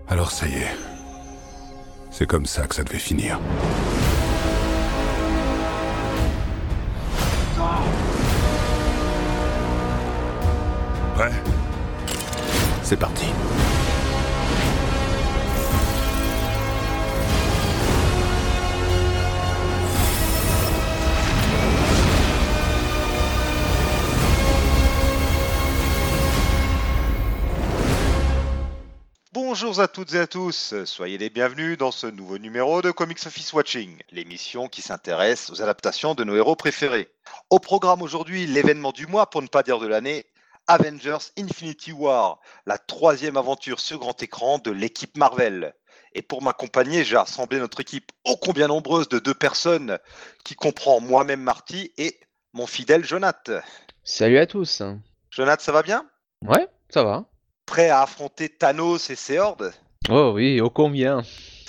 Alors ça y est. C'est comme ça que ça devait finir. Prêt ? C'est parti. Bonjour à toutes et à tous, soyez les bienvenus dans ce nouveau numéro de Comics Office Watching, l'émission qui s'intéresse aux adaptations de nos héros préférés. Au programme aujourd'hui, l'événement du mois, pour ne pas dire de l'année, Avengers Infinity War, la troisième aventure sur grand écran de l'équipe Marvel. Et pour m'accompagner, j'ai rassemblé notre équipe ô combien nombreuse de 2 personnes, qui comprend moi-même Marty et mon fidèle Jonath. Salut à tous. Jonath, ça va bien ? Ouais, ça va. Prêt à affronter Thanos et ses hordes ? Oh oui, ô combien.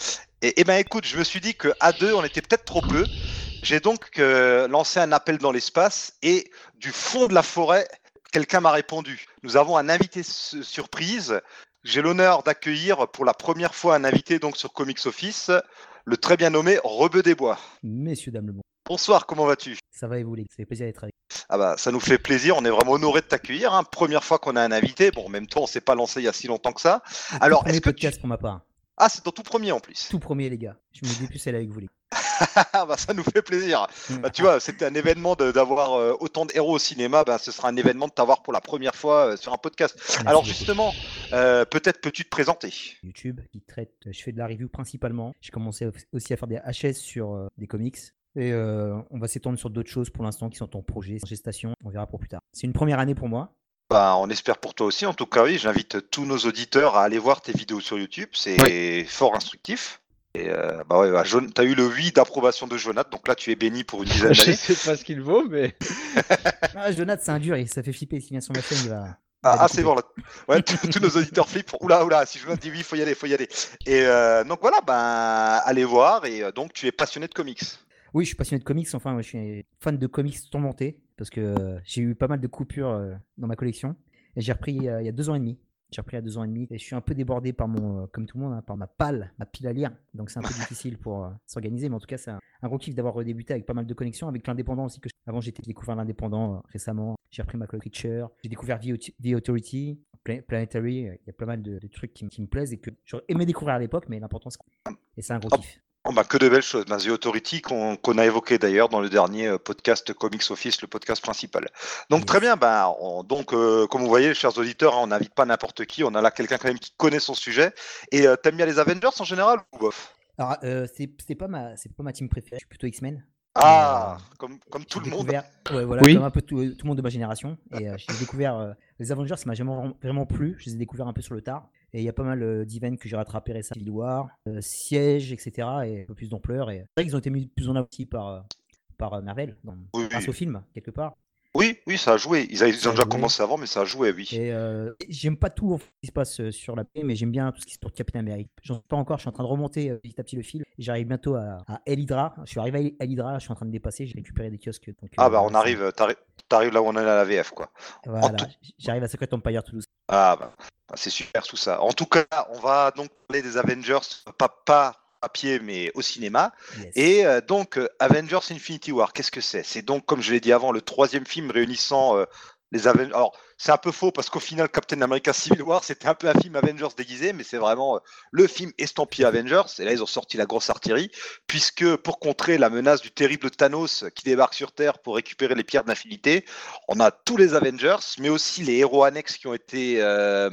Et ben écoute, je me suis dit qu'à 2, on était peut-être trop peu. J'ai donc lancé un appel dans l'espace et du fond de la forêt, quelqu'un m'a répondu. Nous avons un invité surprise. J'ai l'honneur d'accueillir pour la première fois un invité donc sur Comics Office, le très bien nommé Rebeu des Bois. Messieurs, dames, le bon. Bonsoir, comment vas-tu ? Ça va et vous, les gars, ça fait plaisir d'être avec vous. Ah bah ça nous fait plaisir, on est vraiment honoré de t'accueillir. Hein. Première fois qu'on a un invité. Bon, en même temps, on s'est pas lancé il y a si longtemps que ça. Alors, est-ce que podcast pour ma part. Ah, c'est ton tout premier en plus. Tout premier, les gars. Je me dis plus celle avec vous, les gars. Bah, ça nous fait plaisir. Bah, tu vois, c'était un événement d'avoir autant de héros au cinéma. Bah, ce sera un événement de t'avoir pour la première fois sur un podcast. Merci Alors beaucoup. justement, peut-être peux-tu te présenter ? YouTube qui traite, je fais de la review principalement. J'ai commencé aussi à faire des HS sur des comics. Et on va s'étendre sur d'autres choses pour l'instant qui sont en projet, en gestation. On verra pour plus tard. C'est une première année pour moi. Bah, on espère pour toi aussi. En tout cas, oui, j'invite tous nos auditeurs à aller voir tes vidéos sur YouTube. C'est fort instructif. Et bah ouais, bah, t'as eu le oui d'approbation de Jonath, donc là tu es béni pour une dizaine Je d'années. sais pas ce qu'il vaut, mais. Jonathan, c'est un dur et ça fait flipper. S'il vient sur ma chaîne, il va. Ah, c'est bon là. Ouais, tous nos auditeurs flippent. Oula, si Jonath dit oui, faut y aller. Et donc voilà, ben allez voir. Et donc tu es passionné de comics. Oui, je suis passionné de comics. Enfin, je suis fan de comics tourmentés parce que j'ai eu pas mal de coupures dans ma collection. Et j'ai repris il y a 2 ans et demi. J'ai repris à 2 ans et demi et je suis un peu débordé par comme tout le monde, hein, par ma pile à lire. Donc c'est un peu difficile pour s'organiser, mais en tout cas c'est un gros kiff d'avoir redébuté avec pas mal de connexions, avec l'indépendant aussi. Avant j'étais découvert l'indépendant récemment. J'ai repris ma collection Creature, j'ai découvert The Authority, Planetary. Il y a pas mal de trucs qui me plaisent et que j'aurais aimé découvrir à l'époque, mais l'important et c'est un gros kiff. Oh, bah, que de belles choses. The Authority qu'on a évoqué d'ailleurs dans le dernier podcast Comics Office, le podcast principal. Donc très bien, comme vous voyez, chers auditeurs, hein, on n'invite pas n'importe qui, on a là quelqu'un quand même qui connaît son sujet. Et t'aimes bien les Avengers en général ou bof ? Alors c'est pas ma team préférée, je suis plutôt X-Men. Ah, comme tout le monde. Ouais, voilà, oui. Comme un peu tout le monde de ma génération. Et j'ai découvert les Avengers, ça m'a jamais vraiment plu. Je les ai découverts un peu sur le tard. Et il y a pas mal d'events que j'ai rattrapé récemment, Civil War, Siège, etc. Et un peu plus d'ampleur. Et c'est vrai qu'ils ont été mis plus en avant aussi par Marvel, grâce au film, quelque part. Oui, ça a joué. Ils ont déjà commencé avant, mais ça a joué, oui. Et j'aime pas tout ce qui se passe sur la paix, mais j'aime bien tout ce qui se passe sur Captain America. J'en sais pas encore, je suis en train de remonter petit à petit le fil. Et j'arrive bientôt à El Hydra. Je suis arrivé à El Hydra, je suis en train de dépasser, j'ai récupéré des kiosques. Donc, on arrive, t'arrives là où on est à la VF, quoi. Voilà, j'arrive à Secret Empire Toulouse. Ah bah, c'est super tout ça. En tout cas, on va donc parler des Avengers, pas papier mais au cinéma. Yes. Et donc Avengers Infinity War, qu'est-ce que c'est ? C'est donc, comme je l'ai dit avant, le 3e film réunissant les Avengers. Alors c'est un peu faux parce qu'au final Captain America Civil War c'était un peu un film Avengers déguisé, mais c'est vraiment le film estampillé Avengers. Et là ils ont sorti la grosse artillerie, puisque pour contrer la menace du terrible Thanos qui débarque sur Terre pour récupérer les pierres d'infinité, on a tous les Avengers, mais aussi les héros annexes qui ont été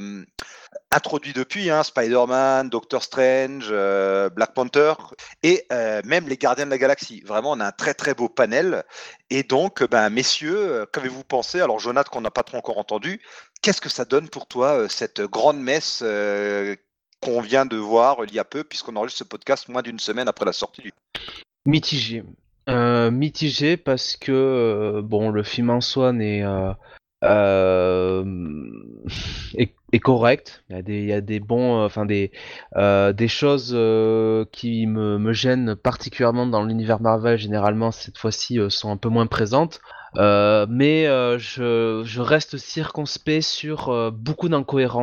introduits depuis, hein, Spider-Man, Doctor Strange, Black Panther et même les Gardiens de la Galaxie. Vraiment, on a un très très beau panel. Et donc, messieurs, qu'avez-vous pensé ? Alors, Jonathan, qu'on n'a pas trop encore entendu, qu'est-ce que ça donne pour toi, cette grande messe qu'on vient de voir il y a peu, puisqu'on enregistre ce podcast moins d'une semaine après la sortie du... Mitigé. Mitigé parce que, le film en soi est correct. Il y a des bons, des choses qui me gênent particulièrement dans l'univers Marvel. Généralement, cette fois-ci, sont un peu moins présentes. Mais je reste circonspect sur beaucoup d'incohérences.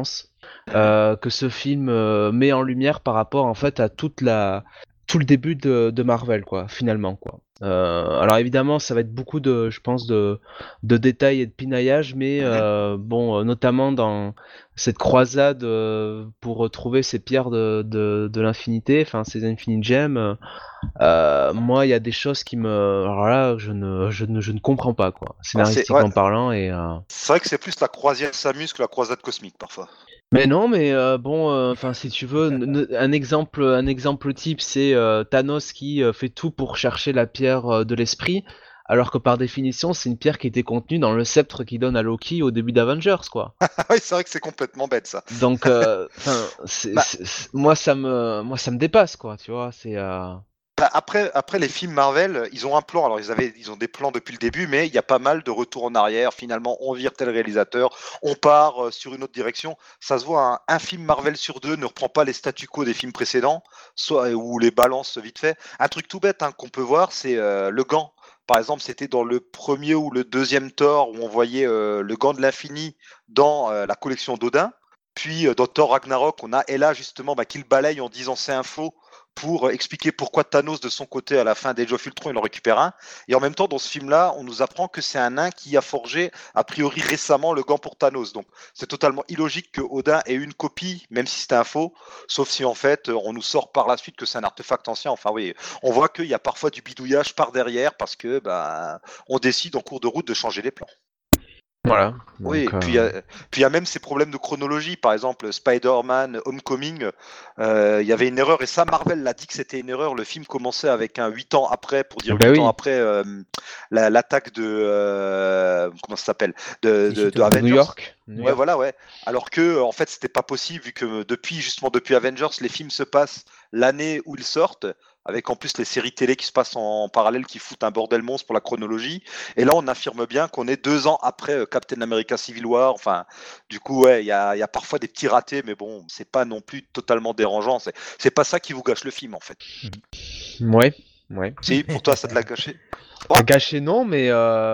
que ce film met en lumière par rapport en fait à tout le début de Marvel, quoi, finalement, quoi. Alors évidemment, ça va être beaucoup je pense, de détails et de pinaillage, mais bon, notamment dans cette croisade pour retrouver ces pierres de l'infinité, enfin ces Infinite Gems. Moi, il y a des choses qui alors là, je ne comprends pas, quoi, scénaristiquement parlant, et. C'est vrai que c'est plus la croisière Samus que la croisade cosmique parfois. Mais non, mais bon, enfin, si tu veux, un exemple type, c'est Thanos qui fait tout pour chercher la pierre de l'esprit, alors que par définition, c'est une pierre qui était contenue dans le sceptre qu'il donne à Loki au début d'Avengers, quoi. Oui, c'est vrai que c'est complètement bête ça. Donc, enfin, moi, ça me dépasse, quoi, tu vois. C'est. Après les films Marvel, ils ont un plan. Alors ils ont des plans depuis le début, mais il y a pas mal de retours en arrière. Finalement, on vire tel réalisateur, on part sur une autre direction. Ça se voit, un film Marvel sur deux ne reprend pas les statu quo des films précédents, soit ou les balance vite fait. Un truc tout bête qu'on peut voir, c'est le gant. Par exemple, c'était dans le premier ou le deuxième Thor où on voyait le gant de l'infini dans la collection d'Odin. Puis dans Thor Ragnarok, on a Hela justement qui le balaye en disant c'est un faux pour expliquer pourquoi Thanos, de son côté, à la fin d'Age of Ultron, il en récupère un. Et en même temps, dans ce film-là, on nous apprend que c'est un nain qui a forgé, a priori récemment, le gant pour Thanos. Donc, c'est totalement illogique que Odin ait une copie, même si c'était un faux, sauf si, en fait, on nous sort par la suite que c'est un artefact ancien. Enfin, oui, on voit qu'il y a parfois du bidouillage par derrière parce que on décide en cours de route de changer les plans. Voilà. Oui, Donc, puis il y a même ces problèmes de chronologie. Par exemple, Spider-Man Homecoming, il y avait une erreur, et ça, Marvel l'a dit que c'était une erreur. Le film commençait avec un 8 ans après, pour dire 8 ans après l'attaque de. Comment ça s'appelle de Avengers. New York. Ouais, voilà, ouais. Alors que, en fait, c'était pas possible, vu que depuis Avengers, les films se passent l'année où ils sortent, avec en plus les séries télé qui se passent en parallèle, qui foutent un bordel monstre pour la chronologie. Et là, on affirme bien qu'on est 2 ans après Captain America Civil War. Enfin, du coup, ouais, il y a parfois des petits ratés, mais bon, c'est pas non plus totalement dérangeant. C'est pas ça qui vous gâche le film, en fait. Ouais. Si, pour toi, ça te l'a gâché. Gâché, non, mais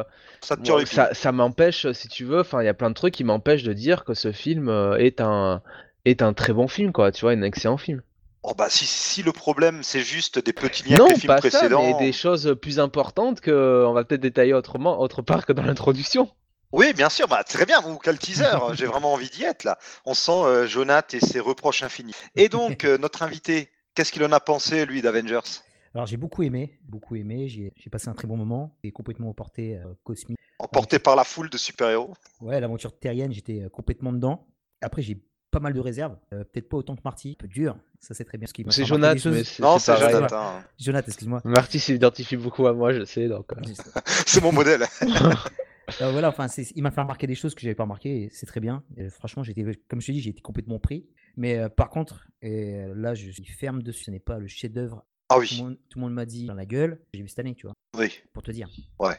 ça m'empêche, si tu veux. Enfin, il y a plein de trucs qui m'empêchent de dire que ce film est un très bon film, quoi. Tu vois, un excellent film. Oh si le problème c'est juste des petits liens avec les films précédents. Non, pas ça, mais des choses plus importantes que on va peut-être détailler autre part que dans l'introduction. Oui, bien sûr, très bien, ou quel teaser, j'ai vraiment envie d'y être là. On sent Jonath et ses reproches infinis. Et donc, notre invité, qu'est-ce qu'il en a pensé, lui, d'Avengers ? Alors j'ai beaucoup aimé, j'ai passé un très bon moment, j'ai complètement emporté cosmique. Emporté par la foule de super-héros. Ouais, l'aventure terrienne, j'étais complètement dedans. Après j'ai pas mal de réserves, peut-être pas autant que Marty, un peu dur, ça c'est très bien ce qui m'a C'est Jonath, mais non, c'est Jonath. Jonath, excuse-moi. Marty s'identifie beaucoup à moi, je sais, donc. C'est mon modèle. Voilà, enfin, il m'a fait remarquer des choses que j'avais pas remarquées, et c'est très bien. Et franchement, comme je te dis, j'ai été complètement pris. Mais par contre, et là, je suis ferme dessus. Ce n'est pas le chef-d'œuvre. Ah oui. Tout le monde m'a dit dans la gueule. J'ai vu cette année, tu vois. Oui. Pour te dire. Ouais,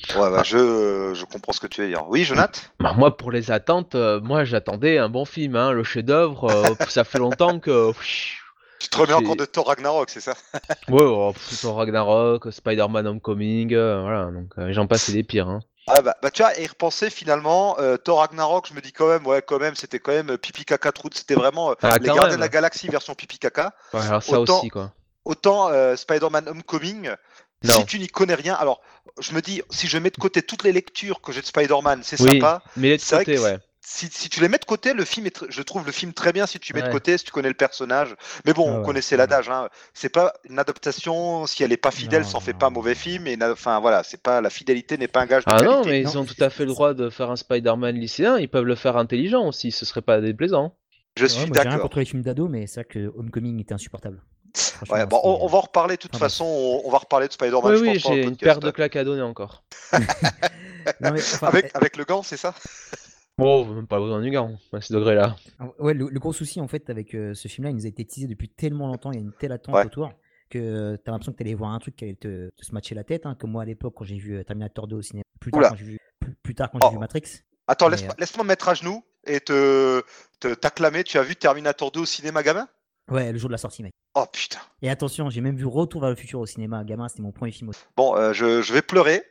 je comprends ce que tu veux dire. Oui, Jonath ? Moi, pour les attentes, moi, j'attendais un bon film, hein, le chef-d'œuvre. Ça fait longtemps que. Tu te remets encore de Thor Ragnarok, c'est ça ? Ouais, Thor Ragnarok, Spider-Man Homecoming, voilà. Donc, j'en passais des pires, hein. Ah tu vois, et repenser finalement, Thor Ragnarok, je me dis quand même, c'était quand même pipi caca trou, c'était vraiment les Gardiens de la Galaxie version pipi caca. Ouais, alors ça aussi, quoi. Autant Spider-Man Homecoming, si tu n'y connais rien, alors je me dis, si je mets de côté toutes les lectures que j'ai de Spider-Man, c'est sympa. Mais de côté, ouais. Si tu les mets de côté, je trouve le film très bien si tu mets de côté, si tu connais le personnage. Mais bon, on connaissait l'adage. Hein. C'est pas une adaptation, si elle n'est pas fidèle, ça en fait pas un mauvais film. Enfin voilà, c'est pas la fidélité n'est pas un gage de qualité. Non, mais ils ont tout à fait le droit de faire un Spider-Man lycéen. Ils peuvent le faire intelligent aussi. Ce serait pas déplaisant. Je suis d'accord. J'ai rien contre les films d'ado, mais c'est vrai que Homecoming était insupportable. Ouais, bon, on va en reparler de toute façon. On va reparler de Spider-Man. Oui, j'ai une paire de claques à donner encore. Non, mais, enfin, avec le gant, c'est ça? Oh, même pas besoin du gant à ce degré-là. Ouais, le gros souci en fait avec ce film-là, il nous a été teasé depuis tellement longtemps, il y a une telle attente autour que t'as l'impression que t'allais voir un truc qui allait te se matcher la tête, hein, comme moi à l'époque quand j'ai vu Terminator 2 au cinéma, plus tard quand j'ai vu Matrix. Attends, laisse-moi me mettre à genoux et t'acclamer. Tu as vu Terminator 2 au cinéma, gamin? Ouais, le jour de la sortie, mec. Oh putain. Et attention, j'ai même vu Retour vers le futur au cinéma, gamin, c'était mon premier film aussi. Bon, je vais pleurer.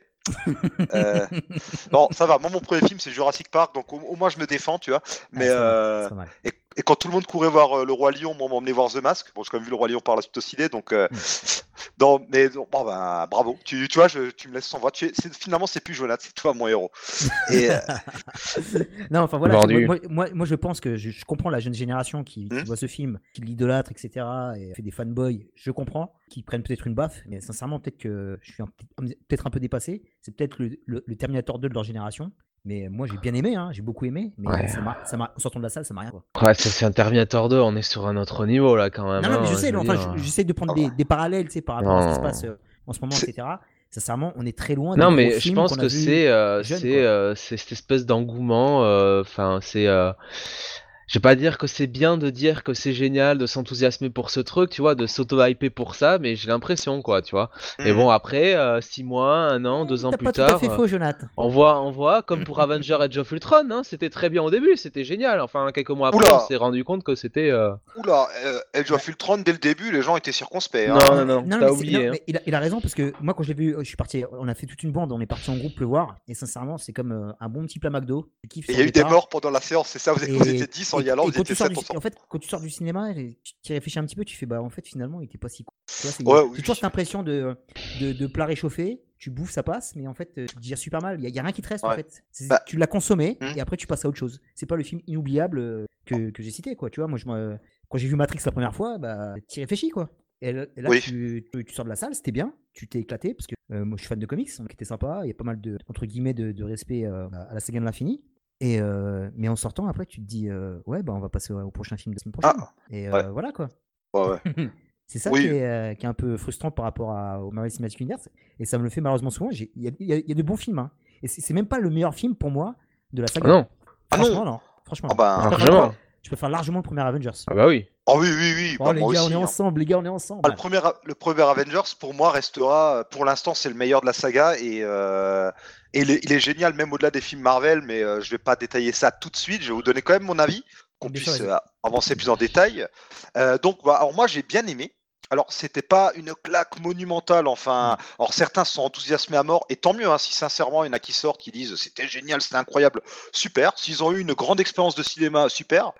Non, ça va. Moi, mon premier film, c'est Jurassic Park, donc au moins je me défends, tu vois. Mais c'est pas mal. Et quand tout le monde courait voir le Roi Lion, moi, on m'emmenait voir The Mask. Bon, j'ai quand même vu le Roi Lion par la suite au ciné, donc. Bravo. Tu vois, tu me laisses sans voix. Finalement, c'est plus Jonathan, c'est toi mon héros. Et, Non, enfin voilà, Vendu. moi je pense que je comprends la jeune génération qui voit ce film, qui l'idolâtre, etc. et fait des fanboys. Je comprends, qui prennent peut-être une baffe, mais sincèrement, peut-être que je suis peut-être un peu dépassé. C'est peut-être le Terminator 2 de leur génération. Mais moi j'ai bien aimé, hein, j'ai beaucoup aimé, mais Ouais. en sortant de la salle, ça m'a rien quoi. Ouais, c'est un Terminator 2, on est sur un autre niveau là quand même. Non, mais je hein, sais, veux enfin, dire. j'essaie de prendre des parallèles, tu sais, par rapport à ce qui se passe en ce moment, etc. Sincèrement, on est très loin des Non, gros mais je films pense qu'on a que vus jeunes, quoi. c'est cette espèce d'engouement. Enfin, je vais pas dire que c'est bien de dire que c'est génial de s'enthousiasmer pour ce truc, tu vois, de s'auto-hyper pour ça, mais j'ai l'impression, quoi, tu vois. Et bon, après, 6 mois, 1 an, 2 ans T'as plus pas tout à fait tard, faux, Jonathan. on voit, comme pour Avenger Age of Ultron, hein, c'était très bien au début, c'était génial. Enfin, quelques mois après, on Oula, s'est rendu compte que c'était. Age of Ultron, dès le début, les gens étaient circonspects. Non, Hein. Non, t'as mais, oublié. Hein. mais il a raison parce que moi, quand j'ai vu, je suis parti, on a fait toute une bande, on est parti en groupe le voir, et sincèrement, c'est comme un bon petit plat McDo. Tu kiffes Et il sur y a le eu des départ. morts pendant la séance, c'est ça, vous étiez 10 en y allant, Et vous étiez 7 en ensemble. fait, quand tu sors du cinéma, et tu y réfléchis un petit peu, tu fais bah en fait finalement il était pas si cool. Tu vois, Ouais, c'est toujours cette impression de plat réchauffé, tu bouffes, ça passe, mais en fait tu te digères super mal. Il y a rien qui te reste en Ouais. fait. Bah, tu l'as consommé hmm. et après tu passes à autre chose. C'est pas le film inoubliable que j'ai cité quoi. Tu vois, moi quand j'ai vu Matrix la première fois, bah t'y réfléchis quoi. Et là Oui. tu sors de la salle, c'était bien, tu t'es éclaté parce que moi je suis fan de comics, donc c'était sympa. Il y a pas mal de entre guillemets de respect à la saga de l'infini. Mais en sortant, après, tu te dis, ouais, bah, on va passer au prochain film de la semaine prochaine. Ah, Et ouais. voilà, quoi. Ouais. C'est ça Oui. qui est un peu frustrant par rapport au Marvel Cinematic Universe. Et ça me le fait malheureusement souvent. Il y a de bons films. Hein. Et c'est même pas le meilleur film pour moi de la saga. Non. Franchement, non. Franchement, Ah bah, largement. je préfère largement le premier Avengers. Ah bah oui. Oh oui. Oh, Bah, les moi gars, aussi. on est ensemble. Les gars, on est ensemble. Le premier Avengers, pour moi, restera, pour l'instant, c'est le meilleur de la saga et il est génial, même au-delà des films Marvel, mais je vais pas détailler ça tout de suite. Je vais vous donner quand même mon avis, qu'on Bien puisse sûr, avancer plus en détail. Alors moi, j'ai bien aimé. Alors, c'était pas une claque monumentale, enfin. Alors, certains se sont enthousiasmés à mort, et tant mieux, hein, si sincèrement, il y en a qui sortent, qui disent c'était génial, c'était incroyable, super. S'ils ont eu une grande expérience de cinéma, super.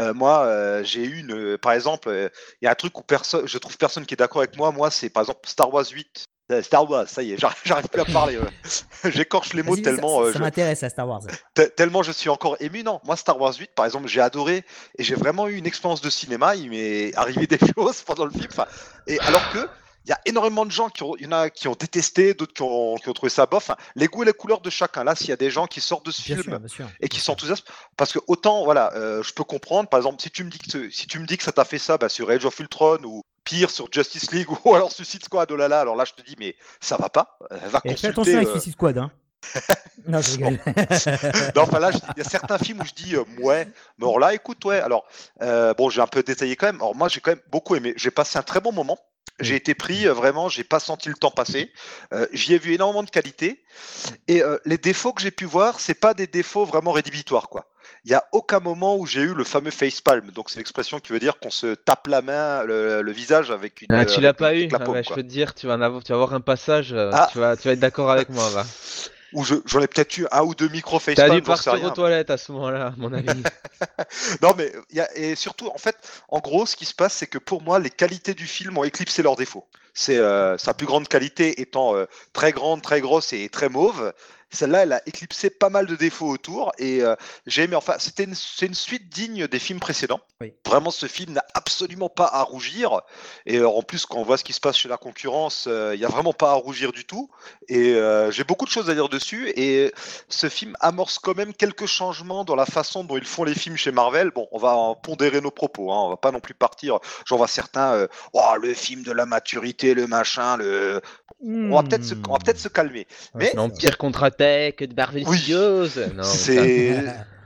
Moi, j'ai eu par exemple, il y a un truc où je trouve personne qui est d'accord avec moi. Moi, c'est par exemple Star Wars 8. Star Wars, ça y est, j'arrive plus à parler. J'écorche les mots Vas-y, tellement. ça m'intéresse à Star Wars. Tellement je suis encore ému. Non, moi, Star Wars 8, par exemple, j'ai adoré et j'ai vraiment eu une expérience de cinéma. Il m'est arrivé des choses pendant le film. Et alors que. Il y a énormément de gens il y en a qui ont détesté, d'autres qui ont trouvé ça bof. Enfin, les goûts et les couleurs de chacun. Là, s'il y a des gens qui sortent de ce film Bien sûr, et qui s'enthousiasment, parce que autant, voilà, je peux comprendre. Par exemple, si tu me dis que ça t'a fait ça, bah, sur Age of Ultron ou pire sur Justice League ou alors Suicide Squad, oh là là, alors là, je te dis, mais ça va pas. Va Et fais consulter. attention avec Suicide Squad, hein. Non, je rigole. Non, enfin là, il y a certains films où je dis ouais, mais alors là, écoute, ouais. Alors, bon, j'ai un peu détaillé quand même. Alors moi, j'ai quand même beaucoup aimé. J'ai passé un très bon moment. J'ai été pris, vraiment, j'ai pas senti le temps passer. J'y ai vu énormément de qualité. Et les défauts que j'ai pu voir, c'est pas des défauts vraiment rédhibitoires, quoi. Il n'y a aucun moment où j'ai eu le fameux facepalm. Donc c'est l'expression qui veut dire qu'on se tape la main, le visage avec une. Ah, tu l'as pas eu. la paume, Je peux te dire, tu vas avoir un passage. Ah. Tu vas être d'accord avec moi, va. Ou j'en ai peut-être eu un ou deux micro T'as facepalm. dû partir aux toilettes à ce moment-là, à mon avis. Non, mais et surtout, en fait, en gros, ce qui se passe, c'est que pour moi, les qualités du film ont éclipsé leurs défauts. C'est sa plus grande qualité étant très grande, très grosse et très mauve. Celle-là, elle a éclipsé pas mal de défauts autour et j'ai aimé. Enfin, c'est une suite digne des films précédents. Oui. Vraiment, ce film n'a absolument pas à rougir. Et en plus, quand on voit ce qui se passe chez la concurrence, il n'y a vraiment pas à rougir du tout. Et j'ai beaucoup de choses à dire dessus. Et ce film amorce quand même quelques changements dans la façon dont ils font les films chez Marvel. Bon, on va en pondérer nos propos. Hein. On va pas non plus partir. J'en vois certains. Le film de la maturité, le machin, le. On va peut-être se calmer. Ouais, mais L'Empire contre-attaque de Marvel Oui. Studios. Non, c'est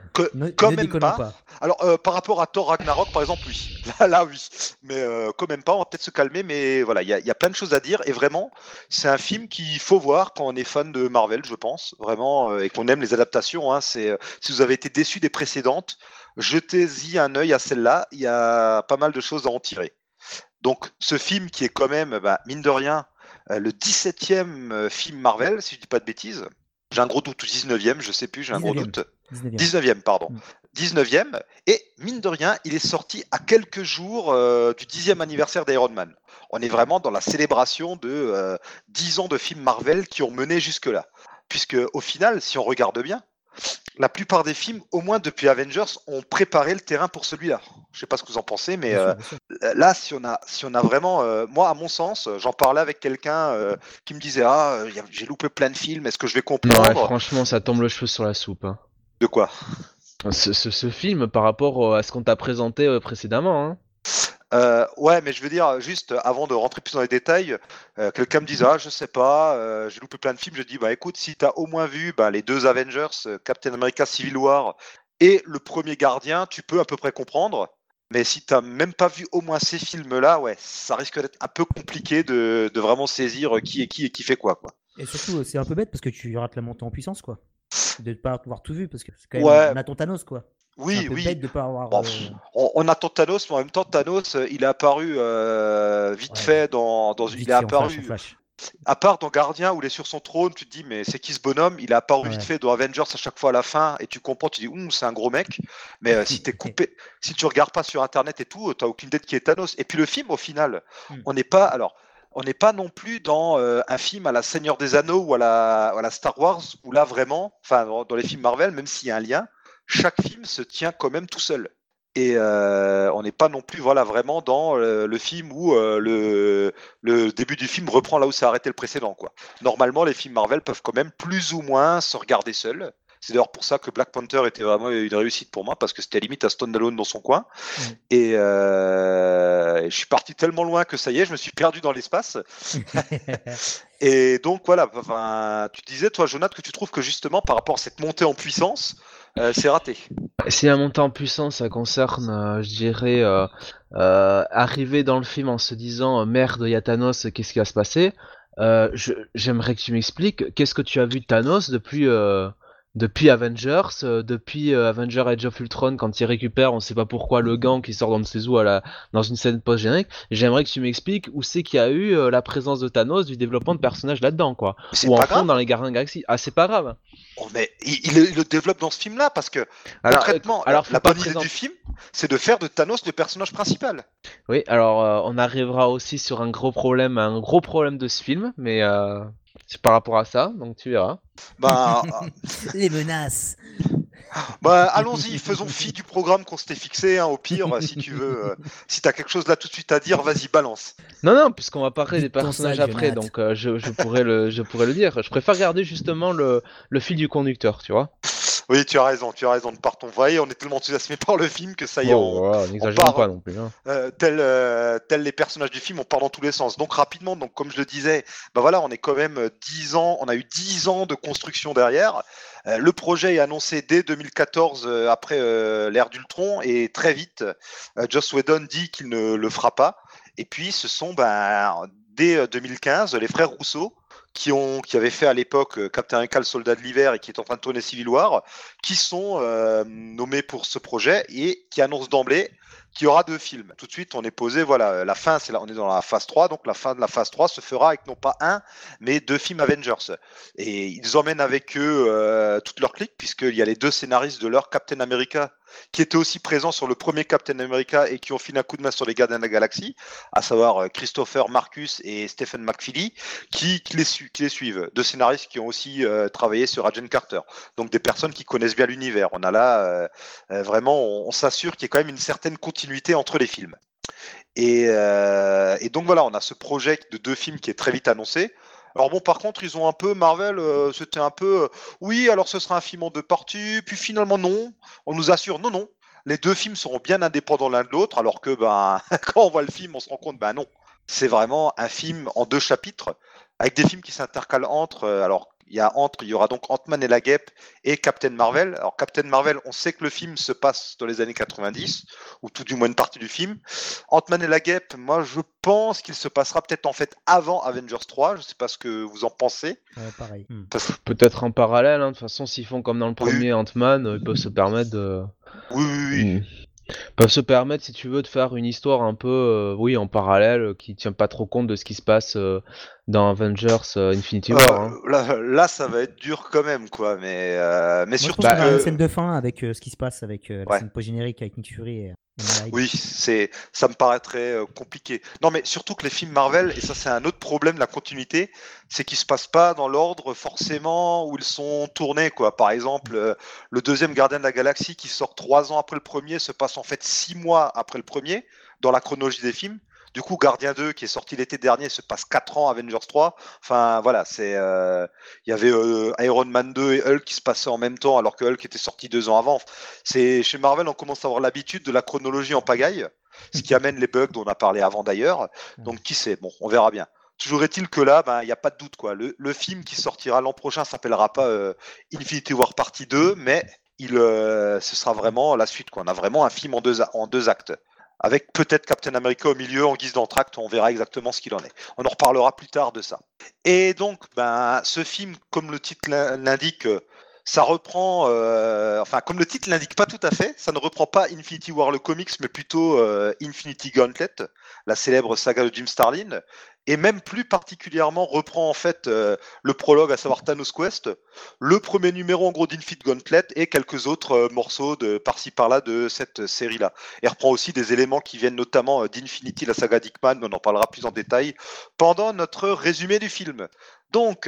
quand ne même déconnons pas. Alors par rapport à Thor Ragnarok par exemple, oui. Là oui. Mais quand même pas. On va peut-être se calmer. Mais voilà, il y a plein de choses à dire. Et vraiment, c'est un film qu'il faut voir quand on est fan de Marvel, je pense, vraiment, et qu'on aime les adaptations. Hein. Si vous avez été déçu des précédentes, jetez-y un œil à celle-là. Il y a pas mal de choses à en tirer. Donc ce film qui est quand même, mine de rien, le 17e film Marvel, si je dis pas de bêtises. J'ai un gros doute, ou 19e, je sais plus, j'ai un gros doute. 19e. 19e, pardon. 19e, et mine de rien, il est sorti à quelques jours du 10e anniversaire d'Iron Man. On est vraiment dans la célébration de 10 ans de films Marvel qui ont mené jusque-là. Puisque au final, si on regarde bien, la plupart des films, au moins depuis Avengers, ont préparé le terrain pour celui-là. Je sais pas ce que vous en pensez, mais Bien sûr. là, si on a vraiment, moi, à mon sens, j'en parlais avec quelqu'un qui me disait, j'ai loupé plein de films, est-ce que je vais Non, ouais, comprendre? franchement, ça tombe le cheveu sur la soupe, hein. De quoi? Ce film par rapport à ce qu'on t'a présenté précédemment, hein. Ouais, mais je veux dire, juste avant de rentrer plus dans les détails, quelqu'un me disait, je sais pas, j'ai loupé plein de films. Je dis, bah écoute, si t'as au moins vu les deux Avengers, Captain America Civil War et le premier Gardien, tu peux à peu près comprendre. Mais si t'as même pas vu au moins ces films-là, ouais, ça risque d'être un peu compliqué de vraiment saisir qui est qui et qui fait quoi. Et surtout, c'est un peu bête parce que tu rates la montée en puissance, quoi. De ne pas avoir tout vu, parce que c'est quand même. Ouais, On a ton Thanos, quoi. C'est un oui, peu oui. bête de pas avoir. Bon, on attend Thanos, mais en même temps, Thanos, il est apparu vite Ouais, fait dans vite il est fait en apparu. flash. À part dans Gardien où il est sur son trône, tu te dis mais c'est qui ce bonhomme? Il est apparu vite Ouais. fait dans Avengers à chaque fois à la fin et tu comprends, tu dis c'est un gros mec. Mais si t'es coupé, si tu regardes pas sur internet et tout, t'as aucune idée de qui est Thanos. Et puis le film au final, on n'est pas on n'est pas non plus dans un film à la Seigneur des Anneaux ou à la Star Wars où là vraiment, enfin dans les films Marvel, même s'il y a un lien, chaque film se tient quand même tout seul. Et on n'est pas non plus vraiment dans le film où le début du film reprend là où s'est arrêté le précédent, quoi. Normalement, les films Marvel peuvent quand même plus ou moins se regarder seuls. C'est d'ailleurs pour ça que Black Panther était vraiment une réussite pour moi, parce que c'était limite un standalone dans son coin. Et je suis parti tellement loin que ça y est, je me suis perdu dans l'espace. Et donc voilà, enfin, tu disais, toi, Jonathan, que tu trouves que justement, par rapport à cette montée en puissance, c'est raté. Si la montée en puissance, ça concerne, je dirais, arriver dans le film en se disant merde, il y a Thanos, qu'est-ce qui va se passer? J'aimerais que tu m'expliques qu'est-ce que tu as vu de Thanos depuis Avengers, depuis Avengers Age of Ultron, quand il récupère, on sait pas pourquoi, le gant qui sort dans ses os dans une scène post-générique. J'aimerais que tu m'expliques où c'est qu'il y a eu la présence de Thanos, du développement de personnages là-dedans, quoi. C'est Ou en pas fond grave. dans les Gardiens de la Galaxie. Ah, c'est pas grave. Oh, mais il le développe dans ce film-là parce que concrètement, faut la pas bonne idée présenter. du film, c'est de faire de Thanos le personnage principal. Oui, alors on arrivera aussi sur un gros problème de ce film, mais c'est par rapport à ça, donc tu verras. Ben, Les menaces. allons-y, faisons fi du programme qu'on s'était fixé. Au pire, si tu veux, si t'as quelque chose là tout de suite à dire, vas-y, balance. Non, puisqu'on va parler des Vite ton personnages sac, après, Jonathan. donc je pourrais le dire. Je préfère garder justement le fil du conducteur, tu vois. Oui, tu as raison de par ton voyer. On est tellement enthousiasmé par le film que ça y est, Bon, voilà, on n'exagérons part pas non plus, hein. tel les personnages du film, on part dans tous les sens. Donc rapidement, donc comme je le disais, on est quand même 10 ans, on a eu 10 ans de construction derrière. Le projet est annoncé dès 2014 après l'ère d'Ultron et très vite, Joss Whedon dit qu'il ne le fera pas. Et puis ce sont dès 2015 les frères Rousseau qui avaient fait à l'époque Captain America, le soldat de l'hiver et qui est en train de tourner Civil War, qui sont nommés pour ce projet et qui annoncent d'emblée qu'il y aura 2 films. Tout de suite, on est posé, la fin, on est dans la phase 3, donc la fin de la phase 3 se fera avec non pas 1, mais 2 films Avengers. Et ils emmènent avec eux toute leur clique, puisqu'il y a les 2 scénaristes de leur Captain America qui étaient aussi présents sur le premier Captain America et qui ont filé un coup de main sur les Gardiens de la Galaxie, à savoir Christopher Marcus et Stephen McFeely, qui les suivent. 2 scénaristes qui ont aussi travaillé sur Agent Carter. Donc des personnes qui connaissent bien l'univers. On a là vraiment, on s'assure qu'il y a quand même une certaine continuité entre les films. Et donc voilà, on a ce projet de 2 films qui est très vite annoncé. Alors bon, par contre, ils ont un peu, Marvel, c'était un peu, oui, alors ce sera un film en 2 parties, puis finalement non, on nous assure, non, les 2 films seront bien indépendants l'un de l'autre, alors que quand on voit le film, on se rend compte, non, c'est vraiment un film en 2 chapitres, avec des films qui s'intercalent entre, il y aura donc Ant-Man et la Guêpe et Captain Marvel. Alors Captain Marvel, on sait que le film se passe dans les années 90, ou tout du moins une partie du film. Ant-Man et la Guêpe, moi je pense qu'il se passera peut-être en fait avant Avengers 3, je sais pas ce que vous en pensez. Pareil. Peut-être en parallèle, hein. De toute façon, s'ils font comme dans le Oui. premier Ant-Man, ils peuvent se permettre de... Oui. Peuvent se permettre, si tu veux, de faire une histoire un peu, oui, en parallèle, qui tient pas trop compte de ce qui se passe dans Avengers Infinity War. Hein. Là, ça va être dur quand même, quoi. Mais Moi, je surtout pense qu'on aura une que, scène de fin avec ce qui se passe avec la ouais. scène post-générique avec Nick Fury et Mera Oui, ça me paraîtrait compliqué. Non, mais surtout que les films Marvel, et ça c'est un autre problème de la continuité, c'est qu'ils se passent pas dans l'ordre forcément où ils sont tournés, quoi. Par exemple, le deuxième Gardien de la Galaxie qui sort 3 ans après le premier se passe en fait 6 mois après le premier dans la chronologie des films. Du coup, Gardien 2, qui est sorti l'été dernier, se passe 4 ans, Avengers 3. Enfin, voilà, il y avait Iron Man 2 et Hulk qui se passaient en même temps, alors que Hulk était sorti 2 ans avant. Chez Marvel, on commence à avoir l'habitude de la chronologie en pagaille, ce qui amène les bugs dont on a parlé avant d'ailleurs. Donc, qui sait? Bon, on verra bien. Toujours est-il que là, il n'y a pas de doute, quoi. Le film qui sortira l'an prochain s'appellera pas Infinity War Partie 2, mais ce sera vraiment la suite, quoi. On a vraiment un film en deux actes. Avec peut-être Captain America au milieu en guise d'entracte, on verra exactement ce qu'il en est. On en reparlera plus tard de ça. Et donc, ce film, comme le titre l'indique, ça reprend, enfin, comme le titre l'indique pas tout à fait, ça ne reprend pas Infinity War le comics, mais plutôt Infinity Gauntlet, la célèbre saga de Jim Starlin, et même plus particulièrement reprend en fait le prologue, à savoir Thanos Quest, le premier numéro en gros d'Infinity Gauntlet et quelques autres morceaux de par-ci par-là de cette série-là. Et reprend aussi des éléments qui viennent notamment d'Infinity, la saga Dickman, mais on en parlera plus en détail pendant notre résumé du film. Donc,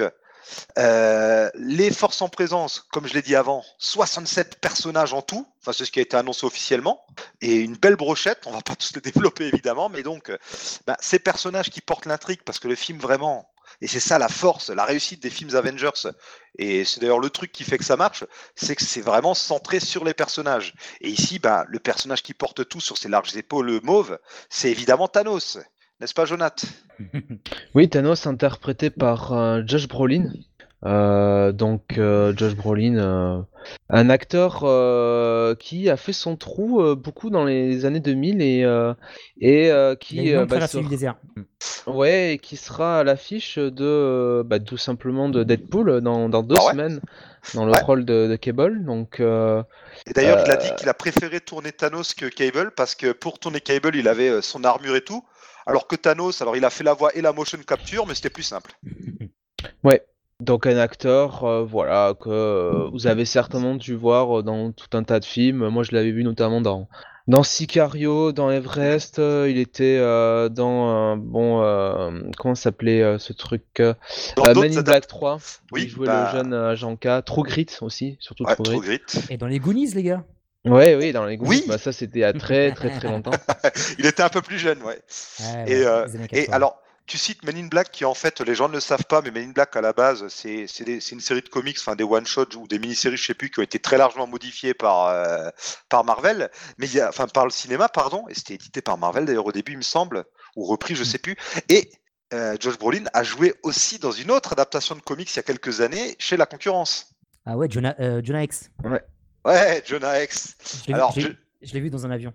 les forces en présence, comme je l'ai dit avant, 67 personnages en tout, enfin c'est ce qui a été annoncé officiellement, et une belle brochette, on va pas tous les développer évidemment, mais donc ces personnages qui portent l'intrigue, parce que le film vraiment, et c'est ça la force, la réussite des films Avengers, et c'est d'ailleurs le truc qui fait que ça marche, c'est que c'est vraiment centré sur les personnages. Et ici, le personnage qui porte tout sur ses larges épaules mauves, c'est évidemment Thanos. N'est-ce pas, Jonathan? Oui, Thanos interprété par Josh Brolin. Josh Brolin, un acteur qui a fait son trou beaucoup dans les années 2000 et Il a une longue traversée du désert. Ouais, et qui sera à l'affiche de tout simplement de Deadpool dans 2 semaines dans le rôle de Cable. Donc, et d'ailleurs, il a dit qu'il a préféré tourner Thanos que Cable parce que pour tourner Cable, il avait son armure et tout. Alors que Thanos, alors il a fait la voix et la motion capture, mais c'était plus simple. Ouais. Donc un acteur, voilà, que vous avez certainement dû voir dans tout un tas de films. Moi, je l'avais vu notamment dans Sicario, dans Everest. Il était dans comment s'appelait ce truc Men in Black 3. Oui, il jouait le jeune agent K. True Grit aussi, surtout ouais, True Grit. Et dans les Goonies, les gars. Ouais, oui, dans les Goonies. Oui. Ça, c'était il y a très très très longtemps. Il était un peu plus jeune, ouais. Et alors, tu cites Men in Black, qui en fait, les gens ne le savent pas, mais Men in Black à la base, c'est une série de comics, enfin des one-shots ou des mini-séries, je sais plus, qui ont été très largement modifiées par Marvel, par le cinéma, pardon, et c'était édité par Marvel d'ailleurs au début, il me semble, ou repris, je sais plus. Et Josh Brolin a joué aussi dans une autre adaptation de comics il y a quelques années chez la concurrence. Ah ouais, Jonah X. Ouais, Jonah X. Je l'ai vu dans un avion.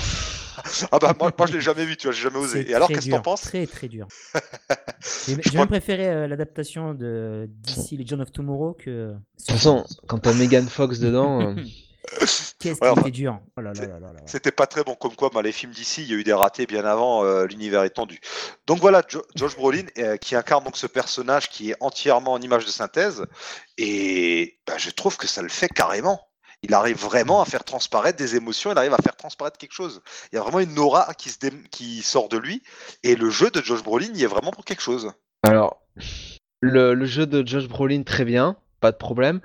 Ah moi je l'ai jamais vu, tu vois, j'ai jamais osé. Et alors, qu'est-ce que t'en penses? Très très dur. J'ai même préféré l'adaptation de DC Legend of Tomorrow que. De toute façon, quand t'as Megan Fox dedans. Qu'est-ce qui était dur. Oh là là là là. C'était pas très bon, comme quoi les films d'ici, il y a eu des ratés bien avant l'univers étendu. Donc voilà, Josh Brolin qui incarne donc ce personnage qui est entièrement en image de synthèse, et je trouve que ça le fait carrément. Il arrive vraiment à faire transparaître des émotions, il arrive à faire transparaître quelque chose. Il y a vraiment une aura qui sort de lui, et le jeu de Josh Brolin y est vraiment pour quelque chose. Alors, le jeu de Josh Brolin, très bien, pas de problème.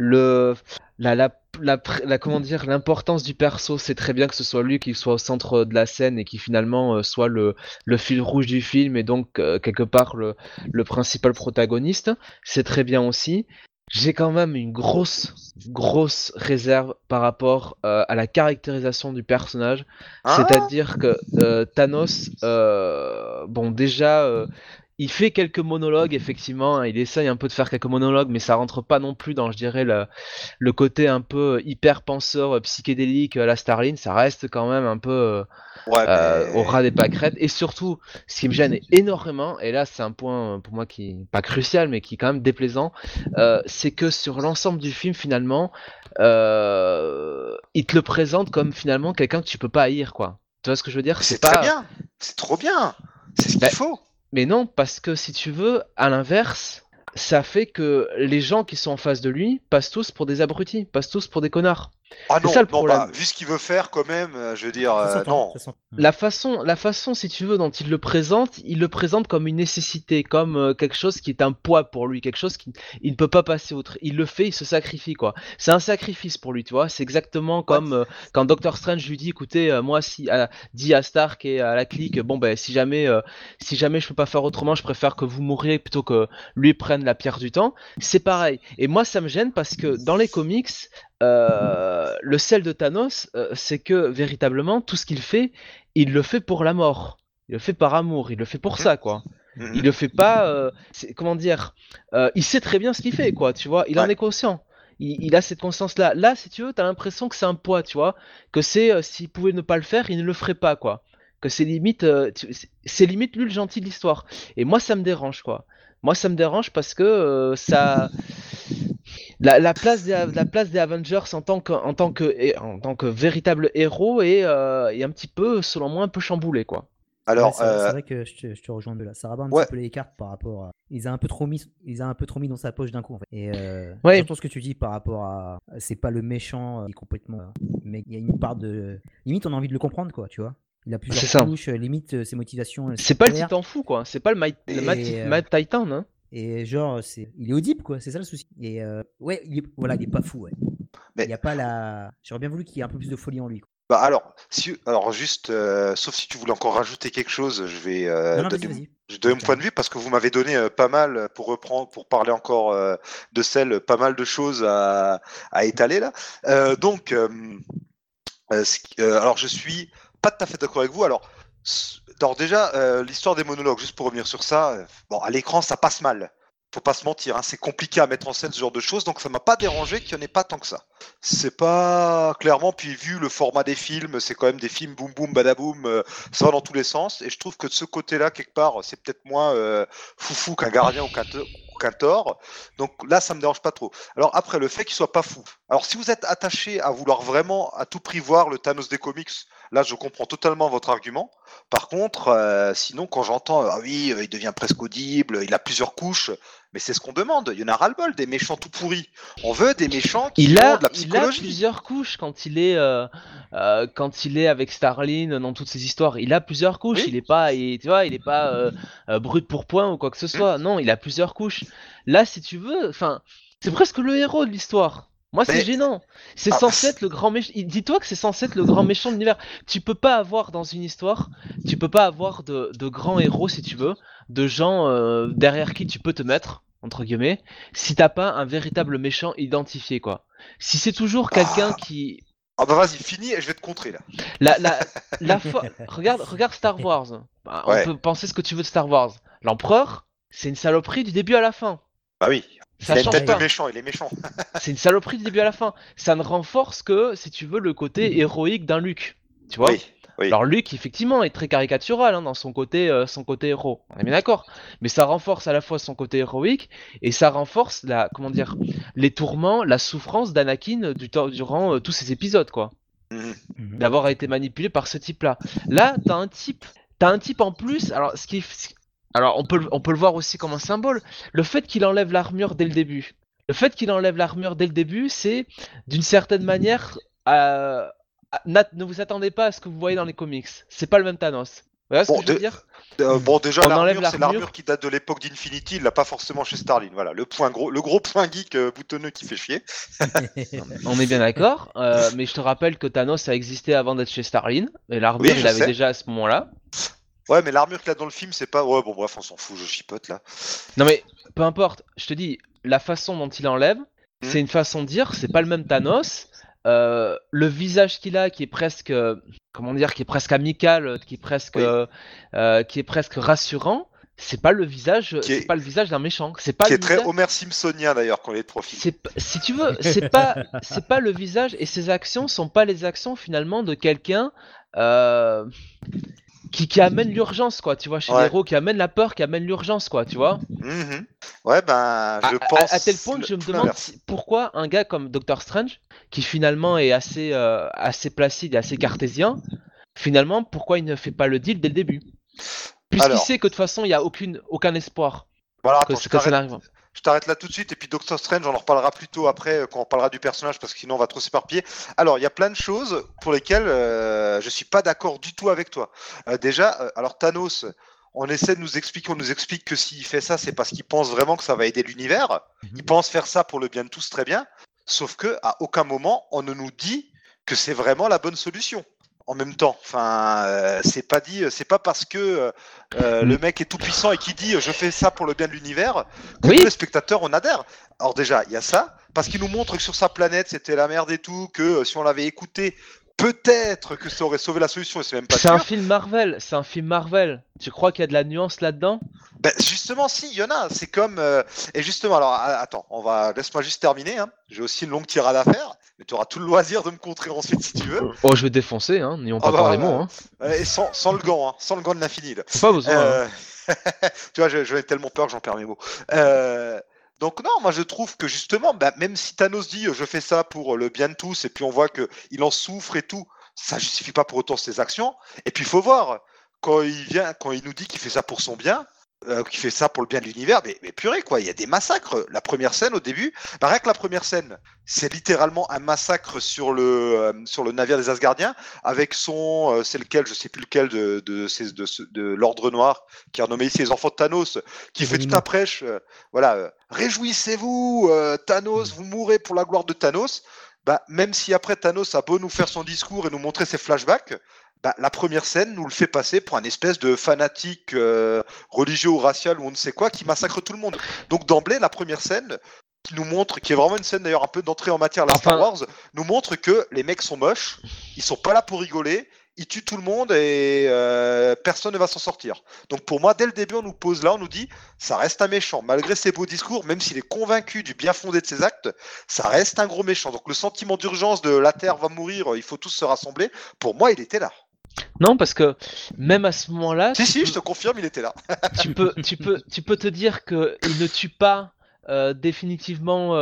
Comment dire, l'importance du perso, c'est très bien que ce soit lui qui soit au centre de la scène et qui finalement soit le fil rouge du film et donc quelque part le principal protagoniste. C'est très bien aussi. J'ai quand même une grosse réserve par rapport à la caractérisation du personnage. C'est-à-dire que Thanos, déjà, il fait quelques monologues, effectivement, hein, il essaye un peu de faire quelques monologues, mais ça rentre pas non plus dans, je dirais, le côté un peu hyper penseur, psychédélique à la Starline, ça reste quand même un peu Ouais, au ras mais. des pâquerettes. Et surtout, ce qui me gêne énormément, et là c'est un point pour moi qui est pas crucial, mais qui est quand même déplaisant, c'est que sur l'ensemble du film, finalement, il te le présente comme finalement quelqu'un que tu peux pas haïr, quoi. Tu vois ce que je veux dire? C'est C'est très pas... bien. C'est trop bien. C'est ce qu'il Bah, faut. mais non, parce que si tu veux, à l'inverse, ça fait que les gens qui sont en face de lui passent tous pour des abrutis, passent tous pour des connards. Ah C'est ça non, le non, bah, problème. vu ce qu'il veut faire quand même, je veux dire, Ça s'entend, non. ça s'entend. La façon, si tu veux, dont il le présente comme une nécessité, comme quelque chose qui est un poids pour lui, quelque chose qu'il il ne peut pas passer outre. Il le fait, il se sacrifie, quoi. C'est un sacrifice pour lui, tu vois. C'est exactement Ouais. comme quand Doctor Strange lui dit, écoutez, moi, si, dit à Stark et à la clique, bon, ben, si jamais je peux pas faire autrement, je préfère que vous mouriez plutôt que lui prenne la pierre du temps. C'est pareil. Et moi, ça me gêne parce que dans les comics, le sel de Thanos, c'est que véritablement, tout ce qu'il fait, il le fait pour la mort. Il le fait par amour. Il le fait pour Mhm, ça, quoi. Il mhm. le fait pas. Comment dire, il sait très bien ce qu'il fait, quoi. Tu vois, il en Ouais. est conscient. Il a cette conscience-là. Là, si tu veux, t'as l'impression que c'est un poids, tu vois. Que c'est s'il pouvait ne pas le faire, il ne le ferait pas, quoi. Que c'est limite, c'est limite lui le gentil de l'histoire. Et moi, ça me dérange, quoi. Moi, ça me dérange parce que ça, la place des Avengers en tant que véritable héros est un petit peu, selon moi, un peu chamboulée, quoi. Ouais, Alors, c'est vrai que je te rejoins de là. Ça rabat un ouais, petit peu les cartes par rapport à. Ils ont un peu trop mis dans sa poche d'un coup en fait. Et Ouais, j'entends ce que tu dis par rapport à. C'est pas le méchant qui est complètement. Mais il y a une part de. Limite, on a envie de le comprendre quoi, tu vois. Il a c'est plusieurs ça. couches. Limite, ses motivations elles C'est sont pas le claires. Titan fou, quoi. C'est pas Et, Mad Titan, hein. et genre, il est audible quoi. C'est ça le souci. Et ouais, voilà, il est pas fou. Ouais. Il mais y a pas la. J'aurais bien voulu qu'il y ait un peu plus de folie en lui, quoi. bah alors, alors juste, sauf si tu voulais encore rajouter quelque chose, je vais Non, non, donner, vas-y. je vais donner mon point Carrément. de vue parce que vous m'avez donné pas mal pour reprendre, pour parler encore de celle, pas mal de choses à étaler là. Donc, alors je suis pas tout à fait d'accord avec vous. Alors déjà, l'histoire des monologues, juste pour revenir sur ça, bon, à l'écran, ça passe mal. Faut pas se mentir, hein, c'est compliqué à mettre en scène ce genre de choses, donc ça m'a pas dérangé qu'il n'y en ait pas tant que ça. C'est pas clairement, puis vu le format des films, c'est quand même des films boum boum badaboum, ça va dans tous les sens, et je trouve que de ce côté-là, quelque part, c'est peut-être moins foufou qu'un gardien ou qu'un Thor, donc là, ça me dérange pas trop. Alors après, le fait qu'il soit pas fou. Alors si vous êtes attaché à vouloir vraiment à tout prix voir le Thanos des comics, là, je comprends totalement votre argument. Par contre, sinon, quand j'entends, ah oui, il devient presque audible, il a plusieurs couches, mais c'est ce qu'on demande. Il y en a ras-le-bol des méchants tout pourris. On veut des méchants qui Il ont a, de la il a psychologie. plusieurs couches quand il est avec Starlin dans toutes ces histoires. Il a plusieurs couches. Oui. Tu vois, il est pas brut pour point ou quoi que ce Hmm. soit. Non, il a plusieurs couches. Là, si tu veux, enfin, c'est presque le héros de l'histoire. Moi, c'est Mais gênant. C'est ah, censé être le grand méchant. Dis-toi que c'est censé être le grand méchant de l'univers. Tu peux pas avoir dans une histoire, tu peux pas avoir de grands héros, si tu veux, de gens derrière qui tu peux te mettre, entre guillemets, si t'as pas un véritable méchant identifié, quoi. Si c'est toujours quelqu'un ah, qui... ah bah vas-y, finis et je vais te contrer là. Regarde Star Wars. Bah, on Ouais. peut penser ce que tu veux de Star Wars. L'empereur, c'est une saloperie du début à la fin. Bah oui. Ça Il a une change tête de pas. Pareil. méchant, il est méchant. C'est une saloperie du début à la fin. Ça ne renforce que, si tu veux, le côté héroïque d'un Luke. Tu vois? Oui, oui. Alors Luke, effectivement, est très caricatural dans son côté héros. On est bien d'accord. Mais ça renforce à la fois son côté héroïque et ça renforce comment dire, les tourments, la souffrance d'Anakin durant tous ces épisodes, quoi. Mhm. Mhm. D'avoir été manipulé par ce type-là. Là, t'as un type en plus. Alors on peut le voir aussi comme un symbole. Le fait qu'il enlève l'armure dès le début. Le fait qu'il enlève l'armure dès le début, c'est d'une certaine manière. Ne vous attendez pas à ce que vous voyez dans les comics. C'est pas le même Thanos. Vous voyez ce que Bon, je veux dire? bon, déjà, On enlève c'est l'armure. l'armure qui date de l'époque d'Infinity, il l'a pas forcément chez Starlin. Voilà, le gros point geek boutonneux qui fait chier. On est bien d'accord. Mais je te rappelle que Thanos a existé avant d'être chez Starlin. Et Oui, l'armure, il je avait sais. déjà à ce moment-là. Ouais, mais l'armure qu'il a dans le film, c'est pas. Ouais, bon, bref, on s'en fout, je chipote là. Non mais peu importe, je te dis, la façon dont il enlève, Hmm. c'est une façon de dire, c'est pas le même Thanos. Le visage qu'il a, qui est presque, comment dire, qui est presque amical, qui est presque rassurant, c'est pas le visage, Qui est- c'est pas le visage d'un méchant. C'est pas Qui le est très visage. Homer Simpsonien d'ailleurs quand il est de profil. Si tu veux, c'est pas le visage et ses actions sont pas les actions finalement de quelqu'un euh, qui amène l'urgence quoi. Tu vois, chez les Ouais. héros, qui amène la peur, qui amène l'urgence quoi. Tu vois. Mhm. Ouais, ben, je À pense. tel point que je me tout demande l'inverse. pourquoi un gars comme Doctor Strange, qui finalement est assez placide et assez cartésien, finalement, pourquoi il ne fait pas le deal dès le début? Puisqu'il Alors, sait que de toute façon, il n'y a aucun espoir voilà, que, attends, que ça n'arrive. je t'arrête là tout de suite, et puis Doctor Strange, on en reparlera plus tôt après, quand on parlera du personnage, parce que sinon on va trop s'éparpiller. Alors, il y a plein de choses pour lesquelles je suis pas d'accord du tout avec toi. Déjà, alors Thanos, on essaie de nous expliquer, on nous explique que s'il fait ça, c'est parce qu'il pense vraiment que ça va aider l'univers. Il pense faire ça pour le bien de tous, très bien. Sauf que à aucun moment, on ne nous dit que c'est vraiment la bonne solution. En même temps, enfin, c'est pas dit, c'est pas parce que le mec est tout puissant et qui dit je fais ça pour le bien de l'univers que Oui. nous les spectateurs on adhère. Alors déjà, il y a ça parce qu'il nous montre que sur sa planète c'était la merde et tout, que si on l'avait écouté, peut-être que ça aurait sauvé la solution. Et c'est même pas C'est un sûr. film Marvel, c'est un film Marvel. Tu crois qu'il y a de la nuance là-dedans? Ben, justement, si, il y en a. C'est comme. Et justement, alors, attends, laisse-moi juste terminer. Hein. J'ai aussi une longue tirade à faire, mais tu auras tout le loisir de me contrer ensuite si tu veux. Oh, je vais défoncer, hein. N'ayons pas Ah peur bah, des mots, hein. Et sans le gant, hein, sans le gant de l'infini. Là. Pas besoin. Hein. Tu vois, j'en ai tellement peur que j'en perds mes mots. Donc non, moi je trouve que justement, bah, même si Thanos dit je fais ça pour le bien de tous, et puis on voit qu'il en souffre et tout, ça justifie pas pour autant ses actions. Et puis il faut voir, quand il nous dit qu'il fait ça pour son bien, qu'il fait ça pour le bien de l'univers, mais purée quoi, il y a des massacres. La première scène au début, bah, rien que la première scène, c'est littéralement un massacre sur le navire des Asgardiens, avec c'est lequel, je sais plus lequel de l'Ordre Noir, qui a nommé ici les enfants de Thanos, qui fait tout un prêche, voilà, réjouissez-vous, Thanos, vous mourrez pour la gloire de Thanos. Bah, même si après Thanos a beau nous faire son discours et nous montrer ses flashbacks, bah, la première scène nous le fait passer pour un espèce de fanatique religieux ou racial ou on ne sait quoi qui massacre tout le monde. Donc d'emblée, la première scène qui nous montre, qui est vraiment une scène d'ailleurs un peu d'entrée en matière à la Star Wars, nous montre que les mecs sont moches, ils sont pas là pour rigoler, ils tuent tout le monde et personne ne va s'en sortir. Donc pour moi, dès le début, on nous pose là, on nous dit, ça reste un méchant. Malgré ses beaux discours, même s'il est convaincu du bien fondé de ses actes, ça reste un gros méchant. Donc le sentiment d'urgence de la Terre va mourir, il faut tous se rassembler, pour moi, il était là. Non, parce que même à ce moment-là, Si, je te confirme, il était là. tu peux te dire que il ne tue pas définitivement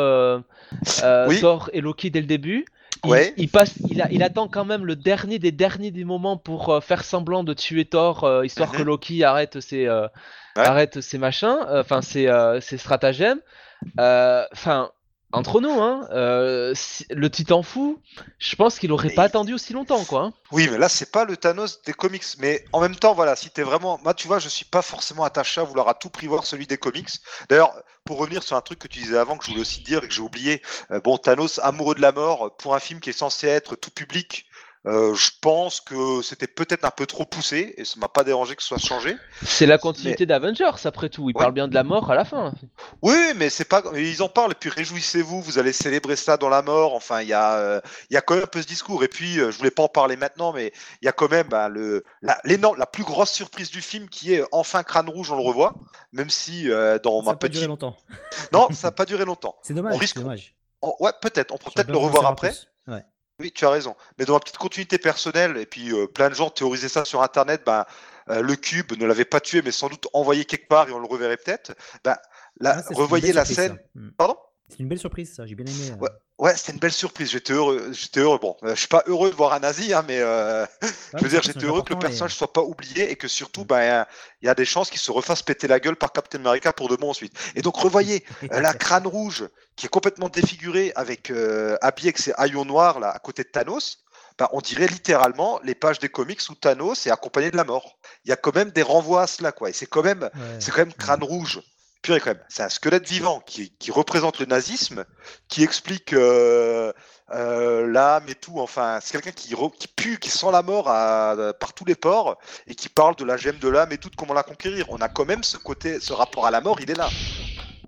Oui. Thor et Loki dès le début. Ouais. Il attend quand même le dernier des moments pour faire semblant de tuer Thor, histoire que Loki arrête ses machins, enfin ses stratagèmes. Enfin, entre nous, hein, le Titan fou, je pense qu'il aurait pas attendu aussi longtemps, quoi. Hein. Oui, mais là, c'est pas le Thanos des comics. Mais en même temps, voilà, si t'es vraiment. Moi, tu vois, je suis pas forcément attaché à vouloir à tout prix voir celui des comics. D'ailleurs, pour revenir sur un truc que tu disais avant, que je voulais aussi dire et que j'ai oublié, bon, Thanos, amoureux de la mort, pour un film qui est censé être tout public. Je pense que c'était peut-être un peu trop poussé et ça m'a pas dérangé que ce soit changé. C'est la continuité d'Avengers après tout. Il Ouais. parle bien de la mort à la fin. Oui, mais c'est pas. Ils en parlent et puis réjouissez-vous, vous allez célébrer ça dans la mort. Enfin, il y a quand même un peu ce discours. Et puis, je voulais pas en parler maintenant, mais il y a quand même la plus grosse surprise du film qui est enfin Crâne Rouge, on le revoit, même si dans Ça ma n'a pas duré petite. longtemps. Non, ça n'a pas duré longtemps. C'est dommage. On risque. C'est dommage. Ouais, peut-être. On pourra J'aurais peut-être bien le voulu en revoir savoir après. plus. Ouais. Oui, tu as raison. Mais dans ma petite continuité personnelle, et puis plein de gens théorisaient ça sur Internet, le cube ne l'avait pas tué, mais sans doute envoyé quelque part et on le reverrait peut-être. Ah, c'est une Revoyez belle la surprise, scène. ça. Pardon? C'est une belle surprise, ça. J'ai bien aimé. Ouais, c'était une belle surprise. J'étais heureux. Bon, je suis pas heureux de voir un nazi, hein, mais je veux dire, j'étais heureux que le personnage soit pas oublié et que surtout, il y a des chances qu'il se refasse péter la gueule par Captain America pour de bon ensuite. Et donc, revoyez la Crâne Rouge qui est complètement défigurée avec habillé avec ses haillons noirs là à côté de Thanos. On dirait littéralement les pages des comics où Thanos est accompagné de la mort. Il y a quand même des renvois à cela, quoi. Et c'est quand même Crâne Rouge. Purée, quand même. C'est un squelette vivant qui représente le nazisme, qui explique l'âme et tout. Enfin, c'est quelqu'un qui pue, qui sent la mort par tous les pores et qui parle de la gemme de l'âme et tout, de comment la conquérir. On a quand même ce rapport à la mort, il est là.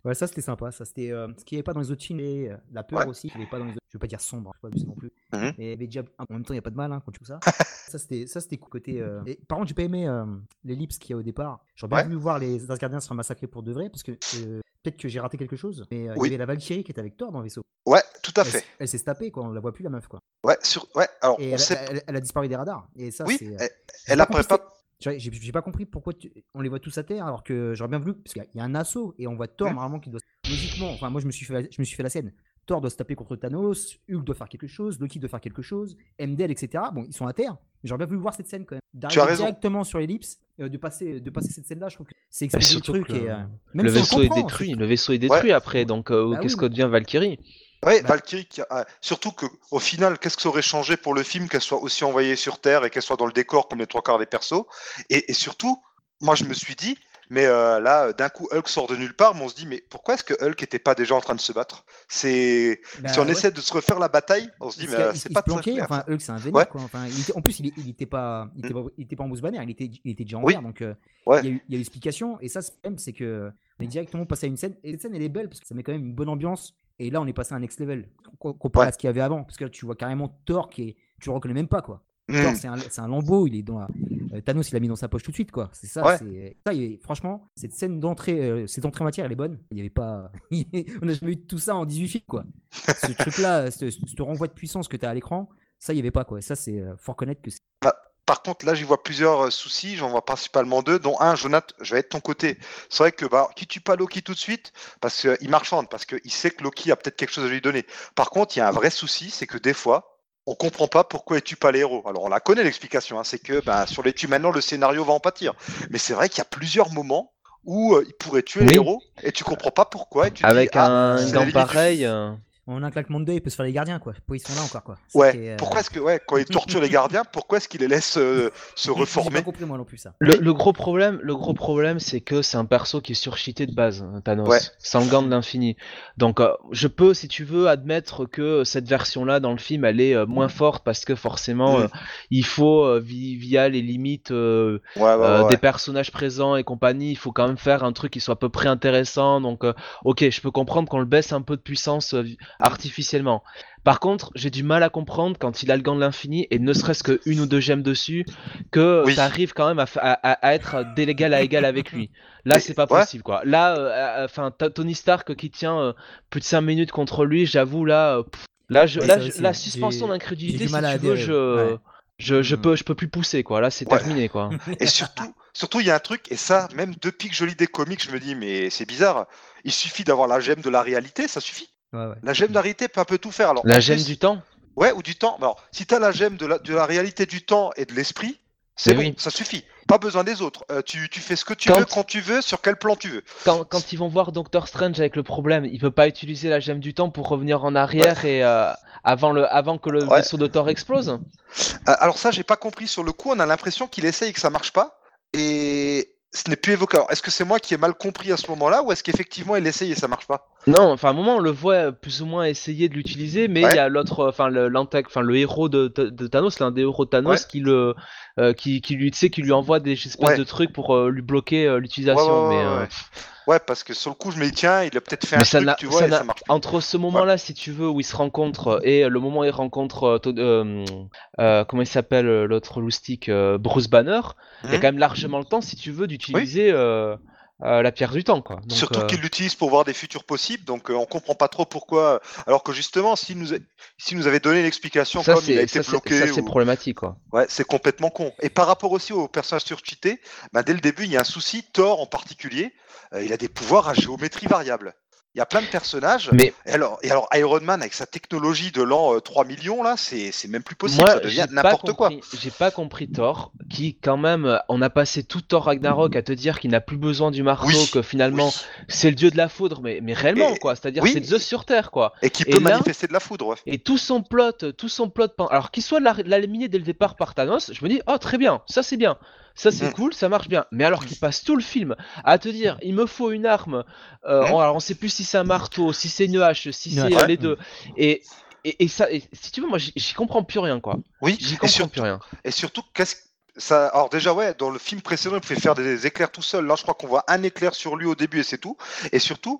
Ouais, ça c'était sympa. Ça c'était ce qu'il n'y avait pas dans les autres films. Et la peur Ouais. aussi, il n'y avait pas dans les autres. Je veux pas dire sombre, je sais pas abusé non plus. Mhm. Mais il y avait déjà, en même temps, il n'y a pas de mal quand tu fais ça. Ça c'était cool. Côté. Et par contre, j'ai pas aimé l'ellipse qu'il y a au départ. J'aurais bien Ouais. voulu voir les Asgardiens se faire massacrer pour de vrai, parce que peut-être que j'ai raté quelque chose. Mais il y Oui. avait la Valkyrie qui était avec Thor dans le vaisseau. Ouais, tout à fait. Elle s'est tapée, quoi. On la voit plus la meuf, quoi. Ouais, alors, Et on sait. elle a disparu des radars. Et ça, Oui, c'est. elle apparaît pas. J'ai pas compris pourquoi on les voit tous à terre alors que j'aurais bien voulu parce qu'il y a un assaut et on voit Thor normalement qui doit logiquement. Enfin moi je me suis fait la scène. Thor doit se taper contre Thanos, Hulk doit faire quelque chose, Loki doit faire quelque chose, Heimdall etc. Bon ils sont à terre. Mais j'aurais bien voulu voir cette scène quand même. D'arriver directement sur l'ellipse, de passer cette scène là, je trouve que c'est expliquer le truc et le même si vaisseau on est comprend, détruit. Le vaisseau est détruit après. Donc qu'est-ce que devient Valkyrie? Ouais, Valkyrie, surtout que au final, qu'est-ce que ça aurait changé pour le film qu'elle soit aussi envoyée sur Terre et qu'elle soit dans le décor comme les 3/4 des persos. Et surtout, moi je me suis dit, mais là, d'un coup, Hulk sort de nulle part, mais on se dit, mais pourquoi est-ce que Hulk était pas déjà en train de se battre? Si on essaie de se refaire la bataille, on se dit, mais c'est pas très clair. Enfin, Hulk, c'est un vénère, quoi. Enfin, en plus, il était pas en Bruce Banner, il était déjà en guerre, donc il y a eu explication. Et ça, c'est que on est directement passé à une scène. Et cette scène, elle est belle parce que ça met quand même une bonne ambiance. Et là, on est passé à un next level comparé à ce qu'il y avait avant. Parce que là, tu vois carrément Thor tu le reconnais même pas, quoi. Thor, c'est un lambeau, il est dans Thanos, il l'a mis dans sa poche tout de suite, quoi. C'est ça, franchement, cette scène d'entrée, cette entrée en matière, elle est bonne. Il y avait pas. On n'a jamais eu tout ça en 18 films, quoi. Ce truc-là, ce renvoi de puissance que tu as à l'écran, ça, il y avait pas, quoi. Et ça, faut reconnaître que c'est. Par contre, là, j'y vois plusieurs soucis. J'en vois principalement deux, dont un, Jonathan, je vais être de ton côté. C'est vrai que qui tue pas Loki tout de suite, parce qu'il marchande, parce qu'il sait que Loki a peut-être quelque chose à lui donner. Par contre, il y a un vrai souci, c'est que des fois, on comprend pas pourquoi il tue pas les héros. Alors, on la connaît l'explication, c'est que sur les tues maintenant, le scénario va en pâtir. Mais c'est vrai qu'il y a plusieurs moments où il pourrait tuer les héros et tu comprends pas pourquoi. Et tu avec dis, un gant pareil. En un claquement de doigts, il peut se faire les gardiens, quoi. Pourquoi ils sont là encore, quoi. Pourquoi est-ce que, quand il torture les gardiens, pourquoi est-ce qu'il les laisse se reformer? J'ai pas compris moi non plus ça. Le gros problème, c'est que c'est un perso qui est surcheaté de base, Thanos, sans le gant de l'infini. Donc, je peux, si tu veux, admettre que cette version-là dans le film, elle est moins forte parce que forcément, il faut via les limites des personnages présents et compagnie, il faut quand même faire un truc qui soit à peu près intéressant. Donc, ok, je peux comprendre qu'on le baisse un peu de puissance artificiellement. Par contre, j'ai du mal à comprendre quand il a le gant de l'infini et ne serait-ce que une ou deux gemmes dessus, que t'arrives quand même à être d'égal à égal avec lui. Là, c'est pas possible, quoi. Là, Tony Stark qui tient plus de 5 minutes contre lui, j'avoue, la suspension d'incrédulité, si tu veux, je peux plus pousser, quoi. Là, c'est terminé, quoi. Et surtout, il y a un truc, et ça, même depuis que je lis des comics, je me dis, mais c'est bizarre. Il suffit d'avoir la gemme de la réalité, ça suffit. La gemme de la réalité peut un peu tout faire. Alors, la gemme du temps. Ouais, ou du temps. Alors, si tu as la gemme de la réalité du temps et de l'esprit, c'est bon, ça suffit. Pas besoin des autres. Tu fais ce que tu veux, quand tu veux, sur quel plan tu veux. Quand ils vont voir Doctor Strange avec le problème, il peut pas utiliser la gemme du temps pour revenir en arrière et avant que le vaisseau de Thor explose. Alors ça, j'ai pas compris. Sur le coup, on a l'impression qu'il essaye et que ça marche pas. Et ce n'est plus évoqué. Alors, est-ce que c'est moi qui ai mal compris à ce moment-là, ou est-ce qu'effectivement il essaye et ça marche pas? Non, enfin à un moment on le voit plus ou moins essayer de l'utiliser, mais il y a l'autre, le héros de Thanos, l'un des héros de Thanos qui lui envoie des espèces de trucs pour lui bloquer l'utilisation. Ouais, parce que sur le coup, je me dis, tiens, il a peut-être fait un truc, tu vois, et ça marche pas. Entre ce moment-là, si tu veux, où ils se rencontrent, et le moment où ils rencontrent, comment il s'appelle, l'autre loustic, Bruce Banner, il y a quand même largement le temps, si tu veux, d'utiliser la pierre du temps, quoi. Donc, surtout qu'il l'utilise pour voir des futurs possibles, donc on comprend pas trop pourquoi. Alors que justement, s'il nous avait donné l'explication comme il a été bloqué. Ça, c'est problématique, quoi. Ouais, c'est complètement con. Et par rapport aussi aux personnages surcheatés, dès le début, il y a un souci. Thor en particulier, il a des pouvoirs à géométrie variable. Il y a plein de personnages. Et alors Iron Man avec sa technologie de l'an 3 millions là, c'est même plus possible. Moi, ça devient n'importe quoi. J'ai pas compris Thor, qui quand même, on a passé tout Thor Ragnarok à te dire qu'il n'a plus besoin du marteau, que finalement c'est le dieu de la foudre, mais réellement quoi. C'est-à-dire c'est Zeus sur Terre quoi. Et qui peut manifester de la foudre. Ouais. Et tout son plot, alors qu'il soit l'éliminer dès le départ par Thanos, je me dis très bien, ça c'est bien. Ça c'est cool, ça marche bien. Mais alors qu'il passe tout le film à te dire, il me faut une arme. Alors on sait plus si c'est un marteau, si c'est une hache, si c'est les deux. Et ça, si tu veux, moi j'y comprends plus rien quoi. Oui. J'y comprends plus rien. Et surtout, ça, alors déjà dans le film précédent, il pouvait faire des éclairs tout seul. Là, je crois qu'on voit un éclair sur lui au début et c'est tout. Et surtout,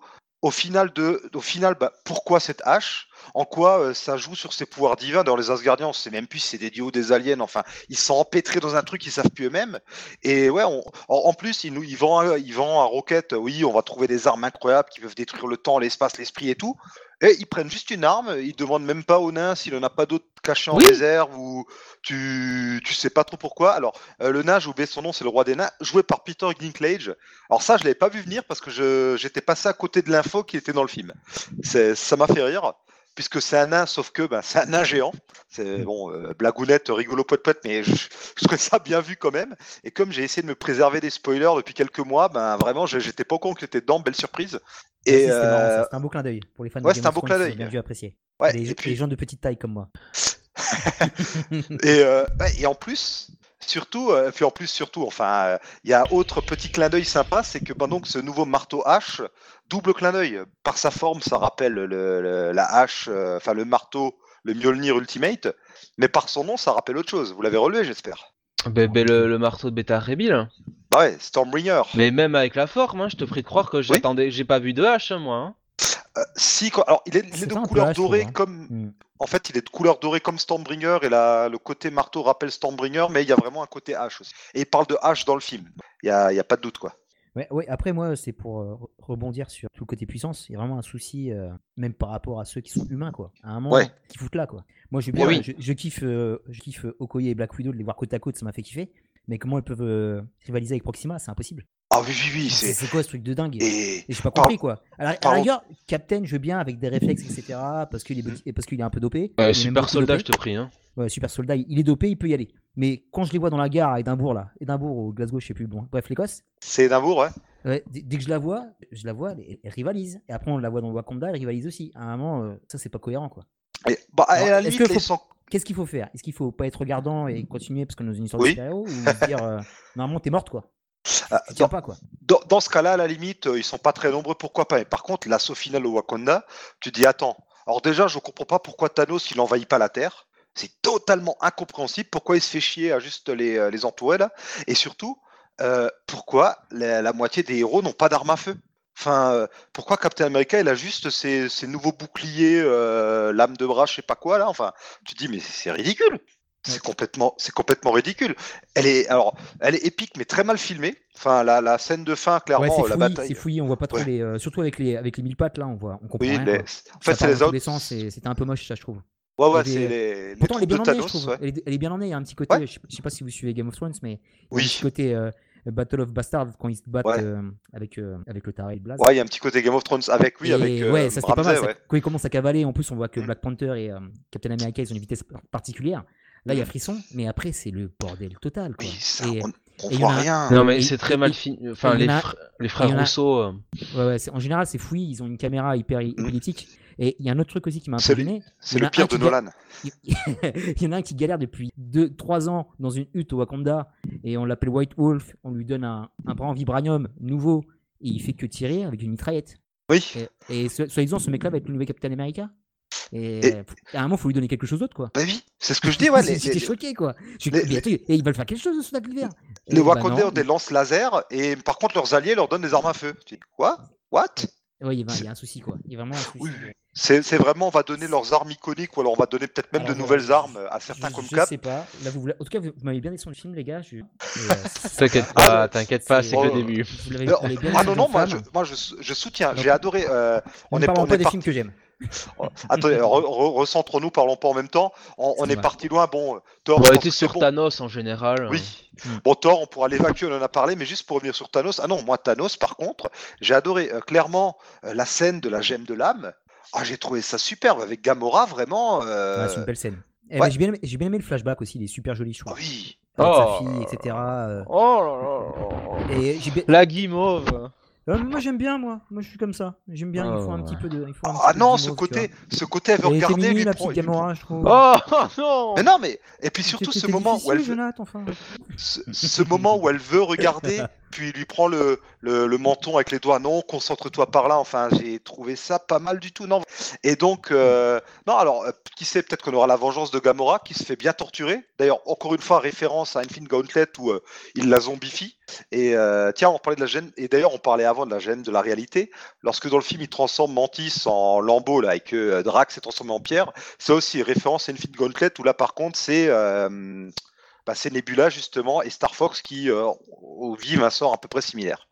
au final, bah, pourquoi cette hache? En quoi ça joue sur ses pouvoirs divins? Dans les Asgardiens, on sait même plus si c'est des dieux ou des aliens. Enfin, ils sont empêtrés dans un truc qu'ils savent plus eux-mêmes. Et ouais, en plus, ils vendent à Rocket. Oui, on va trouver des armes incroyables qui peuvent détruire le temps, l'espace, l'esprit et tout. Et ils prennent juste une arme. Ils demandent même pas au nain s'il en a pas d'autres cachés en Oui. réserve ou tu sais pas trop pourquoi. Alors le nain, j'ai oublié son nom, c'est le roi des nains, joué par Peter Dinklage. Alors ça, je l'avais pas vu venir parce que j'étais passé à côté de l'info qui était dans le film. Ça m'a fait rire. Puisque c'est un nain, sauf que c'est un nain géant. C'est bon, blagounette, rigolo poète, mais je trouvais ça bien vu quand même. Et comme j'ai essayé de me préserver des spoilers depuis quelques mois, vraiment, j'étais pas au courant qu'il était dedans, belle surprise. Et C'était marrant, ça. C'était un beau clin d'œil pour les fans de ouais, Game c'est un of beau Thrones, clin ils d'œil. ont bien dû apprécier. Ouais, Les gens de petite taille comme moi. Et en plus, surtout, il y a autre petit clin d'œil sympa, c'est que donc ce nouveau marteau hache, double clin d'œil. Par sa forme, ça rappelle la hache, le marteau, le Mjolnir Ultimate, mais par son nom, ça rappelle autre chose. Vous l'avez relevé, j'espère. Le marteau de Beta Ray Bill. Bah ouais, Stormbringer. Mais même avec la forme, hein, je te prie de croire que j'ai pas vu de hache, moi. Hein. Alors il est C'est de un peu couleur hache, dorée je trouve, hein. comme. En fait, il est de couleur dorée comme Stormbringer et le côté marteau rappelle Stormbringer, mais il y a vraiment un côté hache aussi. Et il parle de hache dans le film. Il y a pas de doute, quoi. Ouais, après, moi, c'est pour rebondir sur tout le côté puissance. Il y a vraiment un souci, même par rapport à ceux qui sont humains, quoi. À un moment, Ouais. qui foutent là, quoi. Moi, Oui. je kiffe Okoye et Black Widow, de les voir côte à côte, ça m'a fait kiffer. Mais comment ils peuvent rivaliser avec Proxima, c'est impossible. Ah oui, C'est quoi ce truc de dingue? Et j'ai pas compris, quoi. À la Pardon. rigueur, Captain, je veux bien avec des réflexes, etc. Parce qu'il est un peu dopé. Il est même Super beaucoup soldat, dopé. je te prie. Hein. Ouais, super soldat, il est dopé, il peut y aller. Mais quand je les vois dans la gare à Édimbourg, ou Glasgow, je sais plus, bon, bref, l'Écosse, c'est Édimbourg, ouais. ouais, dès que je la vois, elle rivalise. Et après, on la voit dans Wakanda, elle rivalise aussi. À un moment, ça, c'est pas cohérent, quoi. Et, à Alors, la est-ce limite, que ils sont. Qu'est-ce qu'il faut faire? Est-ce qu'il faut pas être regardant et continuer parce qu'on est dans une histoire Oui. de super-héros? Ou se dire, normalement, t'es morte, quoi. Tu tiens pas, quoi. Dans ce cas-là, à la limite, ils sont pas très nombreux, pourquoi pas. Mais par contre, l'assaut final au Wakanda, tu dis attends. Alors déjà, je comprends pas pourquoi Thanos il envahit pas la Terre. C'est totalement incompréhensible. Pourquoi il se fait chier à juste les entourer là. Et surtout, pourquoi la moitié des héros n'ont pas d'armes à feu. Enfin, pourquoi Captain America il a juste ses nouveaux boucliers, lame de bras, je sais pas quoi là. Enfin, tu te dis mais c'est ridicule. C'est complètement ridicule. Elle est épique mais très mal filmée. Enfin, la scène de fin, clairement, Ouais, la bataille. c'est fouillé, on voit pas trop surtout avec les 1000 pattes là, on comprend Oui, rien. en fait, c'est les autres. C'était un peu moche, ça, je trouve. Ouais, c'est les Pourtant, elle est troupes bien de emmenée, je Thanos. trouve. Ouais. Elle est bien emmenée. Il y a un petit côté, Ouais. je sais pas si vous suivez Game of Thrones, mais il y a Oui. un petit côté Battle of Bastards quand ils se battent Ouais. avec le taré et le blaze. Ouais, il y a un petit côté Game of Thrones avec Et ouais, ça c'était pas Ramsay, mal. ouais. Quand ils commencent à cavaler, en plus, on voit que Black Panther et Captain America, ils ont une vitesse particulière. Là, il y a frisson, mais après, c'est le bordel total, quoi. Oui, ça, Et- on et il y voit en a- rien. Non, mais et- c'est très et- mal fini. Enfin, et il y en a- les frères il y en a- Rousseau. Ouais, en général, c'est fouillis. Ils ont une caméra hyper épileptique. Et il y a un autre truc aussi qui m'a un peu C'est gêné. C'est Il y en le a pire un de qui Nolan. Il y en a un qui galère depuis 2-3 ans dans une hutte au Wakanda et on l'appelle White Wolf. On lui donne un bras en vibranium nouveau et il fait que tirer avec une mitraillette. Oui. Et soi-disant, ce mec-là va être le nouvel Captain America. Et Et- à un moment, il faut lui donner quelque chose d'autre, quoi. Bah oui, c'est ce que je dis. Ouais, J'étais choqué, quoi. les- Mais attends, et ils veulent faire quelque chose de ce l'hiver. les Wakandais ont des lances laser et par contre leurs alliés leur donnent des armes à feu. Tu dis quoi? What? Ouais, il y a un souci, quoi. Il y a vraiment un souci. Oui. C'est vraiment, on va donner leurs armes iconiques ou alors on va donner peut-être même Alors, de nouvelles armes à certains comme je Cap. sais pas. Là, en tout cas, vous m'avez bien descendu le film, les gars. T'inquiète Ah, pas, c'est que le oh, début. Vous l'avez Ah bien non, non, descendu moi en flamme. je soutiens, Donc, j'ai adoré. On Ne est parlons pas des parti. films que j'aime. Attendez, recentrons-nous, parlons pas en même temps. On est vrai. parti loin. Bon, Thor, On je a pense été que c'est sur bon. Thanos en général. Oui. Mm. Bon, Thor, on pourra l'évacuer, on en a parlé, mais juste pour revenir sur Thanos. Ah non, moi, Thanos, par contre, j'ai adoré clairement la scène de la gemme de l'âme. Ah, j'ai trouvé ça superbe avec Gamora, vraiment. Ouais, c'est une belle scène. ouais. Mais j'ai bien aimé le flashback aussi, il est super joli, je Ah trouve. oui. Avec Oh. sa fille, etc. Oh là là là. Et j'ai bien... La guimauve. Moi j'aime bien, moi je suis comme ça. J'aime bien, il faut un Oh. petit peu de. Il faut un Ah petit peu non, de ce guimauve, tu côté, elle veut vois. Et t'es regarder, mimi, lui la prend. petite Gamora, je trouve. Oh non. Mais non, mais et puis surtout T'es ce moment où difficile, elle veut, Jonathan, enfin. ce moment où elle veut regarder puis il lui prend le menton avec les doigts. Non, concentre-toi par là. Enfin, j'ai trouvé ça pas mal du tout. Non. Et donc, non, alors, qui sait, peut-être qu'on aura la vengeance de Gamora qui se fait bien torturer. D'ailleurs, encore une fois, référence à Infinite Gauntlet où il la zombifie. Et tiens, on parlait de la gêne. Et d'ailleurs, on parlait avant de la gêne de la réalité. Lorsque dans le film, il transforme Mantis en lambeau là, et que Drax s'est transformé en pierre, c'est aussi référence à Infinite Gauntlet où là, par contre, c'est Nebula justement et Star Fox qui vivent un sort à peu près similaire.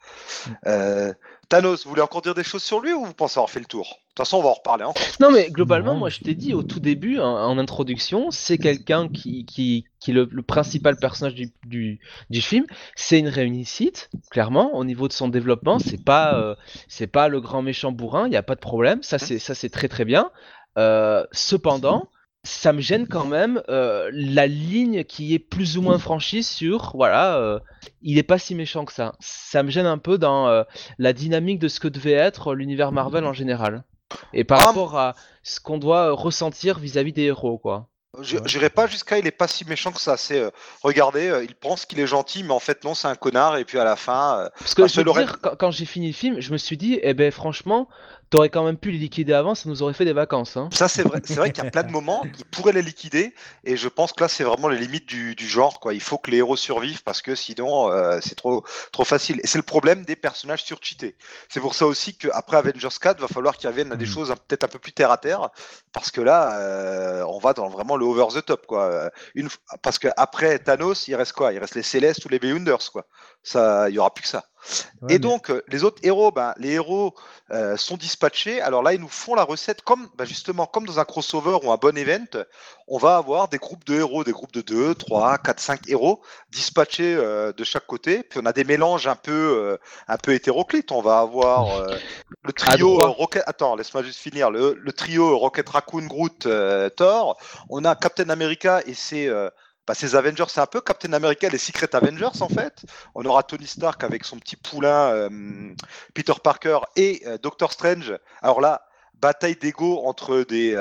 Thanos, vous voulez encore dire des choses sur lui ou vous pensez avoir fait le tour? De toute façon, on va en reparler encore. Non, mais globalement, Non, moi, je t'ai dit au tout début, en introduction, c'est quelqu'un qui est le principal personnage du film. C'est une réussite, clairement, au niveau de son développement. C'est pas le grand méchant bourrin, il n'y a pas de problème. Ça, c'est très très bien. Cependant, ça me gêne quand même la ligne qui est plus ou moins franchie sur, voilà, il est pas si méchant que ça. Ça me gêne un peu dans la dynamique de ce que devait être l'univers Marvel en général. Et par rapport à ce qu'on doit ressentir vis-à-vis des héros, quoi. J'irai pas jusqu'à il est pas si méchant que ça. C'est regardez, il pense qu'il est gentil, mais en fait non, c'est un connard. Et puis à la fin, Parce que je veux dire, quand j'ai fini le film, je me suis dit, eh ben franchement, t'aurais quand même pu les liquider avant, ça nous aurait fait des vacances. Hein. Ça c'est vrai. C'est vrai qu'il y a plein de moments, il pourrait les liquider. Et je pense que là, c'est vraiment les limites du genre, quoi. Il faut que les héros survivent parce que sinon, c'est trop facile. Et c'est le problème des personnages surcheatés. C'est pour ça aussi qu'après Avengers 4, va falloir qu'ils reviennent à des choses peut-être un peu plus terre à terre, parce que là, on va dans vraiment le over the top, quoi. Parce qu'après Thanos, il reste quoi? Il reste les Célestes ou les Beyonders, quoi. Ça, il y aura plus que ça. Ouais, Et donc, les autres héros, les héros sont dispatchés. Alors là, ils nous font la recette justement comme dans un crossover ou un bon event. On va avoir des groupes de héros, des groupes de 2, 3, 4, 5 héros dispatchés de chaque côté. Puis on a des mélanges un peu hétéroclites. On va avoir le trio Rocket. Attends, laisse-moi juste finir. Le trio Rocket Raccoon, Groot, Thor. On a Captain America et ces Avengers, c'est un peu Captain America, les Secret Avengers en fait. On aura Tony Stark avec son petit poulain Peter Parker et Doctor Strange. Alors là, bataille d'ego entre des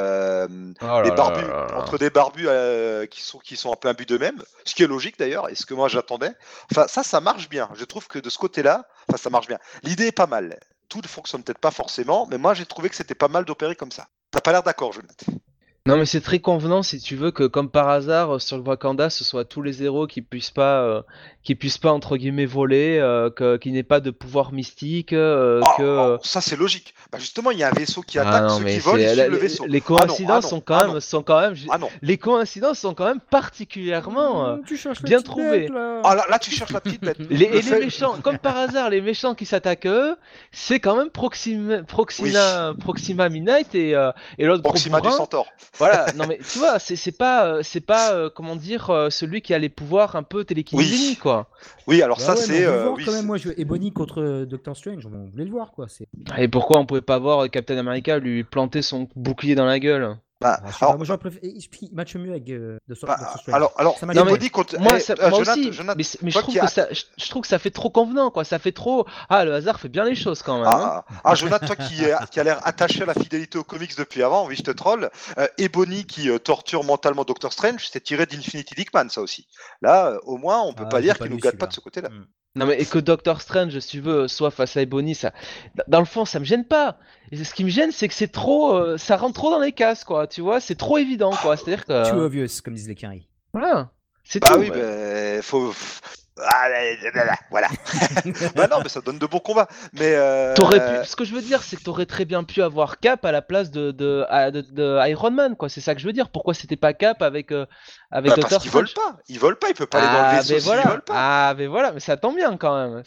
barbus qui sont un peu imbus d'eux-mêmes, ce qui est logique d'ailleurs, et ce que moi j'attendais. Enfin, ça marche bien. Je trouve que de ce côté-là, ça marche bien. L'idée est pas mal. Tout ne fonctionne peut-être pas forcément, mais moi j'ai trouvé que c'était pas mal d'opérer comme ça. T'as pas l'air d'accord, Jonathan? Non, mais c'est très convenant si tu veux que, comme par hasard, sur le Wakanda, ce soit tous les héros qui puissent pas entre guillemets voler, qu'il n'ait pas de pouvoir mystique, ça c'est logique. Justement, il y a un vaisseau qui Ah attaque non, ceux mais qui volent, ils c'est suivent le vaisseau. les coïncidences sont quand même, Ah non. les coïncidences sont quand même particulièrement tu cherches bien trouvées. Là tu cherches la petite bête. Les méchants, comme par hasard, les méchants qui s'attaquent à eux, c'est quand même Proxima Midnight et l'autre gros Proxima du bourrin. Centaure. Voilà, non mais tu vois, c'est pas comment dire, celui qui a les pouvoirs un peu télékinésiques, quoi. Oui, alors ça ouais, c'est. on veut voir quand même, moi, Ebony contre Doctor Strange, on voulait le voir, quoi. Et pourquoi on pouvait pas voir Captain America lui planter son bouclier dans la gueule? Moi j'aurais préféré. Il match mieux avec Doctor Strange. Alors, Ça m'a Ebony contre. Moi aussi, Jonathan, mais je trouve que ça fait trop convenant, quoi. Ça fait trop. Ah, le hasard fait bien les choses quand même. Jonathan, toi qui a l'air attaché à la fidélité aux comics depuis avant, oui, je te troll. Ebony qui torture mentalement Doctor Strange, c'est tiré d'Infinity Dickman, ça aussi. Là, au moins, on peut pas dire qu'il nous gâte pas de ce côté-là. Non mais et que Doctor Strange, si tu veux, soit face à Ebony, ça, dans le fond, ça me gêne pas. Et ce qui me gêne, c'est que c'est trop, ça rentre trop dans les cases, quoi. Tu vois, c'est trop évident, quoi. C'est-à-dire que. Too obvious, comme disent les Quinry. Voilà. C'est tout. Oui, faut. Voilà. Non, mais ça donne de bons combats. Mais Ce que je veux dire, c'est que t'aurais très bien pu avoir Cap à la place de Iron Man, quoi. C'est ça que je veux dire. Pourquoi c'était pas Cap avec Doctor Strange? Parce qu'ils volent pas. Il peut pas aller dans le vaisseau s'il vole pas. Ah, mais voilà, mais ça tombe bien quand même.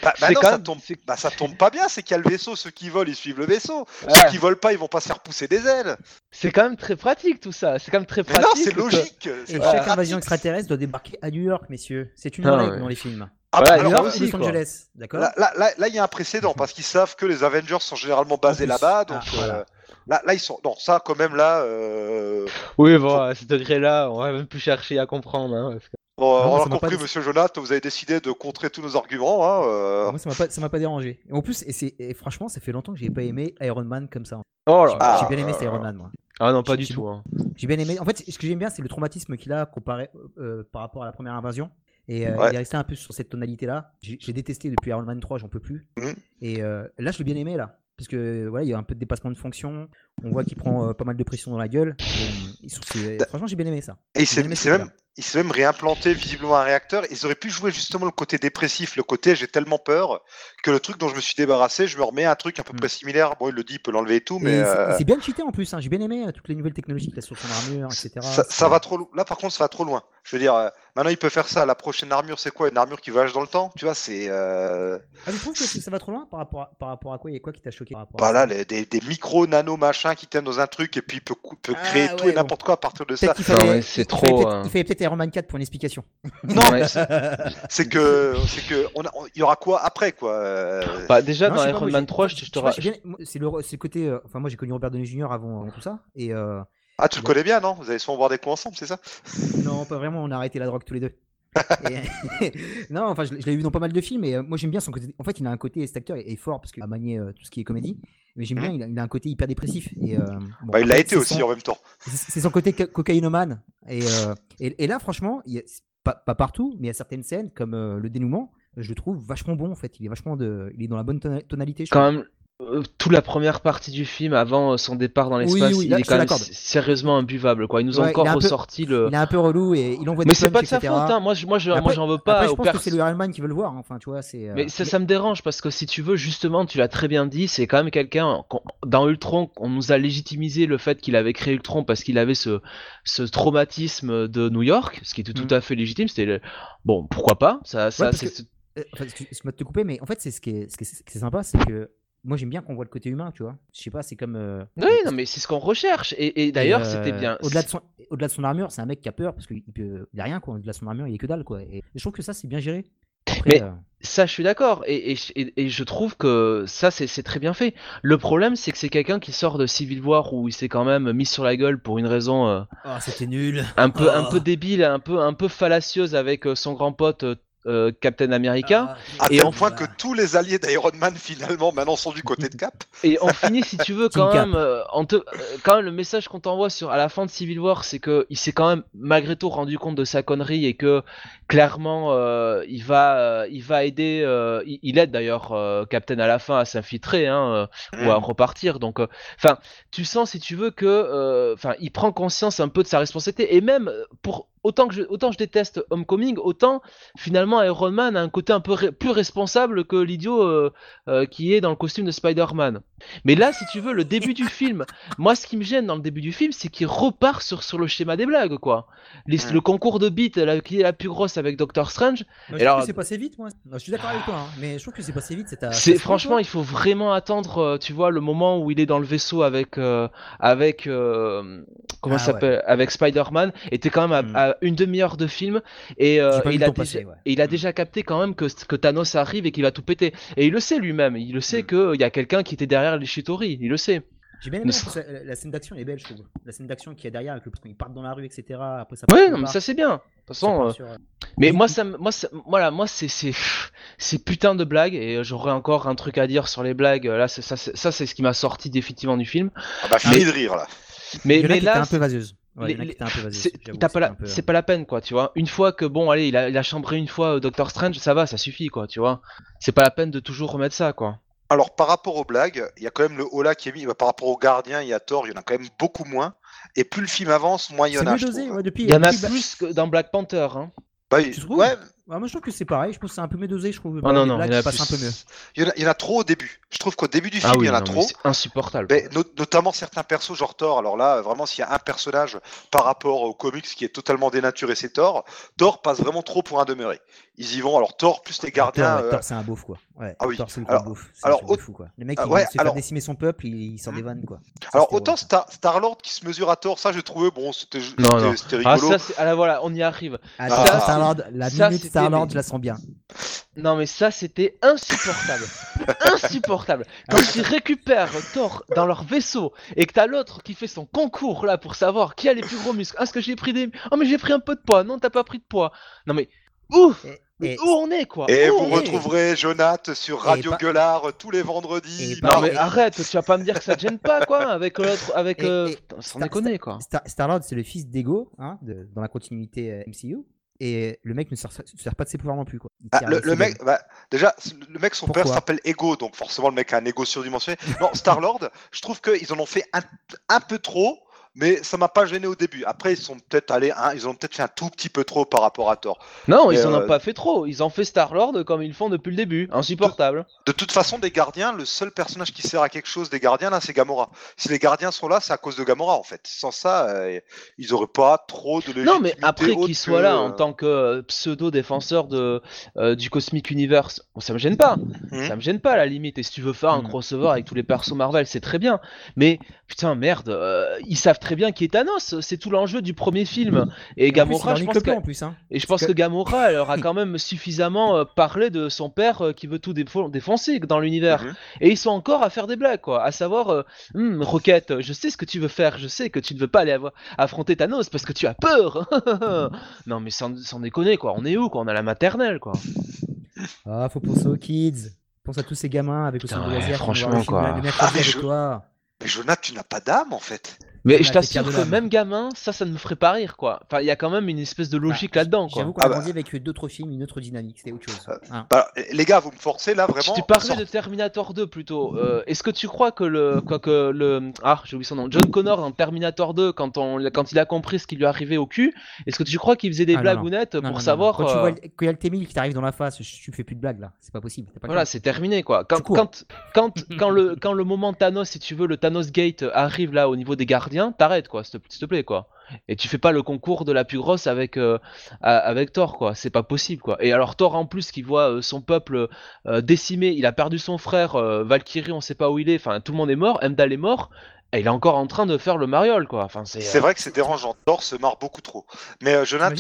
Ça tombe pas bien. C'est qu'il y a le vaisseau. Ceux qui volent, ils suivent le vaisseau. Ceux qui volent pas, ils vont pas se faire pousser des ailes. C'est quand même très pratique tout ça. C'est quand même très pratique. Non, c'est logique. Et chaque invasion extraterrestre doit débarquer à New York, messieurs. C'est une règle dans les films. Voilà, New York aussi, Los Angeles, d'accord. Là, il y a un précédent parce qu'ils savent que les Avengers sont généralement basés là-bas, donc là, ils sont. Non, ça, quand même, là. Oui, bon, à ce degré-là, on va même plus chercher à comprendre. Hein, parce que... on a compris, monsieur Jonathan, vous avez décidé de contrer tous nos arguments. Moi, ça m'a pas dérangé. Et en plus, et franchement, ça fait longtemps que j'ai pas aimé Iron Man comme ça. Oh là, j'ai bien aimé cet Iron Man, moi. Ah non, pas du tout. Hein. J'ai bien aimé. En fait, ce que j'aime bien, c'est le traumatisme qu'il a comparé par rapport à la première invasion. Et Ouais. il est resté un peu sur cette tonalité-là. J'ai détesté depuis Iron Man 3, j'en peux plus. Mhm. Et là, je l'ai bien aimé, là. Parce que voilà, il y a un peu de dépassement de fonction. On voit qu'il prend pas mal de pression dans la gueule. Franchement, j'ai bien aimé ça. Et J'ai bien aimé ce côté-là. il s'est même réimplanté visiblement un réacteur. Ils auraient pu jouer justement le côté dépressif, le côté j'ai tellement peur que le truc dont je me suis débarrassé, je me remets à un truc à peu près similaire. Bon, il le dit, il peut l'enlever et tout, mais Et c'est bien cheaté en plus. Hein. J'ai bien aimé toutes les nouvelles technologies qu'il a sur son armure, etc. ça va trop loin. Là, par contre, ça va trop loin. Je veux dire, maintenant, il peut faire ça. La prochaine armure, c'est quoi? Une armure qui voyage dans le temps? Tu vois, c'est. Ah, tu trouves que ça va trop loin par rapport à quoi? Il y a quoi qui t'a choqué par rapport Bah à là, ça? des micro nano machins qui tiennent dans un truc et puis il peut créer tout et Ouais, n'importe quoi à partir de ça. Peut-être qu'il fallait, Non, mais c'est il trop, fallait peut-être il fallait peut-être Iron Man 4 pour une explication. Non, Ouais. c'est que il y aura quoi après quoi. Bah, déjà, Non, dans je sais pas, Iron moi, Man 3, je tu te vois, ra- c'est le côté. Enfin, moi, j'ai connu Robert Downey Jr. avant tout ça. Et Ah, tu le connais bien, non? Vous allez souvent boire des coups ensemble, c'est ça? non, pas vraiment. On a arrêté la drogue tous les deux. Et- non, enfin, je l'ai vu dans pas mal de films. Et moi, j'aime bien son côté. En fait, il a un côté. Cet acteur est fort parce qu'il a manié tout ce qui est comédie. Mais j'aime bien. Il a un côté hyper dépressif. Et bon, Bah, il l'a après, été aussi en même temps. c'est son côté cocaïnomane. Et là, franchement, pas partout, mais il y a certaines scènes comme le dénouement, je le trouve vachement bon en fait. Il est dans la bonne tonalité. Je quand trouve. même, toute la première partie du film, avant son départ dans Oui, l'espace, oui, il là, est je te quand même l'accorde. sérieusement imbuvable, quoi. Ils nous ont Ouais, encore il est un peu- ressorti le. Il est un peu relou et il envoie Mais des c'est pas punchs, de sa etc. faute, hein. Moi, Mais après, j'en veux après, pas je au pense que c'est le Iron Man qui veut le voir. Enfin, tu vois, c'est. Mais ça me dérange parce que si tu veux, justement, tu l'as très bien dit, c'est quand même quelqu'un. Dans Ultron, on nous a légitimisé le fait qu'il avait créé Ultron parce qu'il avait ce traumatisme de New York, ce qui était tout à fait légitime. Bon, pourquoi pas? Ouais, parce C'est. que- enfin, excuse-moi de te couper, mais en fait, c'est ce qui est sympa, c'est que moi j'aime bien qu'on voit le côté humain, tu vois. Je sais pas, c'est comme. Oui, non, mais c'est ce qu'on recherche. Et d'ailleurs, c'était bien. Au-delà de son armure, c'est un mec qui a peur parce il a rien quoi. Au-delà de son armure, il est que dalle quoi. Et je trouve que ça c'est bien géré. Après, Mais ça, je suis d'accord, et je trouve que ça, c'est très bien fait. Le problème, c'est que c'est quelqu'un qui sort de Civil War où il s'est quand même mis sur la gueule pour une raison c'était nul. un peu débile, un peu fallacieuse avec son grand pote Captain America. À Et tel on- point que tous les alliés d'Iron Man finalement maintenant sont du côté de Cap. Et on finit, si tu veux, Team quand Cap. même, quand même, le message qu'on t'envoie à la fin de Civil War, c'est que il s'est quand même malgré tout rendu compte de sa connerie et que clairement, il va aider, il aide d'ailleurs Captain à la fin à s'infiltrer, hein, ou à repartir. Donc, enfin, tu sens, si tu veux, que, enfin, il prend conscience un peu de sa responsabilité et même pour autant je déteste Homecoming, autant finalement Iron Man a un côté un peu plus responsable que l'idiot qui est dans le costume de Spider-Man. Mais là, si tu veux, le début du film, moi ce qui me gêne dans le début du film, c'est qu'il repart sur le schéma des blagues, quoi. Le concours de beat, qui est la plus grosse avec Doctor Strange. Je alors- trouve que c'est passé vite, moi. Non, je suis d'accord avec toi, hein, mais je trouve que c'est passé vite. Franchement, il faut vraiment attendre, tu vois, le moment où il est dans le vaisseau avec comment ça s'appelle, avec Spider-Man, et t'es quand même à une demi-heure de film, et J'ai pas vu il le a temps déjà, passer, ouais. et il a déjà capté quand même que Thanos arrive et qu'il va tout péter. Et il le sait lui-même, il le sait qu'il y a quelqu'un qui était derrière les Shitori, il le sait. J'ai bien aimé Ne- en plus, la scène d'action, elle est belle, je trouve. La scène d'action qui est derrière, avec ils partent dans la rue, etc. Après, ça Ouais, non, mais ça c'est bien. De toute ça façon, part sur, mais Et- moi c'est putain de blagues, et j'aurais encore un truc à dire sur les blagues. Là, c'est ce qui m'a sorti définitivement du film. Ah bah fini de rire là. Mais il y en a qui étaient là, un peu vaseuses. Ouais, il y en a les- qui étaient un peu vaseuses, c'est j'avoue, t'as pas c'était la- un peu- c'est pas la peine, quoi, tu vois. Une fois que bon, allez, il a chambré une fois Doctor Strange, ça va, ça suffit, quoi, tu vois. C'est pas la peine de toujours remettre ça, quoi. Alors par rapport aux blagues, il y a quand même le Ola qui est mis. Bah, par rapport aux gardiens, il y a Thor, il y en a quand même beaucoup moins. Et plus le film avance, moins il y en C'est a. mieux je dosé, trouve. ouais, depuis. Il y en a depuis- plus que dans Black Panther, hein. Bah, Tu trouves ouais, Ah, moi je trouve que c'est pareil, je trouve que c'est un peu mieux dosé, je trouve. Oh, non, les non, blagues il y en a passent plus. un peu mieux. il y en a trop au début. Je trouve qu'au début du film, Ah oui, il y en a non, mais trop. c'est insupportable. Mais notamment certains persos, genre Thor. Alors là, vraiment, s'il y a un personnage par rapport aux comics qui est totalement dénaturé, c'est Thor. Thor passe vraiment trop pour un demeuré. Ils y vont. Alors Thor plus les gardiens. Thor, c'est un beauf, quoi. Ouais, Ah oui. Thor, c'est le Alors- gros beauf. C'est alors, un truc de fou, quoi. Le mec, ah il ouais, se fait alors- décimer son peuple, il sort des vannes, quoi. Ça, Alors c'était autant horrible. Star-Lord qui se mesure à Thor, ça j'ai trouvé bon, c'était Non. c'était Ah, rigolo. alors voilà, on y arrive. Attends, ça, Star-Lord, la ça, minute c'était- Star-Lord, je la sens bien. Non, mais ça, c'était insupportable. Insupportable. Quand ils récupèrent Thor dans leur vaisseau et que t'as l'autre qui fait son concours là pour savoir qui a les plus gros muscles. Ah, est-ce que j'ai pris des. Oh, mais j'ai pris un peu de poids. Non, t'as pas pris de poids. Non, mais. Ouf! Et- Où on est, quoi? Et Où vous on est retrouverez Jonath sur Radio pas- Gueulard tous les vendredis. Et Non, pas- mais arrête, tu vas pas me dire que ça te gêne pas, quoi, avec l'autre. Avec. Et- Putain, sans Star- déconner, quoi. Star-Lord, c'est le fils d'Ego, hein, dans la continuité MCU. Et le mec ne se sert pas de ses pouvoirs non plus, quoi. Il Ah, tire le ses mec, déjà, le mec, son père Pourquoi s'appelle Ego, donc forcément le mec a un ego surdimensionné. Non, Star-Lord, je trouve qu'ils en ont fait un peu trop, mais ça m'a pas gêné au début. Après, ils ont peut-être fait un tout petit peu trop par rapport à Thor. Non, Mais, ils en ont pas fait trop. Ils ont fait Star-Lord comme ils le font depuis le début. Insupportable. De toute façon, des gardiens, le seul personnage qui sert à quelque chose des gardiens, là, c'est Gamora. Si les gardiens sont là, c'est à cause de Gamora, en fait. Sans ça, ils auraient pas trop de légitimité. Non, mais après autre qu'il soit que, là en tant que pseudo-défenseur du Cosmic Universe, bon, ça me gêne pas. Ça me gêne pas à la limite. Et si tu veux faire un crossover avec tous les persos Marvel, c'est très bien. Mais putain, merde, ils savent très bien qui est Thanos. C'est tout l'enjeu du premier film. Et Gamora, je pense que... en plus, hein. Et je pense que Gamora, elle aura quand même suffisamment parlé de son père qui veut tout défoncer dans l'univers. Et ils sont encore à faire des blagues, quoi. À savoir, Rocket, je sais ce que tu veux faire, je sais que tu ne veux pas aller affronter Thanos parce que tu as peur. Non, mais sans déconner, quoi. On est où, quoi? On a la maternelle, quoi. Ah, faut penser aux kids. Pense à tous ces gamins avec le Putain, centre ouais, loisirs qui vont voir franchement, le film quoi. le mercredi mais avec toi. Mais Jonathan, tu n'as pas d'âme, en fait. Mais On je a fait t'assure Pierre de que l'âme. même gamin, ça ne me ferait pas rire, quoi. Enfin, il y a quand même une espèce de logique là-dedans, quoi. J'avoue qu'on Ah a bah. grandi avec d'autres films, une autre dynamique, c'était autre chose. Hein. Bah, les gars, vous me forcez là vraiment. Tu parlais de Terminator 2 plutôt. Est-ce que tu crois que j'ai oublié son nom, John Connor dans Terminator 2, quand il a compris ce qui lui arrivait au cul, est-ce que tu crois qu'il faisait des blagounettes pour savoir Quand tu vois quand il y a le T-1000 qui t'arrive dans la face, tu me fais plus de blagues là, c'est pas possible. Voilà, c'est terminé, quoi. Quand le moment Thanos, si tu veux, le Thanos Gate arrive là au niveau des gardiens, t'arrêtes, quoi, s'il te plaît, quoi. Et tu fais pas le concours de la plus grosse avec Thor, quoi. C'est pas possible, quoi. Et alors Thor en plus qui voit son peuple décimé, il a perdu son frère, Valkyrie, on sait pas où il est, enfin tout le monde est mort, Heimdall est mort, et il est encore en train de faire le mariole, quoi. Enfin, c'est vrai que c'est dérangeant. Thor se marre beaucoup trop. Mais Jonathan,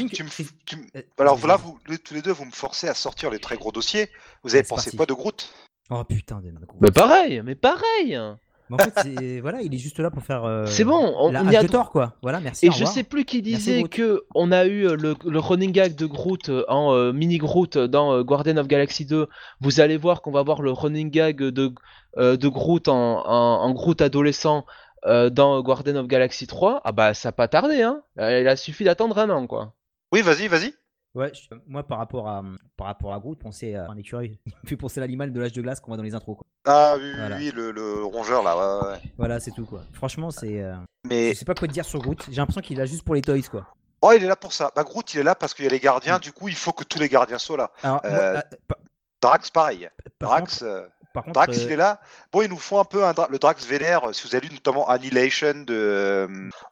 alors là, vous tous les deux, vous me forcez à sortir les très gros dossiers. Vous avez pensé quoi de Groot? Oh putain, mais pareil. Mais en fait, voilà, il est juste là pour faire. C'est bon, on y a de tort, quoi. Voilà, merci. Et je sais plus qui disait que on a eu le running gag de Groot en mini Groot dans Guardian of Galaxy 2. Vous allez voir qu'on va voir le running gag de Groot en Groot adolescent dans Guardian of Galaxy 3. Ah bah ça a pas tardé, hein. Il a suffi d'attendre un an, quoi. Oui, vas-y. Ouais, moi par rapport à Groot, penser à un écureuil. Il me fait penser à l'animal de l'âge de glace qu'on voit dans les intros, quoi. Ah oui, Voilà. oui, le rongeur là. Ouais. Voilà, c'est tout, quoi. Franchement, c'est. Mais Je sais pas quoi te dire sur Groot. J'ai l'impression qu'il est là juste pour les toys, quoi. oh, il est là pour ça. Bah Groot, il est là parce qu'il y a les gardiens. Du coup, il faut que tous les gardiens soient là. Alors, Drax, pareil. par contre, Drax, il est là. Bon, il nous faut un peu le Drax vénère. Si vous avez lu notamment Annihilation de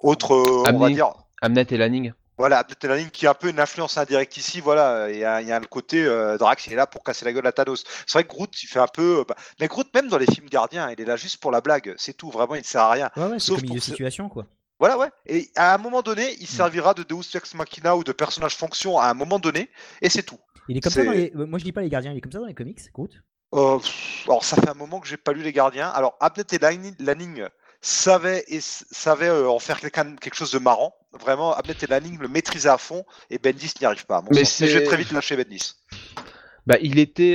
on va dire. Amnet et Lanning. Voilà, peut-être la ligne qui a un peu une influence indirecte ici. Voilà, il y a le côté Drax, il est là pour casser la gueule à Thanos. C'est vrai que Groot, il fait un peu. Mais Groot, même dans les films Gardiens, il est là juste pour la blague. C'est tout, vraiment, il ne sert à rien. Ouais, Sauf c'est comme pour de situation, quoi. Voilà, ouais. Et à un moment donné, il servira de Deus Ex Machina ou de personnage fonction à un moment donné, et c'est tout. Il est comme ça dans les. Moi, je dis pas les Gardiens, il est comme ça dans les comics, Groot. Alors, ça fait un moment que j'ai pas lu les Gardiens. Alors, Abnett et Lanning savaient en faire quelque chose de marrant. Vraiment, Abnett et Lanning le maîtrisaient à fond, et Bendis n'y arrive pas. À mon sens. Mais je vais très vite lâcher Bendis. Bah, il était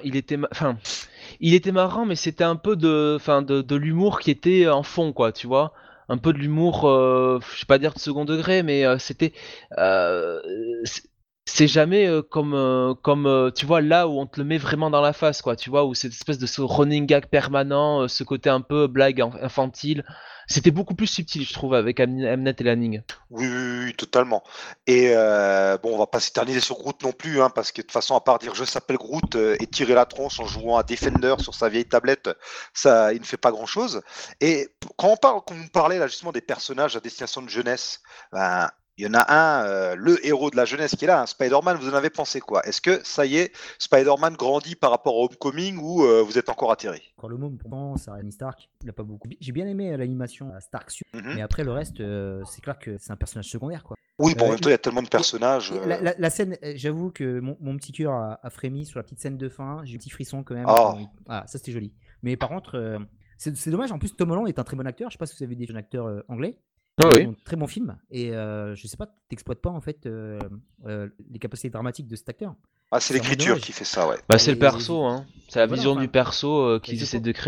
marrant, mais c'était un peu de l'humour qui était en fond, quoi, tu vois. Un peu de l'humour, je vais pas dire de second degré, mais c'est jamais comme tu vois là où on te le met vraiment dans la face, quoi, tu vois, où cette espèce de ce running gag permanent, ce côté un peu blague infantile. C'était beaucoup plus subtil, je trouve, avec Amnet et Lanning. Oui, totalement. Et bon, on va pas s'éterniser sur Groot non plus, hein, parce que de toute façon, à part dire je s'appelle Groot et tirer la tronche en jouant à Defender sur sa vieille tablette, ça, il ne fait pas grand-chose. Et quand vous parlez là justement des personnages à destination de jeunesse, ben, il y en a un, le héros de la jeunesse qui est là, hein, Spider-Man, vous en avez pensé quoi? Est-ce que ça y est, Spider-Man grandit par rapport à Homecoming ou vous êtes encore atterré? Quand le môme pense à Tony Stark, il n'a pas beaucoup. J'ai bien aimé l'animation à Stark Suit, mais après le reste, c'est clair que c'est un personnage secondaire, quoi. Oui, bon, en même temps, il y a tellement de personnages. La scène, j'avoue que mon petit cœur a frémi sur la petite scène de fin. J'ai eu un petit frisson quand même. Oh. Ah, ça c'était joli. Mais par contre, c'est dommage. En plus, Tom Holland est un très bon acteur. Je sais pas si vous avez des jeunes acteurs anglais. Oui. Très bon film. Et je sais pas, t'exploites pas en fait les capacités dramatiques de cet acteur. Ah, c'est l'écriture qui fait ça, ouais. Bah, c'est le perso, hein. C'est la vision du perso qu'ils essaient de créer.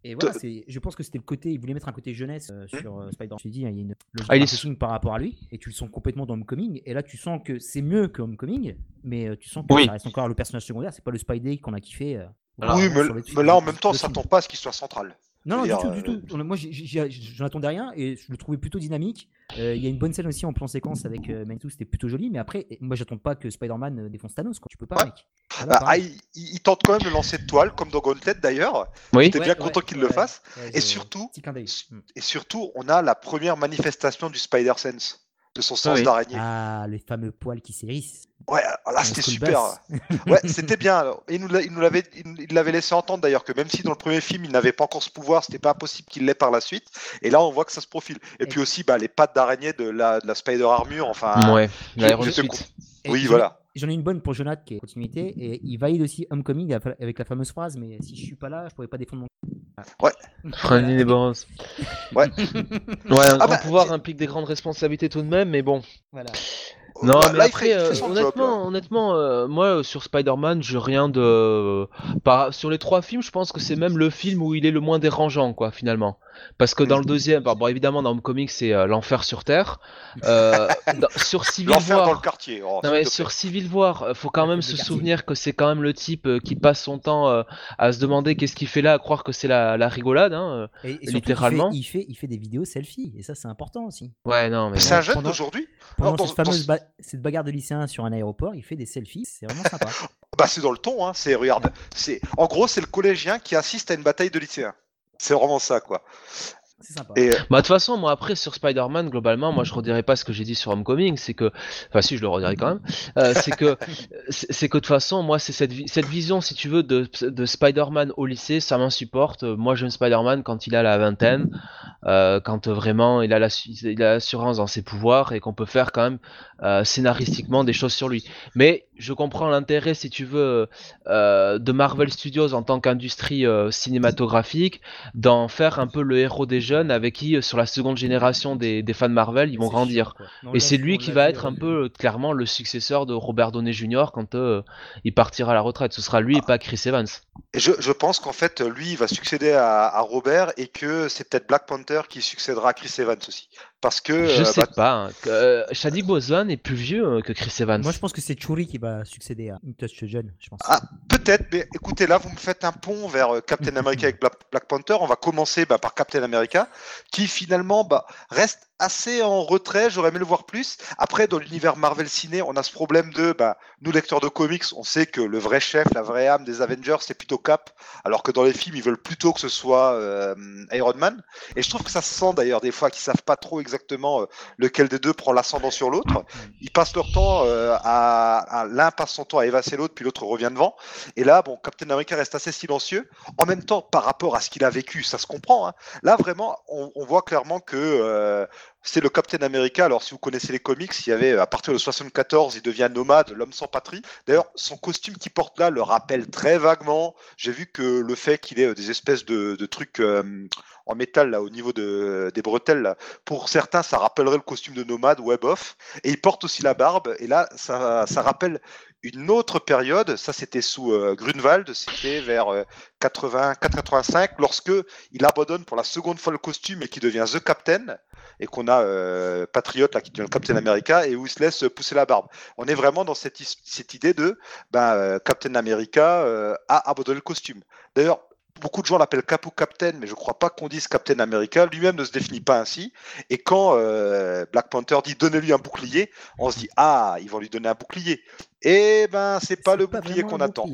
Et voilà, je pense que c'était le côté, il voulait mettre un côté jeunesse sur Spider-Man. Je t'ai dit, il y a une logique il est marketing par rapport à lui, et tu le sens complètement dans Homecoming. Et là, tu sens que c'est mieux que Homecoming, mais tu sens que Oui. ça reste encore le personnage secondaire. C'est pas le Spidey qu'on a kiffé. Alors, oui, sur les mais là, en même temps, deux ça films. tombe pas à ce qu'il soit central. Non, Je veux du dire, tout. Moi, j'en attendais rien et je le trouvais plutôt dynamique. Il y a une bonne scène aussi en plan séquence avec Manitou, c'était plutôt joli. Mais après, moi, j'attends pas que Spider-Man défonce Thanos. Quoi. Tu peux pas, Ouais. mec. Voilà, pareil. il tente quand même le lancer de toile, comme dans Gauntlet d'ailleurs. Oui. J'étais bien content qu'il le fasse. Ouais, Et surtout, petit clin d'œil. Et surtout, on a la première manifestation du Spider-Sense, de son sens Oui. d'araignée. Ah, les fameux poils qui s'hérissent. Ouais, là c'était super. Ouais, c'était bien. Alors. Et il l'avait laissé entendre d'ailleurs que même si dans le premier film il n'avait pas encore ce pouvoir, c'était pas impossible qu'il l'ait par la suite. Et là, on voit que ça se profile. Et puis aussi, les pattes d'araignée de la Spider Armure. Enfin, Ouais, l'aérosuite. Oui, voilà. J'en ai une bonne pour Jonathan qui est continuité et il valide aussi Homecoming avec la fameuse phrase mais si je suis pas là, je pourrais pas défendre mon. Ouais. Franny Boros. Ouais. Ouais, un grand pouvoir implique des grandes responsabilités tout de même, mais bon. Voilà. Non, mais là, après, il fait son job, honnêtement, moi sur Spider-Man, j'ai rien de. Sur les 3 films, je pense que c'est même le film où il est le moins dérangeant, quoi, finalement. Parce que dans le deuxième, bon, évidemment, dans Homecoming, c'est l'enfer sur Terre. Sur Civil l'enfer War. dans le quartier. Non, mais sur Civil War, faut quand même se souvenir que c'est quand même le type qui passe son temps à se demander qu'est-ce qu'il fait là, à croire que c'est la rigolade, hein, et surtout, littéralement. il fait des vidéos selfies et ça c'est important aussi. Ouais, non, mais c'est un jeune d'aujourd'hui. Pendant cette bagarre de lycéens sur un aéroport, il fait des selfies, c'est vraiment sympa. C'est dans le ton, hein. Regarde, en gros, c'est le collégien qui assiste à une bataille de lycéens. C'est vraiment ça, quoi. C'est sympa. De toute façon, moi après sur Spider-Man, globalement, moi je redirai pas ce que j'ai dit sur Homecoming, c'est que, enfin si je le redirai quand même, c'est que de toute façon, moi c'est cette vision, si tu veux, de Spider-Man au lycée, ça m'insupporte. Moi j'aime Spider-Man quand il a la vingtaine, quand vraiment il a l'assurance dans ses pouvoirs et qu'on peut faire quand même scénaristiquement des choses sur lui. Mais je comprends l'intérêt, si tu veux, de Marvel Studios en tant qu'industrie cinématographique, d'en faire un peu le héros des jeunes avec qui, sur la seconde génération des fans Marvel, ils vont grandir. Et c'est lui qui va être un peu, clairement, le successeur de Robert Downey Jr. quand il partira à la retraite. Ce sera lui et pas Chris Evans. Et je pense qu'en fait, lui, il va succéder à Robert et que c'est peut-être Black Panther qui succédera à Chris Evans aussi. Parce que. Je sais pas. Chadwick Boseman est plus vieux que Chris Evans. Moi, je pense que c'est Shuri qui va succéder à une touch jeune, je pense. Ah, peut-être, mais écoutez, là, vous me faites un pont vers Captain America avec Black Panther. On va commencer par Captain America, qui finalement reste assez en retrait. J'aurais aimé le voir plus. Après, dans l'univers Marvel Ciné, on a ce problème de, nous lecteurs de comics, on sait que le vrai chef, la vraie âme des Avengers, c'est plutôt Cap, alors que dans les films, ils veulent plutôt que ce soit Iron Man. Et je trouve que ça se sent d'ailleurs des fois qu'ils savent pas trop exactement lequel des deux prend l'ascendant sur l'autre. Ils passent leur temps l'un passe son temps à évasser l'autre, puis l'autre revient devant. Et là, Captain America reste assez silencieux. En même temps, par rapport à ce qu'il a vécu, ça se comprend. Hein. Là, vraiment, on voit clairement que c'est le Captain America. Alors, si vous connaissez les comics, il y avait, à partir de 74, il devient nomade, l'homme sans patrie. D'ailleurs, son costume qu'il porte là le rappelle très vaguement. J'ai vu que le fait qu'il ait des espèces de trucs en métal là, au niveau des bretelles, là, pour certains, ça rappellerait le costume de nomade, Web-Off. Et il porte aussi la barbe. Et là, ça rappelle une autre période. Ça, c'était sous Grunwald. C'était vers 84-85, lorsque il abandonne pour la seconde fois le costume et qui devient The Captain. Et qu'on a Patriot là, qui devient le Captain America et où il se laisse pousser la barbe. On est vraiment dans cette idée de Captain America a abandonné le costume. D'ailleurs, beaucoup de gens l'appellent Cap ou Captain, mais je ne crois pas qu'on dise Captain America. Lui-même ne se définit pas ainsi. Et quand Black Panther dit donnez-lui un bouclier, on se dit ils vont lui donner un bouclier. Et c'est pas le bouclier qu'on attend.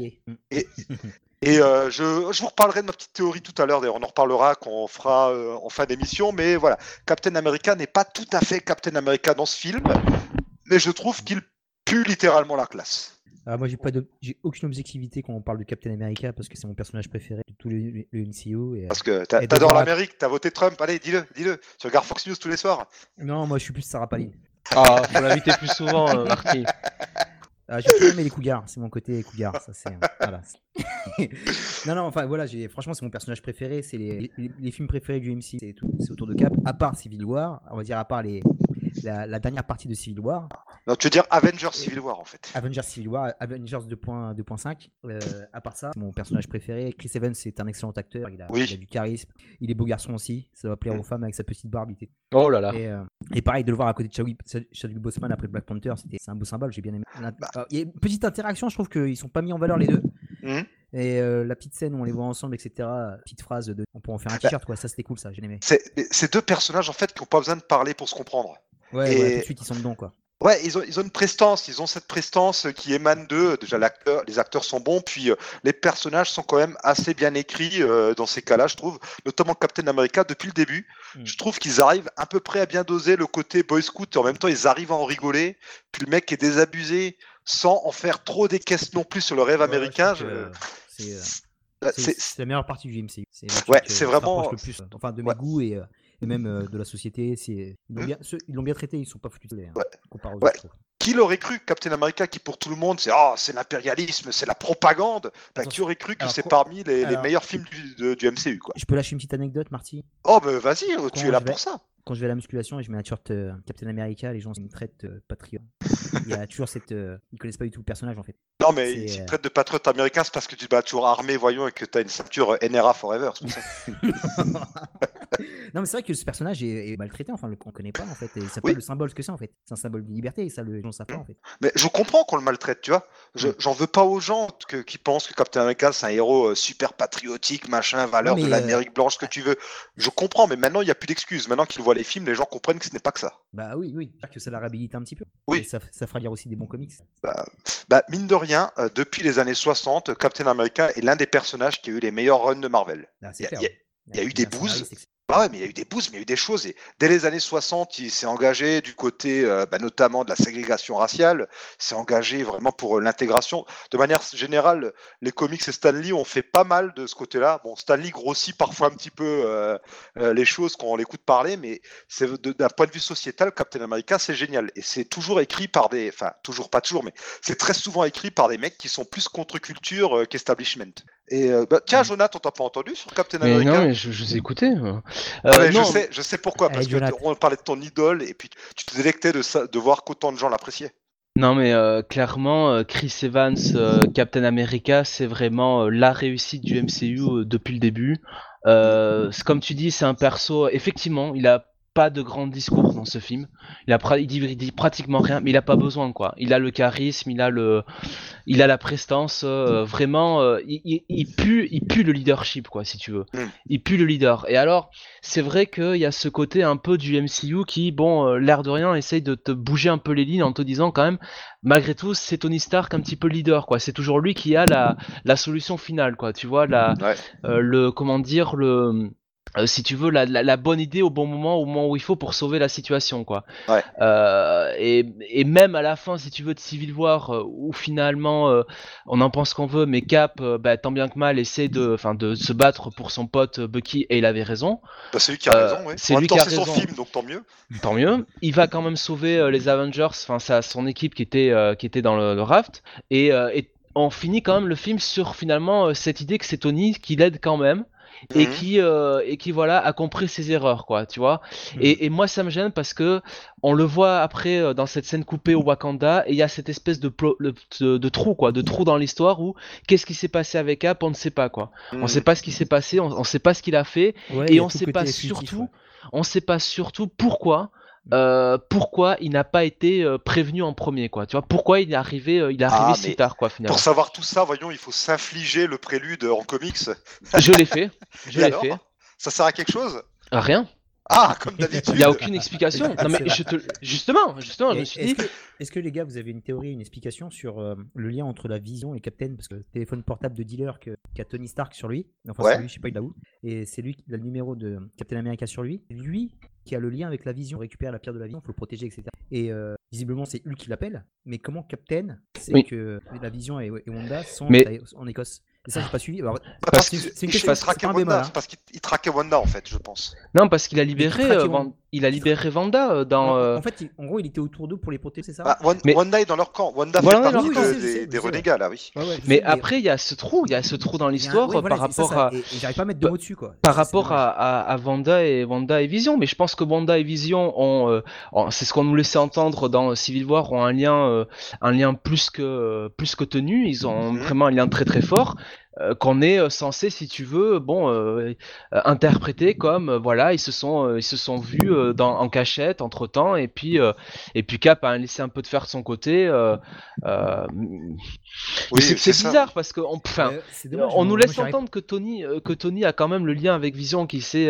Et je vous reparlerai de ma petite théorie tout à l'heure, d'ailleurs on en reparlera quand on fera en fin d'émission, mais voilà, Captain America n'est pas tout à fait Captain America dans ce film, mais je trouve qu'il pue littéralement la classe. Moi j'ai aucune objectivité quand on parle de Captain America parce que c'est mon personnage préféré de tout le MCU. Parce que t'adores l'Amérique, t'as voté Trump, allez dis-le, tu regardes Fox News tous les soirs. Non, moi je suis plus Sarah Palin. Faut l'inviter plus souvent, Marty. J'ai toujours aimé les cougars, c'est mon côté cougar, ça c'est voilà. non, enfin voilà, franchement c'est mon personnage préféré, c'est les films préférés du MCU, c'est autour de Cap, à part Civil War, on va dire à part les la dernière partie de Civil War. Non, tu veux dire Avengers Civil War en fait. Avengers Civil War, Avengers 2.5. À part ça, c'est mon personnage préféré. Chris Evans, c'est un excellent acteur. Il a du charisme. Il est beau garçon aussi. Ça va plaire aux femmes avec sa petite barbe. Oh là là. Et pareil, de le voir à côté de Chadwick Boseman après Black Panther, c'est un beau symbole. J'ai bien aimé. Il y a une petite interaction. Je trouve qu'ils sont pas mis en valeur les deux. Et la petite scène où on les voit ensemble, etc. Petite phrase on peut en faire un t-shirt, quoi. Ça c'était cool, ça. J'ai aimé. C'est deux personnages en fait qui n'ont pas besoin de parler pour se comprendre. Ouais, tout de suite ils sont dedans, quoi. Ouais, ils ont une prestance, ils ont cette prestance qui émane d'eux. Déjà, les acteurs sont bons, puis les personnages sont quand même assez bien écrits dans ces cas-là, je trouve. Notamment Captain America, depuis le début, je trouve qu'ils arrivent à peu près à bien doser le côté boy scout, et en même temps, ils arrivent à en rigoler. Puis le mec est désabusé, sans en faire trop des caisses non plus sur le rêve américain. C'est la meilleure partie du MCU. C'est vraiment le plus, de mes goûts et même de la société. Ils l'ont bien traité, ils sont pas foutus comparé aux autres. Qui l'aurait cru, Captain America, qui pour tout le monde c'est l'impérialisme, c'est la propagande. Qui aurait cru que c'est parmi les meilleurs films du MCU, quoi. Je peux lâcher une petite anecdote, Marty? Oh vas-y, tu es là pour ça. Quand je vais à la musculation et je mets un t-shirt Captain America, les gens me traitent patriote. Il y a toujours ils connaissent pas du tout le personnage en fait. Non mais s'ils te traitent de patriote américain, c'est parce que tu te bats toujours armé, voyons, et que tu as une ceinture NRA Forever, c'est pour ça. Non mais c'est vrai que ce personnage est maltraité, on le connaît pas en fait, et ça peut être le symbole que c'est en fait. C'est un symbole de liberté et ça les gens savent pas en fait. Mais je comprends qu'on le maltraite, tu vois. J'en veux pas aux gens qui pensent que Captain America c'est un héros super patriotique, machin, valeur de l'Amérique blanche, ce que tu veux. Je comprends, mais maintenant il n'y a plus d'excuses. Maintenant qu'ils voient les films, les gens comprennent que ce n'est pas que ça. Bah oui, que ça la réhabilite un petit peu. Oui. Et ça fera lire aussi des bons comics. Mine de rien, depuis les années 60, Captain America est l'un des personnages qui a eu les meilleurs runs de Marvel. C'est clair. Il y a eu des boosts. Mais il y a eu des boosts, mais il y a eu des choses. Et dès les années 60, il s'est engagé du côté notamment de la ségrégation raciale, s'est engagé vraiment pour l'intégration. De manière générale, les comics et Stan Lee ont fait pas mal de ce côté-là. Bon, Stan Lee grossit parfois un petit peu les choses quand on l'écoute parler, mais c'est d'un point de vue sociétal, Captain America, c'est génial. Et c'est toujours écrit par pas toujours, mais c'est très souvent écrit par des mecs qui sont plus contre-culture qu'establishment. Et tiens, Jonathan, on t'a pas entendu sur Captain America? Non, mais je vous ai écouté. Je sais pourquoi, parce qu'on parlait de ton idole et puis tu te délectais de voir qu'autant de gens l'appréciaient. Non mais clairement, Chris Evans, Captain America, c'est vraiment la réussite du MCU depuis le début. Comme tu dis, c'est un perso, effectivement, il a pas de grand discours dans ce film. Il dit pratiquement rien, mais il a pas besoin, quoi. Il a le charisme, il a la prestance. Vraiment, il pue le leadership, quoi, si tu veux. Il pue le leader. Et alors, c'est vrai qu'il y a ce côté un peu du MCU qui, l'air de rien, essaye de te bouger un peu les lignes en te disant quand même, malgré tout, c'est Tony Stark un petit peu leader, quoi. C'est toujours lui qui a la solution finale, quoi. Tu vois, si tu veux, la bonne idée au moment où il faut pour sauver la situation, quoi. Ouais. Et même à la fin, si tu veux, de Civil War, où finalement, on en pense qu'on veut, mais Cap, tant bien que mal, essaie de se battre pour son pote Bucky, et il avait raison. C'est lui qui a raison, oui. C'est lui qui a raison. C'est son film, donc tant mieux. Tant mieux. Il va quand même sauver les Avengers, son équipe qui était dans le raft, et on finit quand même le film sur finalement cette idée que c'est Tony qui l'aide quand même. Et qui voilà a compris ses erreurs, quoi, tu vois. Et moi ça me gêne parce que on le voit après dans cette scène coupée au Wakanda, et il y a cette espèce de trou, quoi, de trou dans l'histoire où qu'est-ce qui s'est passé avec Cap, on ne sait pas, quoi. On sait pas ce qui s'est passé, on sait pas ce qu'il a fait, et on sait pas surtout pourquoi il n'a pas été prévenu en premier, quoi. Tu vois, pourquoi il est arrivé si tard, quoi, finalement. Pour savoir tout ça, voyons, il faut s'infliger le prélude en comics. Je l'ai fait. Ça sert à quelque chose? Rien. Ah, comme d'habitude. Il n'y a aucune explication. Non, mais justement, je me suis dit. Est-ce que les gars, vous avez une théorie, une explication sur le lien entre la Vision et Captain? Parce que le téléphone portable de dealer qu'a Tony Stark sur lui, c'est lui, je sais pas, il l'a où, et c'est lui qui a le numéro de Captain America sur lui. Lui qui a le lien avec la Vision, récupère la pierre de la Vision, il faut le protéger, etc. Et visiblement, c'est Hulk qui l'appelle. Mais comment Captain sait que la Vision et Wanda sont en Écosse? Et ça, j'ai pas suivi. Alors, c'est une question. Parce qu'il traquait Wanda, en fait, je pense. Non, parce qu'il a libéré il a libéré Wanda dans. En fait, en gros, il était autour d'eux pour les protéger, c'est ça? Bah, Mais- Wanda est dans leur camp. Wanda Voilà, fait partie oui, je sais, des je sais. renégats, là, oui. Ouais, je Mais sais, après, il y a ce trou dans l'histoire ouais, voilà, par c'est ça, rapport à. et j'arrive pas à mettre de mots dessus, quoi. Par C'est rapport dommage. à Wanda et Vision, mais je pense que Wanda et Vision c'est ce qu'on nous laissait entendre dans Civil War, ont un lien plus que tenu. Ils ont Mhm. vraiment un lien très très fort qu'on est censé, si tu veux, interpréter comme voilà, ils se sont vus en cachette entre temps, et puis Cap a laissé un peu de faire de son côté. Mais Oui, c'est c'est ça. bizarre parce que C'est dommage, on nous moi, laisse j'arrive- entendre que Tony a quand même le lien avec Vision, qui sait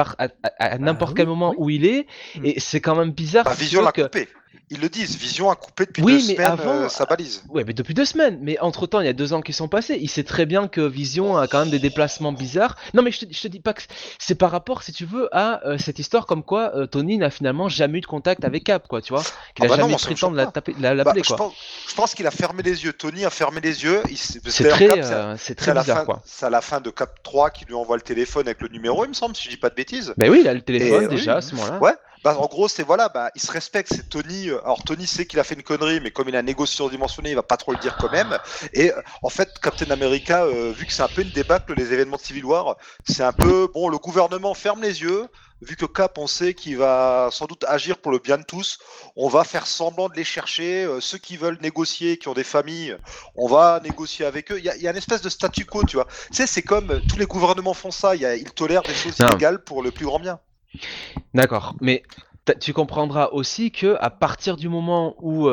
à n'importe oui, quel moment oui. où il est, Mm. et c'est quand même bizarre. Bah, si tu Vision veux, l'a que... coupé. Ils le disent. Vision a coupé depuis Oui, 2 mais semaines avant- sa balise. Ouais, mais depuis 2 semaines. Mais entre-temps, il y a 2 ans qui sont passés. Il sait très bien que Vision a quand même des déplacements bizarres. Non, mais je te dis pas que c'est par rapport, si tu veux, à cette histoire comme quoi Tony n'a finalement jamais eu de contact avec Cap, quoi, tu vois. Qu'il Ah a bah non, jamais moi, pris ça le me temps de choque pas. Bah, l'appeler, je quoi. pense qu'il a fermé les yeux. Tony a fermé les yeux. C'est d'ailleurs, très, Cap, c'est c'est très à la bizarre, fin, quoi. c'est à la fin de Cap 3 qui lui envoie le téléphone avec le numéro, il me semble, si je dis pas de bêtises. Ben oui, il a le téléphone Et, déjà oui. à ce moment-là. Ouais, bah en gros c'est voilà, bah il se respecte, c'est Tony. Alors Tony sait qu'il a fait une connerie, mais comme il a un égo surdimensionné, il va pas trop le dire quand même. Et en fait, Captain America, vu que c'est un peu une débâcle les événements de Civil War, c'est un peu bon, le gouvernement ferme les yeux. Vu que Cap, on sait qu'il va sans doute agir pour le bien de tous, on va faire semblant de les chercher. Ceux qui veulent négocier, qui ont des familles, on va négocier avec eux. Il y a une espèce de statu quo, tu vois. Tu sais, c'est comme tous les gouvernements font ça. Ils tolèrent des choses Non. illégales pour le plus grand bien. D'accord, mais tu comprendras aussi que à partir du moment où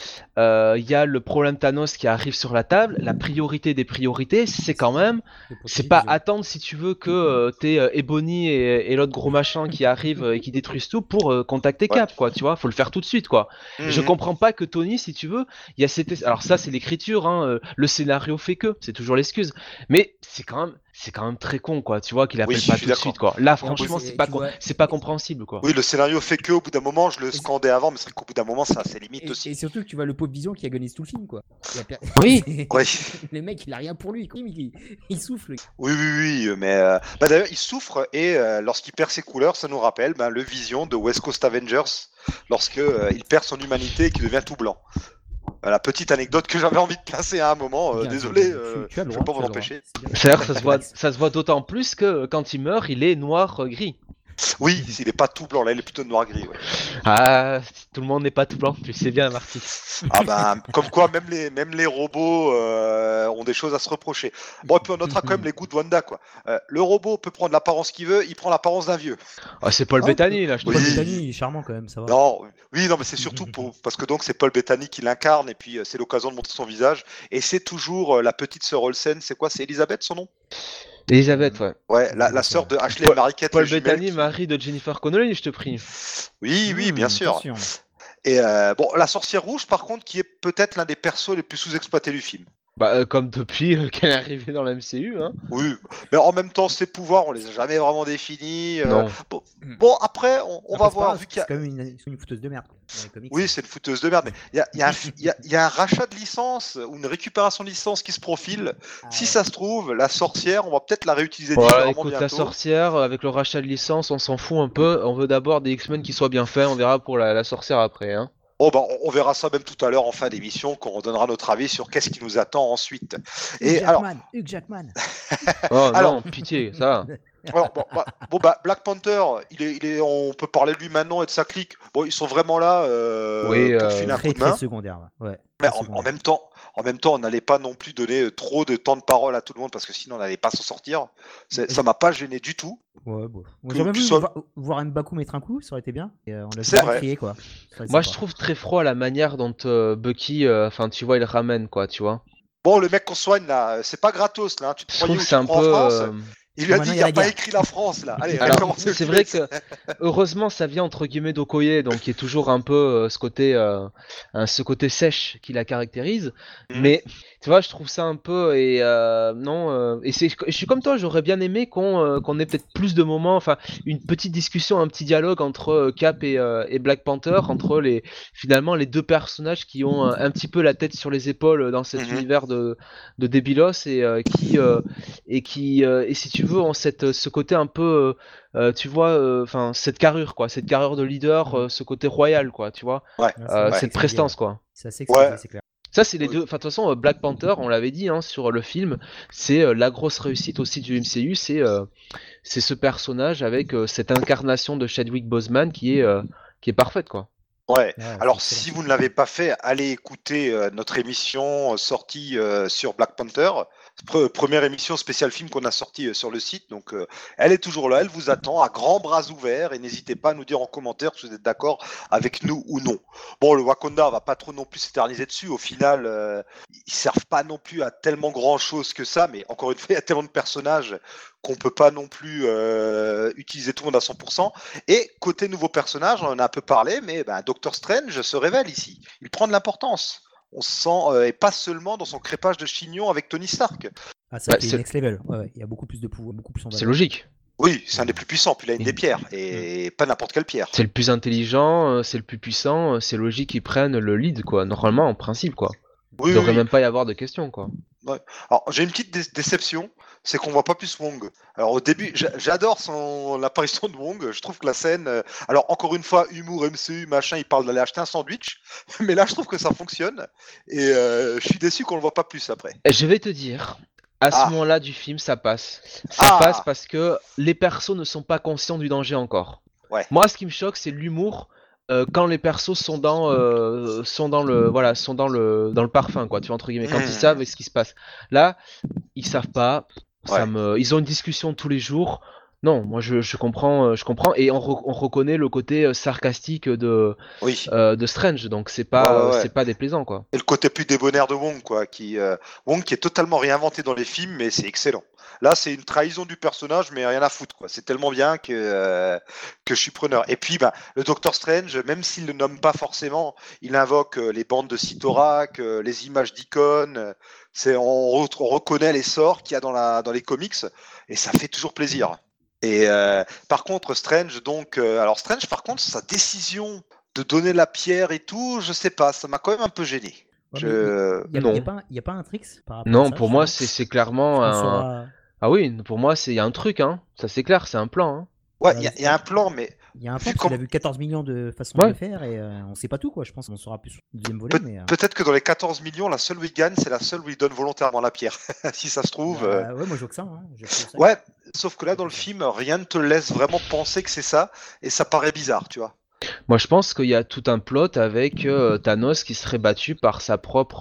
il y a le problème Thanos qui arrive sur la table, la priorité des priorités, c'est quand même, c'est pas attendre, si tu veux, que t'aies Ebony et l'autre gros machin qui arrivent et qui détruisent tout pour contacter Cap, quoi, tu vois, faut le faire tout de suite, quoi. Je Mhm. comprends pas que Tony, si tu veux, il y a cette... Alors ça, c'est l'écriture, hein, le scénario fait que, c'est toujours l'excuse, mais c'est quand même très con, quoi, tu vois, qu'il appelle Oui, je pas suis tout de d'accord. suite, quoi. Là, en franchement, plus, c'est pas, tu vois, c'est pas compréhensible, quoi. Oui, le scénario fait que au bout d'un moment, je le scandais avant, mais c'est vrai qu'au bout d'un moment, ça a ses limites Et aussi. surtout que tu vois le pauvre Vision qui agonise tout le film, quoi. Oui. Oui. Le mec, il a rien pour lui, quoi. Il souffle. Oui, mais bah, d'ailleurs, il souffre et lorsqu'il perd ses couleurs, ça nous rappelle le Vision de West Coast Avengers, lorsque il perd son humanité et qu'il devient tout blanc. La petite anecdote que j'avais envie de placer à un moment, Bien, désolé, tu as le je ne vais droit, pas tu vous as le empêcher. droit. C'est-à-dire que ça se voit d'autant plus que quand il meurt, il est noir-gris. Oui, s'il n'est pas tout blanc, là, il est plutôt noir-gris. Ouais. Ah, tout le monde n'est pas tout blanc, tu le sais bien, Marty. Ah bah, comme quoi, même les robots ont des choses à se reprocher. Bon, et puis on notera quand même les goûts de Wanda, quoi. Le robot peut prendre l'apparence qu'il veut, il prend l'apparence d'un vieux. Ah, c'est Paul Bettany, là, je te Oui. Paul dis. Bettany, il est charmant quand même, ça va. Non, oui, non, mais c'est surtout parce que donc c'est Paul Bettany qui l'incarne et puis c'est l'occasion de montrer son visage. Et c'est toujours la petite sœur Olsen, c'est quoi? C'est Elisabeth son nom? Elisabeth, ouais. Ouais, la sœur de Ashley Paul- Mariquette. Paul le jumelle Bettany, qui- mari de Jennifer Connelly, je te prie. Oui, bien sûr. attention. Et bon, la sorcière rouge, par contre, qui est peut-être l'un des persos les plus sous-exploités du film. Bah, comme depuis qu'elle est arrivée dans la MCU, hein. Oui, mais en même temps, ses pouvoirs, on les a jamais vraiment définis. Non. Bon, après, on va Après, c'est pas voir. grave, Vu qu'il y a... C'est quand même une fouteuse de merde. Dans les comics. Oui, c'est une fouteuse de merde, mais il y a un rachat de licence ou une récupération de licence qui se profile. Ah Si ouais. ça se trouve, la sorcière, on va peut-être la réutiliser Voilà, différemment écoute, la bientôt. sorcière, avec le rachat de licence, on s'en fout un peu. On veut d'abord des X-Men qui soient bien faits, on verra pour la sorcière après, hein. Oh, bah, on verra ça même tout à l'heure en fin d'émission, quand on donnera notre avis sur qu'est-ce qui nous attend ensuite. Et alors, Hugh Jackman. Oh Alors- non, pitié, ça va. alors, Black Panther, on peut parler de lui maintenant et de sa clique. Bon, ils sont vraiment là Oui, pour filer un coup Très de main. très secondaire. Ouais. Mais Très en secondaire. même temps, on n'allait pas non plus donner trop de temps de parole à tout le monde parce que sinon on n'allait pas s'en sortir. Ça m'a pas gêné du tout. Ouais, bon. Que J'aurais tu voulu sois- voir M'Baku mettre un coup, ça aurait été bien. Et, on a C'est pas vrai. crié, quoi. Ça aurait été Moi, je sympa. trouve très froid la manière dont Bucky, enfin, tu vois, il ramène, quoi, tu vois. Bon, le mec qu'on soigne là, c'est pas gratos là. Tu te Je croyais trouve où que tu c'est un prends en peu. France Il lui a Maintenant, dit il y a il n'y a la pas guerre. écrit la France là. Allez, Alors, comment c'est vrai que heureusement ça vient entre guillemets d'Okoye, donc il y a toujours un peu ce côté sèche qui la caractérise. Mhm. Mais tu vois, je trouve ça un peu et non et je suis comme toi, j'aurais bien aimé qu'on ait peut-être plus de moments, enfin une petite discussion, un petit dialogue entre Cap et Black Panther, entre finalement les deux personnages qui ont un petit peu la tête sur les épaules dans cet Mhm. univers de débilos et si tu veux, ont ce côté un peu, tu vois, enfin cette carrure quoi, cette carrure de leader, ce côté royal quoi, tu vois, Ouais. cette prestance quoi. C'est assez Ouais. expédié, c'est clair. Ça c'est les Oui. deux. Enfin de toute façon, Black Panther, on l'avait dit hein, sur le film, c'est la grosse réussite aussi du MCU, c'est ce personnage avec cette incarnation de Chadwick Boseman qui est parfaite quoi. Ouais. Ouais, Alors, c'est si excellent. vous ne l'avez pas fait, allez écouter notre émission sortie sur Black Panther. Première émission spéciale film qu'on a sortie sur le site. Donc, elle est toujours là, elle vous attend à grands bras ouverts. Et n'hésitez pas à nous dire en commentaire si vous êtes d'accord avec nous ou non. Bon, le Wakanda, on va pas trop non plus s'éterniser dessus. Au final, ils servent pas non plus à tellement grand chose que ça. Mais encore une fois, il y a tellement de personnages qu'on peut pas non plus utiliser tout le monde à 100%. Et côté nouveau personnage, on en a un peu parlé, mais Doctor Strange se révèle ici. Il prend de l'importance. On se sent, et pas seulement dans son crépage de chignon avec Tony Stark. Ah, c'est vrai Bah, qu'il est c'est- next level. Ouais, il y a beaucoup plus de pouvoir, beaucoup plus en C'est valeur. logique. Oui, c'est un des plus puissants, puis il a une des pierres, et pas n'importe quelle pierre. C'est le plus intelligent, c'est le plus puissant, c'est logique qu'ils prennent le lead quoi. Normalement en principe quoi. Oui, Il devrait oui. même pas y avoir de questions quoi. Alors, j'ai une petite déception, c'est qu'on voit pas plus Wong. Alors, au début, j'adore l'apparition de Wong. Je trouve que la scène. Alors, encore une fois, humour, MCU, machin, il parle d'aller acheter un sandwich. Mais là, je trouve que ça fonctionne. Et je suis déçu qu'on le voit pas plus après. Et je vais te dire, à ce Ah. moment-là du film, ça passe. Ça Ah. passe parce que les persos ne sont pas conscients du danger encore. Ouais. Moi, ce qui me choque, c'est l'humour quand les persos sont dans le parfum quoi. Tu vois entre guillemets quand ils savent ce qui se passe. Là, ils savent pas. Ouais. Ils ont une discussion tous les jours. Non, moi je comprends et on reconnaît le côté sarcastique Oui. de Strange, donc c'est pas Ouais. c'est pas déplaisant quoi. Et le côté plus débonnaire de Wong, quoi, Wong qui est totalement réinventé dans les films, mais c'est excellent. Là, c'est une trahison du personnage, mais rien à foutre, quoi. C'est tellement bien que je suis preneur. Et puis, le Docteur Strange, même s'il ne le nomme pas forcément, il invoque les bandes de Cyttorak, les images d'icônes. On reconnaît les sorts qu'il y a dans les comics, et ça fait toujours plaisir. Et par contre, Strange, alors Strange, par contre, sa décision de donner la pierre et tout, je sais pas, ça m'a quand même un peu gêné. Ouais, Je- mais Non. il y a pas un tricks par rapport à Non, ça, pour moi justement c'est clairement Parce qu'on un. saura- Ah oui, pour moi c'est y a un truc hein. Ça c'est clair, c'est un plan hein. Ouais, Voilà, il y a un plan, mais Il y a un Vu plan parce comme- qu'il a vu 14 millions de façons Ouais. de le faire et on sait pas tout quoi. Je pense qu'on saura plus sur le deuxième volet. Mais, peut-être que dans les 14 millions, la seule où il gagne, c'est la seule où il donne volontairement la pierre. Si ça se trouve. ouais, moi je vois que ça. Hein. Je vois que ça. Ouais, sauf que là, dans le film, rien ne te laisse vraiment penser que c'est ça, et ça paraît bizarre, tu vois. Moi je pense qu'il y a tout un plot avec Thanos qui serait battu par sa propre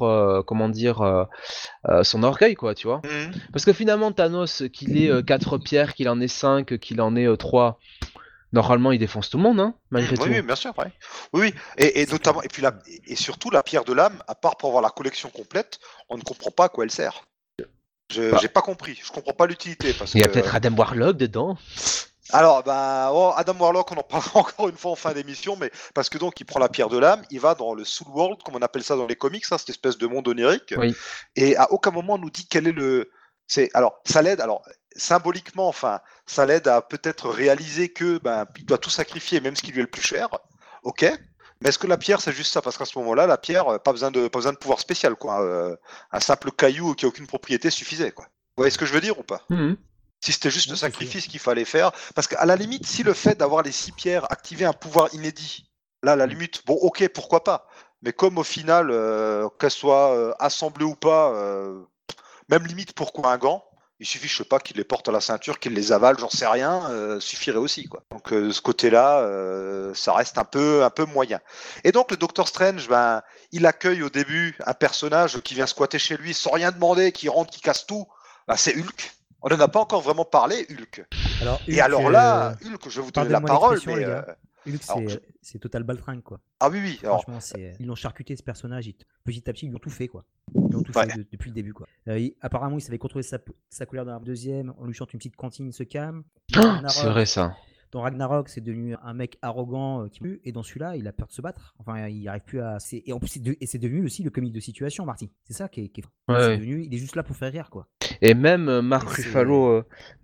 son orgueil quoi, tu vois. Mhm. Parce que finalement Thanos qu'il ait 4 pierres, qu'il en ait 5, qu'il en ait 3, normalement il défonce tout le monde hein, malgré Oui, tout. oui, bien sûr, ouais. Oui, et C'est notamment, clair. et surtout la pierre de l'âme, à part pour avoir la collection complète, on ne comprend pas à quoi elle sert. Bah. J'ai pas compris, je comprends pas l'utilité parce Il y a que. peut-être Adam Warlock dedans. Alors, Adam Warlock, on en parlera encore une fois en fin d'émission, mais parce que donc il prend la pierre de l'âme, il va dans le Soul World, comme on appelle ça dans les comics, hein, cette espèce de monde onirique, Oui. et à aucun moment on nous dit quel est le. Alors, ça l'aide, alors symboliquement, enfin, ça l'aide à peut-être réaliser que il doit tout sacrifier, même ce qui lui est le plus cher. Ok. Mais est-ce que la pierre c'est juste ça? Parce qu'à ce moment-là, la pierre, pas besoin de pouvoir spécial, quoi. Un simple caillou qui a aucune propriété suffisait, quoi. Vous voyez ce que je veux dire ou pas? Mhm. Si c'était juste Ouais, le c'est sacrifice qu'il fallait faire. Parce qu'à la limite, si le fait d'avoir les 6 pierres activait un pouvoir inédit, là, à la limite, bon, ok, pourquoi pas. Mais comme au final, qu'elles soient assemblées ou pas, même limite, pourquoi un gant? Il suffit, je sais pas, qu'il les porte à la ceinture, qu'il les avale, j'en sais rien, suffirait aussi, quoi. Donc, de ce côté-là, ça reste un peu moyen. Et donc, le Docteur Strange, il accueille au début un personnage qui vient squatter chez lui sans rien demander, qui rentre, qui casse tout. C'est Hulk. On n'en a pas encore vraiment parlé, Hulk. Alors, Et alors là, Hulk, je vais vous donner la pardonnez-moi parole, l'expression, mais. les gars. Hulk, alors, c'est total baltringue quoi. Ah oui, alors, Franchement, ils l'ont charcuté ce personnage. Petit à petit, ils lui ont tout fait quoi. Ils lui ont tout fait depuis le début quoi. Apparemment, il savait contrôler sa colère dans la deuxième. On lui chante une petite cantine, il se calme. C'est vrai ça. Dans Ragnarok, c'est devenu un mec arrogant qui pue. Et dans celui-là, il a peur de se battre. Enfin, il arrive plus à. Et en plus, c'est devenu aussi le comique de situation, Marty. C'est ça qui est. Ouais. Il est juste là pour faire rire quoi. Et même Mark C'est- Ruffalo,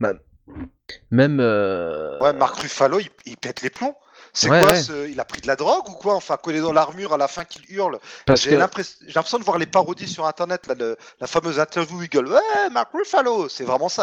même. ouais, Marc Ruffalo, il pète les plombs. C'est Ouais, quoi ouais. il a pris de la drogue ou quoi? Enfin, quand il est dans l'armure à la fin qu'il hurle. Parce J'ai que l'impression de voir les parodies sur internet, là, la fameuse interview où il gueule. Ouais, Marc Ruffalo, c'est vraiment ça, quoi.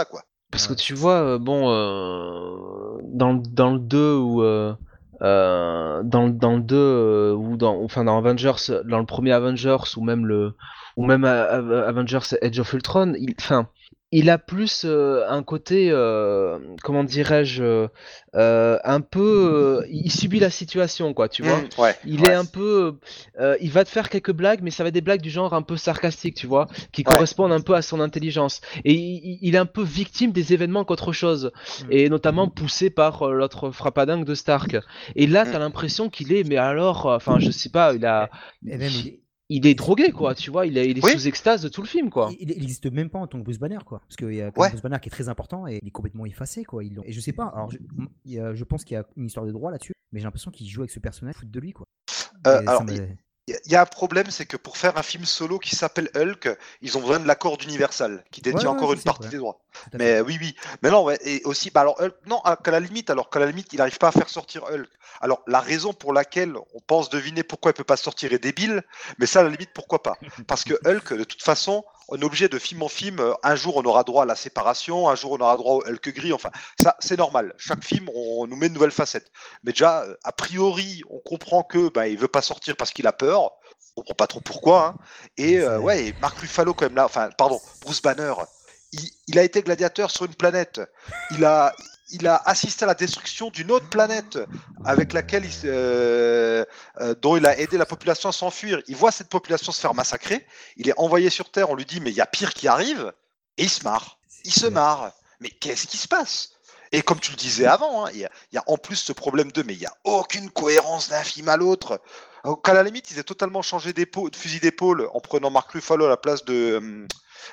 Parce que tu vois, dans le 2 ou dans le 2 ou dans Avengers, dans le premier Avengers ou même Avengers Age of Ultron, il a plus un côté, comment dirais-je, un peu, il subit la situation, quoi, tu vois. Ouais, Il est ouais, un peu, il va te faire quelques blagues, mais ça va être des blagues du genre un peu sarcastique, tu vois, qui ouais. correspondent un peu à son intelligence. Et il est un peu victime des événements qu'autre chose, Mm. et notamment poussé par l'autre frappadingue de Stark. Et là, Mm. t'as l'impression qu'il est, mais alors, enfin, je sais pas, Et même, il est drogué, quoi, tu vois, il est Oui, sous extase de tout le film, quoi. il existe même pas en tant que Bruce Banner, quoi. Parce qu'il y a quand même ouais. Bruce Banner qui est très important et il est complètement effacé, quoi. Et je sais pas, alors je pense qu'il y a une histoire de droit là-dessus, mais j'ai l'impression qu'il joue avec ce personnage, foutre de lui, quoi. Et ça Alors, me. il y a un problème, c'est que pour faire un film solo qui s'appelle Hulk, ils ont besoin de l'accord d'Universal, qui Ouais, détient ouais, encore je une sais, partie ouais. des droits. Tout à fait. Mais oui, oui. Mais non, ouais. Et aussi, bah alors Hulk, non, qu'à la limite, il n'arrive pas à faire sortir Hulk. Alors, la raison pour laquelle on pense deviner pourquoi il peut pas sortir est débile, mais ça, à la limite, pourquoi pas? Parce que Hulk, de toute façon, on est obligé de film en film. Un jour, on aura droit à la séparation, un jour, on aura droit au Hulk gris. Enfin, ça, c'est normal. Chaque film, on nous met une nouvelle facette. Mais déjà, a priori, on comprend que bah, il veut pas sortir parce qu'il a peur. On comprend pas trop pourquoi. Hein. Et ouais, et Mark Ruffalo quand même là, enfin, pardon, Bruce Banner, il a été gladiateur sur une planète. Il a, il a assisté à la destruction d'une autre planète avec laquelle dont il a aidé la population à s'enfuir. Il voit cette population se faire massacrer. Il est envoyé sur Terre. On lui dit mais il y a pire qui arrive. Et il se marre. Il se marre. Mais qu'est-ce qui se passe? Et comme tu le disais avant, hein, il y a en plus ce problème mais il n'y a aucune cohérence d'un film à l'autre. Qu'à la limite, ils aient totalement changé de fusil d'épaule en prenant Mark Ruffalo à la place de.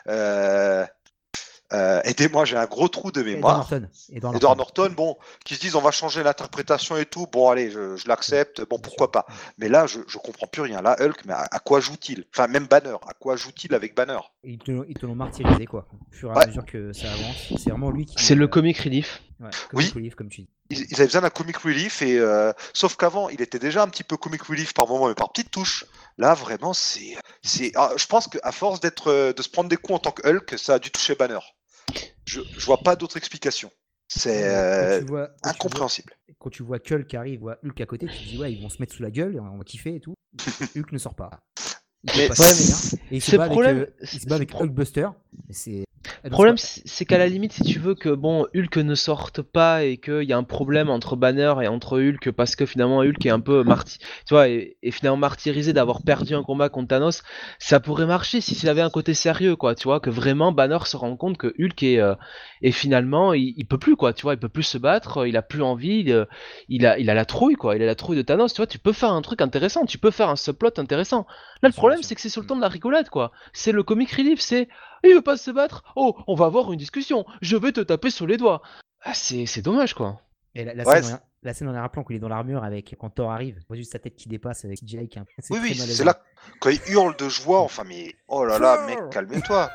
Aidez-moi, j'ai un gros trou de mémoire. Edward Norton, bon, qui se disent on va changer l'interprétation et tout. Bon, allez, je l'accepte. Bon, pourquoi pas. Mais là, je comprends plus rien. Là, Hulk, mais à quoi joue-t-il? Enfin, même Banner, à quoi joue-t-il avec Banner? Ils te l'ont martyrisé, quoi. Au fur et à mesure que ça avance. C'est vraiment lui qui. C'est le comic relief. Ouais, oui. Relief, comme tu dis. Ils avaient besoin d'un comic relief, et sauf qu'avant, il était déjà un petit peu comic relief par moment, mais par petites touches. Là, vraiment, je pense qu'à force de se prendre des coups en tant que Hulk, ça a dû toucher Banner. Je vois pas d'autre explication. C'est incompréhensible. Quand tu vois Hulk qui arrive, Hulk à côté, tu te dis ouais, ils vont se mettre sous la gueule, on va kiffer et tout. Hulk ne sort pas. Il il se bat avec Hulkbuster. Le problème, c'est qu'à la limite, si tu veux que Hulk ne sorte pas et qu'il y a un problème entre Banner et entre Hulk, parce que finalement Hulk est un peu finalement martyrisé d'avoir perdu un combat contre Thanos, ça pourrait marcher si ça avait un côté sérieux, quoi, tu vois, que vraiment Banner se rend compte que Hulk est finalement, il peut plus, quoi, tu vois, il peut plus se battre, il a plus envie, il a la trouille, quoi, il a la trouille de Thanos, tu vois, tu peux faire un truc intéressant, tu peux faire un subplot intéressant. Là, le problème, c'est que c'est sur le ton de la rigolade, quoi. C'est le comic relief, il veut pas se battre. Oh, on va avoir une discussion. Je vais te taper sur les doigts. Ah, c'est dommage, quoi. Et la scène en arrière-plan où il est dans l'armure avec quand Thor arrive, on voit juste sa tête qui dépasse avec CGI. Oui, c'est là quand il hurle de joie. Enfin, mais oh là là, mec, calme-toi.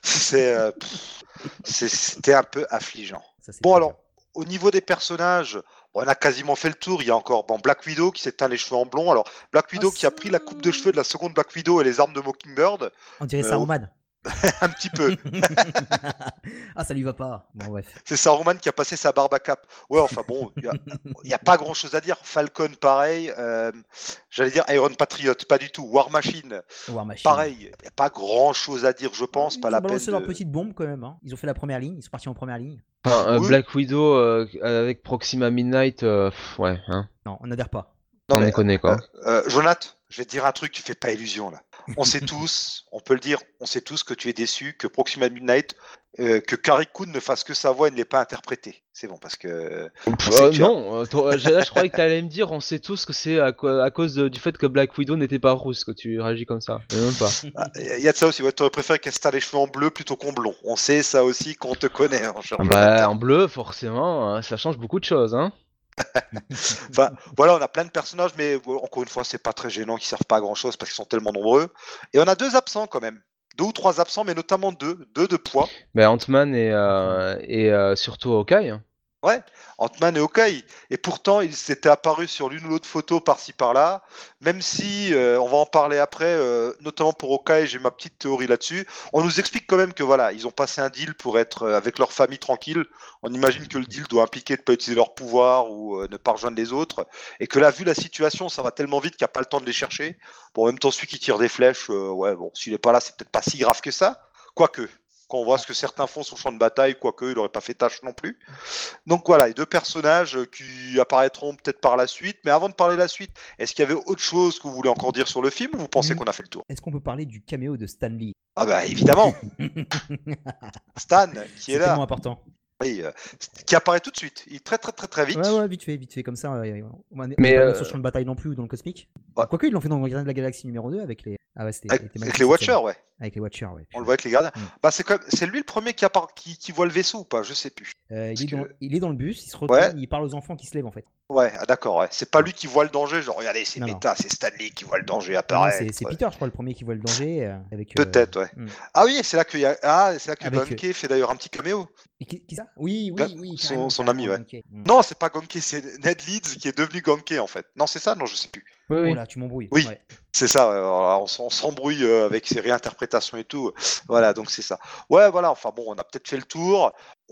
C'était un peu affligeant. Bon, alors, au niveau des personnages, on a quasiment fait le tour. Il y a encore Black Widow qui s'est teint les cheveux en blond. Alors, Black Widow qui a pris la coupe de cheveux de la seconde Black Widow et les armes de Mockingbird. On dirait Saruman. Un petit peu. Ah, ça lui va pas. Bon, ouais. C'est Saruman qui a passé sa barbe à cap. Ouais, enfin bon, il n'y a pas grand chose à dire. Falcon, pareil. J'allais dire Iron Patriot, pas du tout. War Machine. Pareil. Il n'y a pas grand chose à dire, je pense. Pas la peine. Ils ont balancé leur petite bombe quand même. Hein. Ils ont fait la première ligne. Ils sont partis en première ligne. Enfin, oui. Black Widow avec Proxima Midnight, ouais. Hein. Non, on n'adhère pas. Non, mais connaît quoi. Jonathan, je vais te dire un truc, tu fais pas illusion là. On sait tous, on peut le dire, on sait tous que tu es déçu que Proxima Midnight, que Carrie Coon ne fasse que sa voix et ne l'ait pas interprétée. C'est bon parce que. Non, là je croyais que tu allais me dire, on sait tous que c'est à cause du fait que Black Widow n'était pas rousse que tu réagis comme ça. Même pas. Il y a de ça aussi, ouais, tu aurais préféré qu'elle se les cheveux en bleu plutôt qu'en blond. On sait ça aussi qu'on te connaît. Hein, en bleu, forcément, hein, ça change beaucoup de choses. Hein. Enfin, voilà, on a plein de personnages, mais encore une fois, c'est pas très gênant, qui servent pas à grand chose parce qu'ils sont tellement nombreux. Et on a 2 absents quand même. 2 ou 3 absents, mais notamment 2 de poids. Ant-Man et surtout Hawkeye. Ouais, Ant-Man et Hawkeye. Et pourtant, ils s'étaient apparus sur l'une ou l'autre photo par-ci par-là. Même si, on va en parler après, notamment pour Hawkeye, j'ai ma petite théorie là-dessus. On nous explique quand même que voilà, ils ont passé un deal pour être avec leur famille tranquille. On imagine que le deal doit impliquer de ne pas utiliser leur pouvoir ou ne pas rejoindre les autres. Et que là, vu la situation, ça va tellement vite qu'il n'y a pas le temps de les chercher. Bon, en même temps, celui qui tire des flèches, ouais, bon, s'il n'est pas là, c'est peut-être pas si grave que ça. Quoique. Quand on voit ce que certains font sur le champ de bataille, quoique, il n'aurait pas fait tâche non plus. Donc voilà, les deux personnages qui apparaîtront peut-être par la suite. Mais avant de parler de la suite, est-ce qu'il y avait autre chose que vous voulez encore dire sur le film ou vous pensez qu'on a fait le tour? Est-ce qu'on peut parler du caméo de Stan Lee? Ah bah évidemment, Stan qui est C'est là, tellement important. oui, qui apparaît tout de suite. Il est très très très très vite. Ouais, vite fait, comme ça. On va Mais, pas sur le champ de bataille non plus ou dans le cosmique. Ouais. Quoique, ils l'ont fait dans le Gardien de la Galaxie numéro 2 avec les. Ah ouais, c'était Avec magnifique, les Watchers, cette scène. ouais. Avec les Watchers, ouais. On le voit avec les gardiens. Mm. Bah c'est lui le premier qui voit le vaisseau ou pas? Je sais plus. Il est dans le bus, il se retourne, Ouais. il parle aux enfants qui se lèvent en fait. Ouais, ah, d'accord. Ouais. C'est pas lui qui voit le danger. Genre regardez, c'est Non, méta, c'est Stanley qui voit le danger Non, apparaître. c'est ouais. Peter, je crois, le premier qui voit le danger. Avec, Peut-être, ouais. mm. Ah oui, c'est là que c'est là que Avec, Gonke fait d'ailleurs un petit caméo. Et qui ça? Oui, Son carrément, ami, ouais. Gonke. Mm. Non, c'est pas Gonke, c'est Ned Leeds qui est devenu Gonke en fait. Non, c'est ça? Non, je sais plus. Oui, Oh oui. là, tu m'embrouilles. Oui. Ouais. C'est ça, alors, on s'embrouille avec ces réinterprétations et tout. Voilà, donc c'est ça. Ouais, voilà, enfin bon, on a peut-être fait le tour.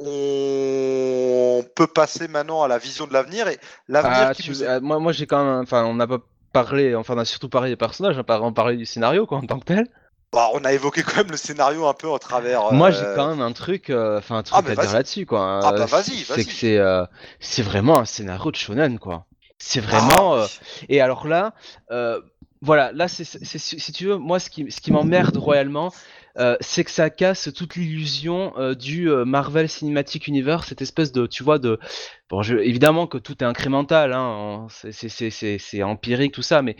On peut passer maintenant à la vision de l'avenir. Et l'avenir qui nous est... moi j'ai quand même, enfin on n'a pas parlé, enfin on a surtout parlé des personnages, on n'a pas vraiment parlé du scénario quoi en tant que tel. Bah, on a évoqué quand même le scénario un peu au travers... Moi j'ai quand même un truc, enfin un truc mais à dire vas-y. là-dessus quoi. Ah bah vas-y, C'est vas-y. que c'est vraiment un scénario de shonen quoi. C'est vraiment. Ah, Et alors là, voilà, là si tu veux, moi ce qui m'emmerde royalement, c'est que ça casse toute l'illusion du Marvel Cinematic Universe, cette espèce de, tu vois, de, bon, évidemment que tout est incrémental, hein, c'est empirique tout ça, mais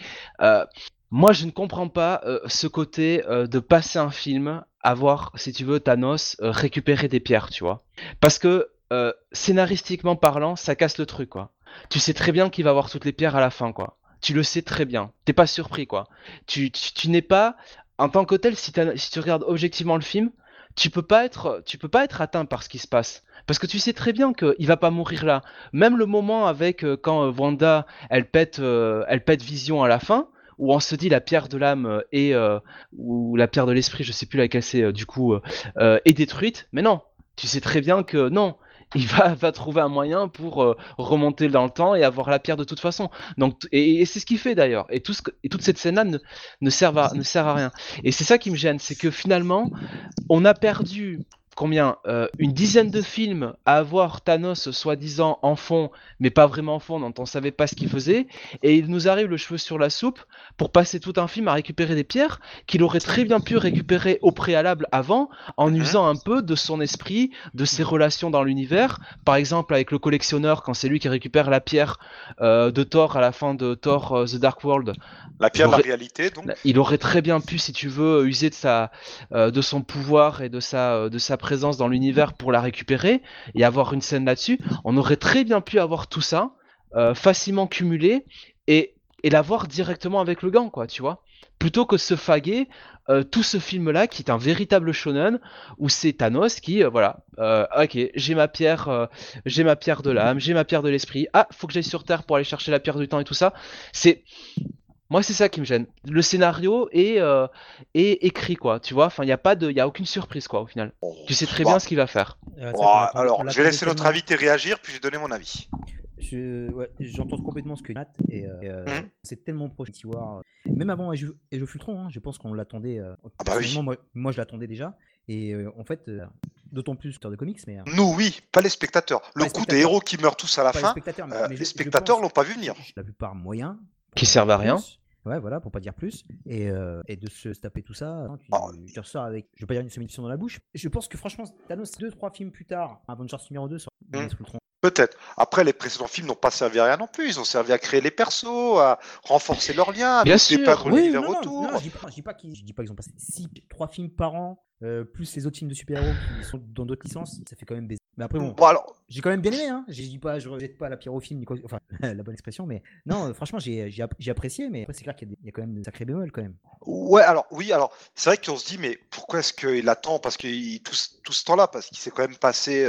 moi je ne comprends pas ce côté de passer un film à voir, si tu veux, Thanos récupérer des pierres, tu vois, parce que scénaristiquement parlant, ça casse le truc, quoi. Tu sais très bien qu'il va avoir toutes les pierres à la fin, quoi. Tu le sais très bien. T'es pas surpris, quoi. Tu n'es pas, en tant que tel, si tu regardes objectivement le film, tu peux pas être atteint par ce qui se passe. Parce que tu sais très bien qu'il va pas mourir là. Même le moment avec quand Wanda, elle pète Vision à la fin, où on se dit la pierre de l'âme ou la pierre de l'esprit, je sais plus laquelle c'est du coup, est détruite. Mais non, tu sais très bien que non. Il va trouver un moyen pour remonter dans le temps et avoir la pierre de toute façon. Donc, et c'est ce qu'il fait d'ailleurs. Et toute cette scène-là ne sert à rien. Et c'est ça qui me gêne, c'est que finalement, on a perdu combien une dizaine de films à avoir Thanos soi-disant en fond, mais pas vraiment en fond, dont on savait pas ce qu'il faisait, et il nous arrive le cheveu sur la soupe pour passer tout un film à récupérer des pierres qu'il aurait très bien pu récupérer au préalable avant, en usant un peu de son esprit, de ses relations dans l'univers, par exemple avec le collectionneur, quand c'est lui qui récupère la pierre de Thor à la fin de Thor The Dark World. la pierre de la réalité, donc. Il aurait très bien pu, si tu veux, user de son pouvoir et de sa présence dans l'univers pour la récupérer et avoir une scène là-dessus. On aurait très bien pu avoir tout ça facilement cumulé et l'avoir directement avec le gant, quoi, tu vois. Plutôt que se faguer tout ce film-là qui est un véritable shonen où c'est Thanos qui, voilà, ok, j'ai ma pierre de l'âme, j'ai ma pierre de l'esprit. Ah, faut que j'aille sur Terre pour aller chercher la pierre du temps et tout ça. Moi, c'est ça qui me gêne. Le scénario est écrit, quoi. Tu vois, enfin, il y a aucune surprise, quoi, au final. Tu sais très bien ce qu'il va faire. Alors, je vais laisser notre invité réagir, puis je vais donner mon avis. J'entends complètement ce que Nat et c'est tellement proche de War. Même avant Age of Ultron, hein, je pense qu'on l'attendait. bah oui. Moi, je l'attendais déjà. Et en fait, d'autant plus de comics, mais Nous, oui, pas les spectateurs. Le coup des héros qui meurent tous à la pas fin, les spectateurs, les spectateurs l'ont pas vu venir. La plupart moyens. Qui servent à rien. Ouais, voilà, pour pas dire plus. Et de se taper tout ça, hein, tu ressors avec, je vais pas dire une semi-mission dans la bouche. Je pense que franchement, Thanos, 2-3 films plus tard, Avengers numéro 2 sur Ultron. Peut-être. Après, les précédents films n'ont pas servi à rien non plus. Ils ont servi à créer les persos, à renforcer leurs liens, à Bien nous sûr, dépeindre oui, l'univers autour. Non, je dis pas qu'ils ont passé 3 films par an, plus les autres films de super-héros qui sont dans d'autres licences, ça fait quand même baiser. Mais après, bon. Bon, alors, j'ai quand même bien aimé, hein. Je dis pas, je rejette pas la pierre au film, enfin la bonne expression, mais non, franchement, j'ai apprécié, mais après, c'est clair qu'il y a quand même de sacrés bémols quand même. Ouais, alors oui, alors c'est vrai qu'on se dit, mais pourquoi est-ce qu'il attend? Parce que tout ce temps-là, parce qu'il s'est quand même passé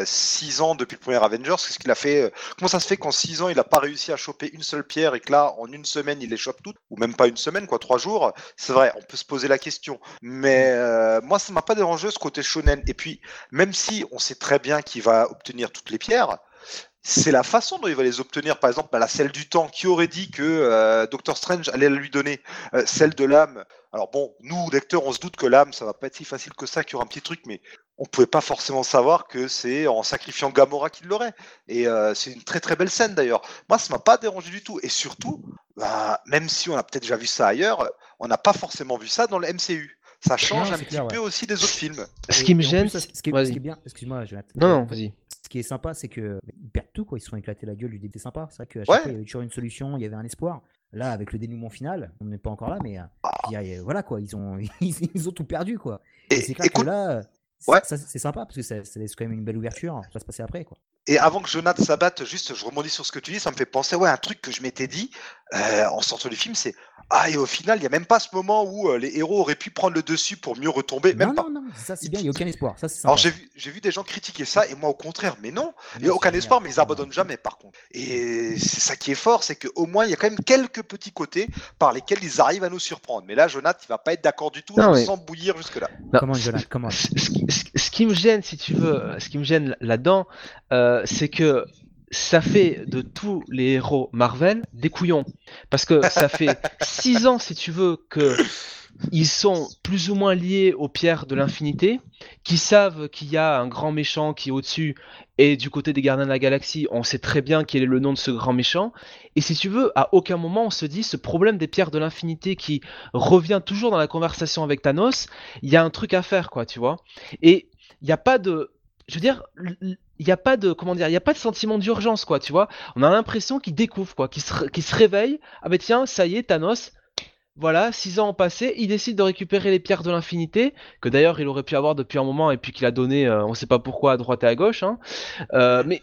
6 ans depuis le premier Avengers. Qu'est-ce qu'il a fait? Comment ça se fait qu'en 6 ans, il n'a pas réussi à choper une seule pierre et que là, en une semaine, il les chope toutes? Ou même pas une semaine, quoi, 3 jours? C'est vrai, on peut se poser la question. Mais moi, ça m'a pas dérangé ce côté shonen. Et puis, même si on sait très bien qu'il va obtenir toutes les pierres, c'est la façon dont il va les obtenir. Par exemple, la celle du temps. Qui aurait dit que Doctor Strange allait lui donner celle de l'âme? Alors bon, nous, lecteurs, on se doute que l'âme, ça va pas être si facile que ça, qu'il y aura un petit truc, mais on pouvait pas forcément savoir que c'est en sacrifiant Gamora qu'il l'aurait. Et c'est une très très belle scène d'ailleurs. Moi, ça m'a pas dérangé du tout. Et surtout, même si on a peut-être déjà vu ça ailleurs, on n'a pas forcément vu ça dans le MCU. Ça change un petit peu aussi des autres films. Ce qui me Et en gêne, plus, ce qui est bien, excuse-moi, Jonathan. non, vas-y. Ce qui est sympa, c'est qu'ils perdent tout, quoi. Ils se sont éclatés la gueule du début. C'est sympa. C'est vrai qu'à chaque fois, il y avait toujours une solution, il y avait un espoir. Là, avec le dénouement final, on n'est pas encore là, mais je veux dire, voilà, quoi. Ils ont tout perdu, quoi. Et c'est clair que là, c'est sympa parce que ça laisse quand même une belle ouverture. Ça va se passer après, quoi. Et avant que Jonathan s'abatte, juste, je rebondis sur ce que tu dis, ça me fait penser, un truc que je m'étais dit en sortant du film, c'est et au final, il n'y a même pas ce moment où les héros auraient pu prendre le dessus pour mieux retomber. Même pas. Non, ça c'est bien, il n'y a aucun espoir. Ça, c'est sympa. Alors j'ai vu des gens critiquer ça, et moi au contraire, mais non, il n'y a aucun espoir, mais ils abandonnent jamais par contre. Et c'est ça qui est fort, c'est qu'au moins il y a quand même quelques petits côtés par lesquels ils arrivent à nous surprendre. Mais là, Jonathan, il va pas être d'accord du tout, sans bouillir jusque-là. Comment, Jonathan, comment? Ce qui me gêne, si tu veux, ce qui me gêne là-dedans, c'est que ça fait de tous les héros Marvel des couillons. Parce que ça fait 6 ans, si tu veux, que ils sont plus ou moins liés aux pierres de l'infinité, qui savent qu'il y a un grand méchant qui est au-dessus, et du côté des Gardiens de la Galaxie, on sait très bien quel est le nom de ce grand méchant. Et si tu veux, à aucun moment on se dit, ce problème des pierres de l'infinité qui revient toujours dans la conversation avec Thanos, il y a un truc à faire, quoi, tu vois. Et il n'y a pas de... Je veux dire, il n'y a pas de, comment dire, il y a pas de sentiment d'urgence, quoi, tu vois. On a l'impression qu'il découvre, quoi, qu'il se réveille. Ah ben tiens, ça y est, Thanos, voilà, 6 ans ont passé, il décide de récupérer les pierres de l'infinité, que d'ailleurs il aurait pu avoir depuis un moment, et puis qu'il a donné, on sait pas pourquoi, à droite et à gauche, hein. Mais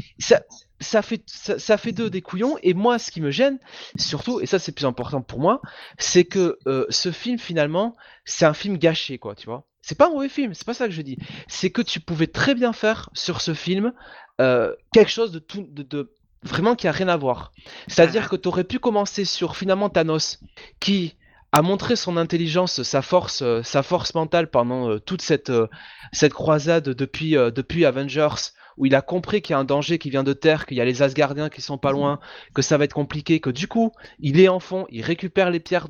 ça fait d'eux des couillons, et moi, ce qui me gêne, surtout, et ça c'est plus important pour moi, c'est que ce film, finalement, c'est un film gâché, quoi, tu vois. C'est pas un mauvais film, c'est pas ça que je dis. C'est que tu pouvais très bien faire sur ce film quelque chose de vraiment qui a rien à voir. C'est-à-dire que tu aurais pu commencer sur finalement Thanos, qui a montré son intelligence, sa force mentale pendant toute cette croisade depuis Avengers, où il a compris qu'il y a un danger qui vient de Terre, qu'il y a les Asgardiens qui sont pas loin, que ça va être compliqué, que du coup, il est en fond, il récupère les pierres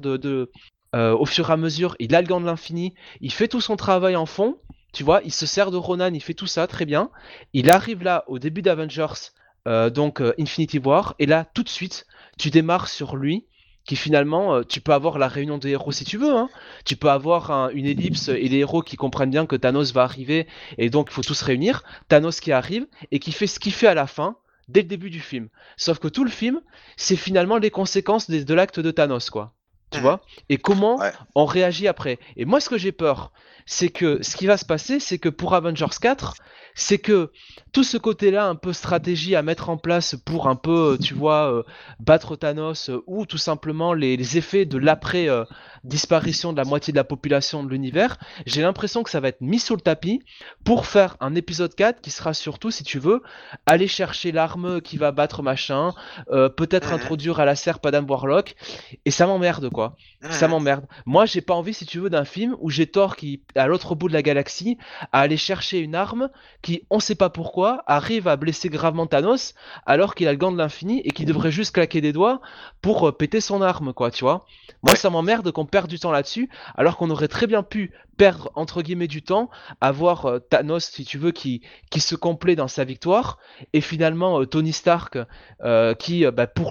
au fur et à mesure, il a le gant de l'infini, il fait tout son travail en fond, tu vois, il se sert de Ronan, il fait tout ça, très bien. Il arrive là, au début d'Avengers, donc Infinity War, et là, tout de suite, tu démarres sur lui, qui finalement, tu peux avoir la réunion des héros si tu veux, hein. Tu peux avoir une ellipse et les héros qui comprennent bien que Thanos va arriver, et donc il faut tous se réunir. Thanos qui arrive, et qui fait ce qu'il fait à la fin, dès le début du film. Sauf que tout le film, c'est finalement les conséquences de l'acte de Thanos, quoi. Tu vois? Et comment on réagit après. Et moi, ce que j'ai peur, c'est que ce qui va se passer, c'est que pour Avengers 4, c'est que tout ce côté-là, un peu stratégie à mettre en place pour un peu, tu vois, battre Thanos, ou tout simplement les effets de l'après-disparition de la moitié de la population de l'univers, j'ai l'impression que ça va être mis sous le tapis pour faire un épisode 4 qui sera surtout, si tu veux, aller chercher l'arme qui va battre machin, peut-être introduire à la serpe Adam Warlock, et ça m'emmerde, quoi. Ça m'emmerde. Moi, j'ai pas envie, si tu veux, d'un film où j'ai Thor qui, à l'autre bout de la galaxie, à aller chercher une arme qui, on sait pas pourquoi, arrive à blesser gravement Thanos, alors qu'il a le gant de l'infini et qu'il devrait juste claquer des doigts pour péter son arme, quoi, tu vois. Moi, ça m'emmerde qu'on perde du temps là-dessus, alors qu'on aurait très bien pu perdre, entre guillemets, du temps, avoir Thanos, si tu veux, qui se complaît dans sa victoire, et finalement, Tony Stark, qui, pour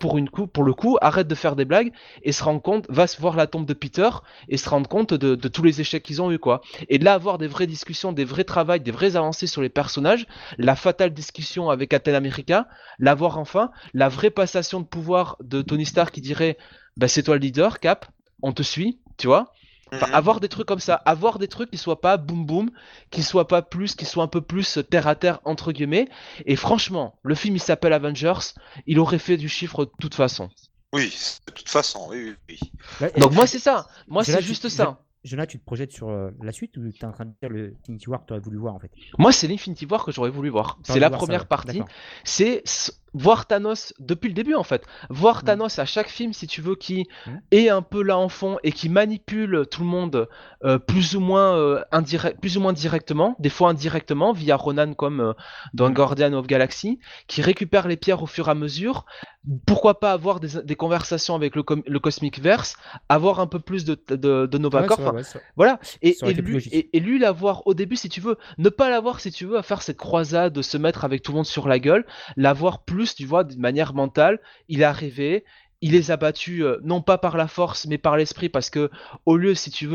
le coup, arrête de faire des blagues, et se rend compte, va se voir la tombe de Peter, et se rendre compte de tous les échecs qu'ils ont eu, quoi. Et de là, avoir des vraies discussions, des vrais travails, des vraies avancées sur les personnages, la fatale discussion avec Captain America, l'avoir enfin, la vraie passation de pouvoir de Tony Stark qui dirait, c'est toi le leader, Cap, on te suit, tu vois. Enfin, avoir des trucs comme ça, avoir des trucs qui soient pas boum boum, qui soient pas plus, qui soient un peu plus terre à terre entre guillemets. Et franchement, le film il s'appelle Avengers, il aurait fait du chiffre de toute façon. Oui, de toute façon, oui, oui, oui. Là, Donc moi c'est ça, moi Jonah, c'est juste ça. Jonah, tu te projettes sur la suite ou tu es en train de dire le Infinity War que tu aurais voulu voir en fait? Moi c'est l'Infinity War que j'aurais voulu voir. T'aurais C'est voulu la voir ça, première ouais. partie. D'accord. C'est voir Thanos depuis le début en fait. Voir Mhm. Thanos à chaque film si tu veux qui Mhm. est un peu là en fond et qui manipule tout le monde plus ou moins plus ou moins directement, des fois indirectement via Ronan comme dans Mhm. Guardian of Galaxy, qui récupère les pierres au fur et à mesure. Pourquoi pas avoir des conversations avec le Cosmic Verse, avoir un peu plus de Nova Ouais, Corps. c'est vrai, Enfin, ouais, ça voilà, et, aurait et été plus lui, logique. et lui l'avoir au début si tu veux, ne pas l'avoir si tu veux à faire cette croisade, de se mettre avec tout le monde sur la gueule, l'avoir plus, tu vois, d'une manière mentale, il est arrivé, il les a battus, non pas par la force, mais par l'esprit, parce que au lieu, si tu veux,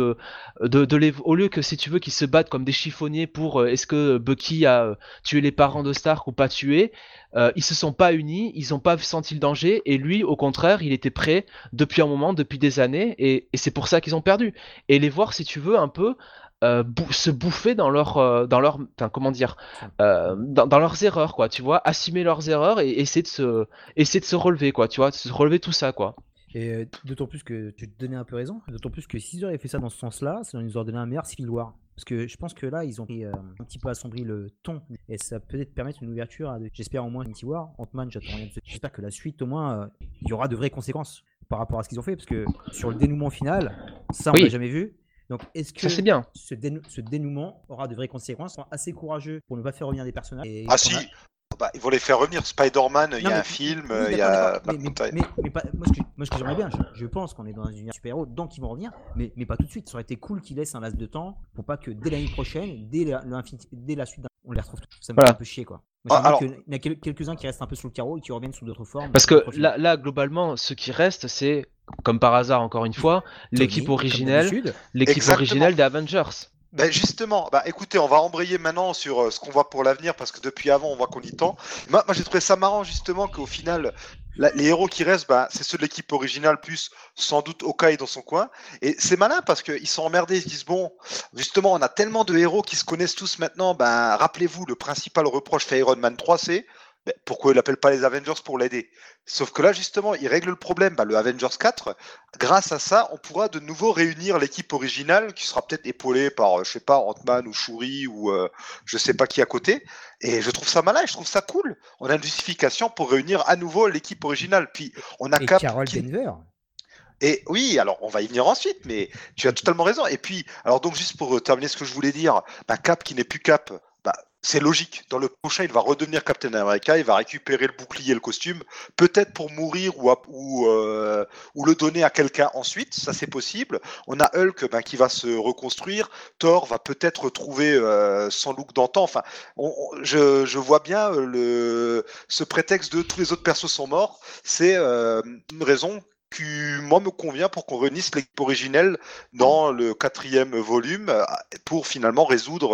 au lieu que si tu veux qu'ils se battent comme des chiffonniers pour est-ce que Bucky a tué les parents de Stark ou pas tué, ils se sont pas unis, ils ont pas senti le danger, et lui, au contraire, il était prêt depuis un moment, depuis des années, et c'est pour ça qu'ils ont perdu. Et les voir, si tu veux, un peu se bouffer enfin, comment dire, dans leurs erreurs, quoi, tu vois, assumer leurs erreurs et essayer de se relever, quoi, tu vois, de se relever tout ça, quoi. Et d'autant plus que tu te donnais un peu raison, d'autant plus que s'ils auraient fait ça dans ce sens-là, ça nous aurait donné un meilleur Civil War. Parce que je pense que là, ils ont pris, un petit peu assombri le ton, et ça peut-être permettre une ouverture j'espère au moins Infinity War. Ant-Man, j'attends rien de ce. J'espère que la suite, au moins, il y aura de vraies conséquences par rapport à ce qu'ils ont fait, parce que sur le dénouement final, ça, on Oui. l'a jamais vu. Donc, est-ce que Ça, c'est bien. ce dénouement aura de vraies conséquences, sont assez courageux pour ne pas faire revenir des personnages et Ah qu'on si, a- bah, ils vont les faire revenir. Spider-Man, il y Non, a mais- un film, oui, il y d'accord, a d'accord. Mais pas, moi, ce que j'aimerais bien, je pense qu'on est dans un super-héros, donc ils vont revenir, mais pas tout de suite. Ça aurait été cool qu'ils laissent un laps de temps pour pas que dès l'année prochaine, dès la suite, on les retrouve tous. Ça me Voilà. fait un peu chier, quoi. Moi, Ah, j'aimerais qu'il y en ait quelques-uns qui restent un peu sous le carreau et qui reviennent sous d'autres formes. Parce dans que d'autres films. là, globalement, ce qui reste, c'est, comme par hasard, encore une fois, l'équipe Tony, comme originelle, d'habitude. Exactement. des Avengers. Ben justement, bah écoutez, on va embrayer maintenant sur ce qu'on voit pour l'avenir parce que depuis avant, on voit qu'on y tend. Moi j'ai trouvé ça marrant justement qu'au final, les héros qui restent, bah, c'est ceux de l'équipe originale plus sans doute Hawkeye dans son coin. Et c'est malin parce qu'ils sont emmerdés, ils se disent bon, justement, on a tellement de héros qui se connaissent tous maintenant. Ben rappelez-vous, le principal reproche fait Iron Man 3, c'est pourquoi il n'appelle pas les Avengers pour l'aider? Sauf que là, justement, il règle le problème. Bah, le Avengers 4, grâce à ça, on pourra de nouveau réunir l'équipe originale qui sera peut-être épaulée par, je sais pas, Ant-Man ou Shuri ou je sais pas qui à côté. Et je trouve ça malin, je trouve ça cool. On a une justification pour réunir à nouveau l'équipe originale. Puis on a Et Cap Carol qui... Denver. Et oui, alors on va y venir ensuite, mais tu as totalement raison. Et puis, alors donc juste pour terminer ce que je voulais dire, bah, Cap qui n'est plus Cap, bah, c'est logique. Dans le prochain, il va redevenir Captain America, il va récupérer le bouclier et le costume, peut-être pour mourir ou le donner à quelqu'un ensuite, ça c'est possible. On a Hulk qui va se reconstruire, Thor va peut-être retrouver son look d'antan. Enfin, je vois bien ce prétexte de tous les autres persos sont morts, c'est une raison qui, moi, me convient pour qu'on réunisse l'équipe originelle dans le 4e volume pour finalement résoudre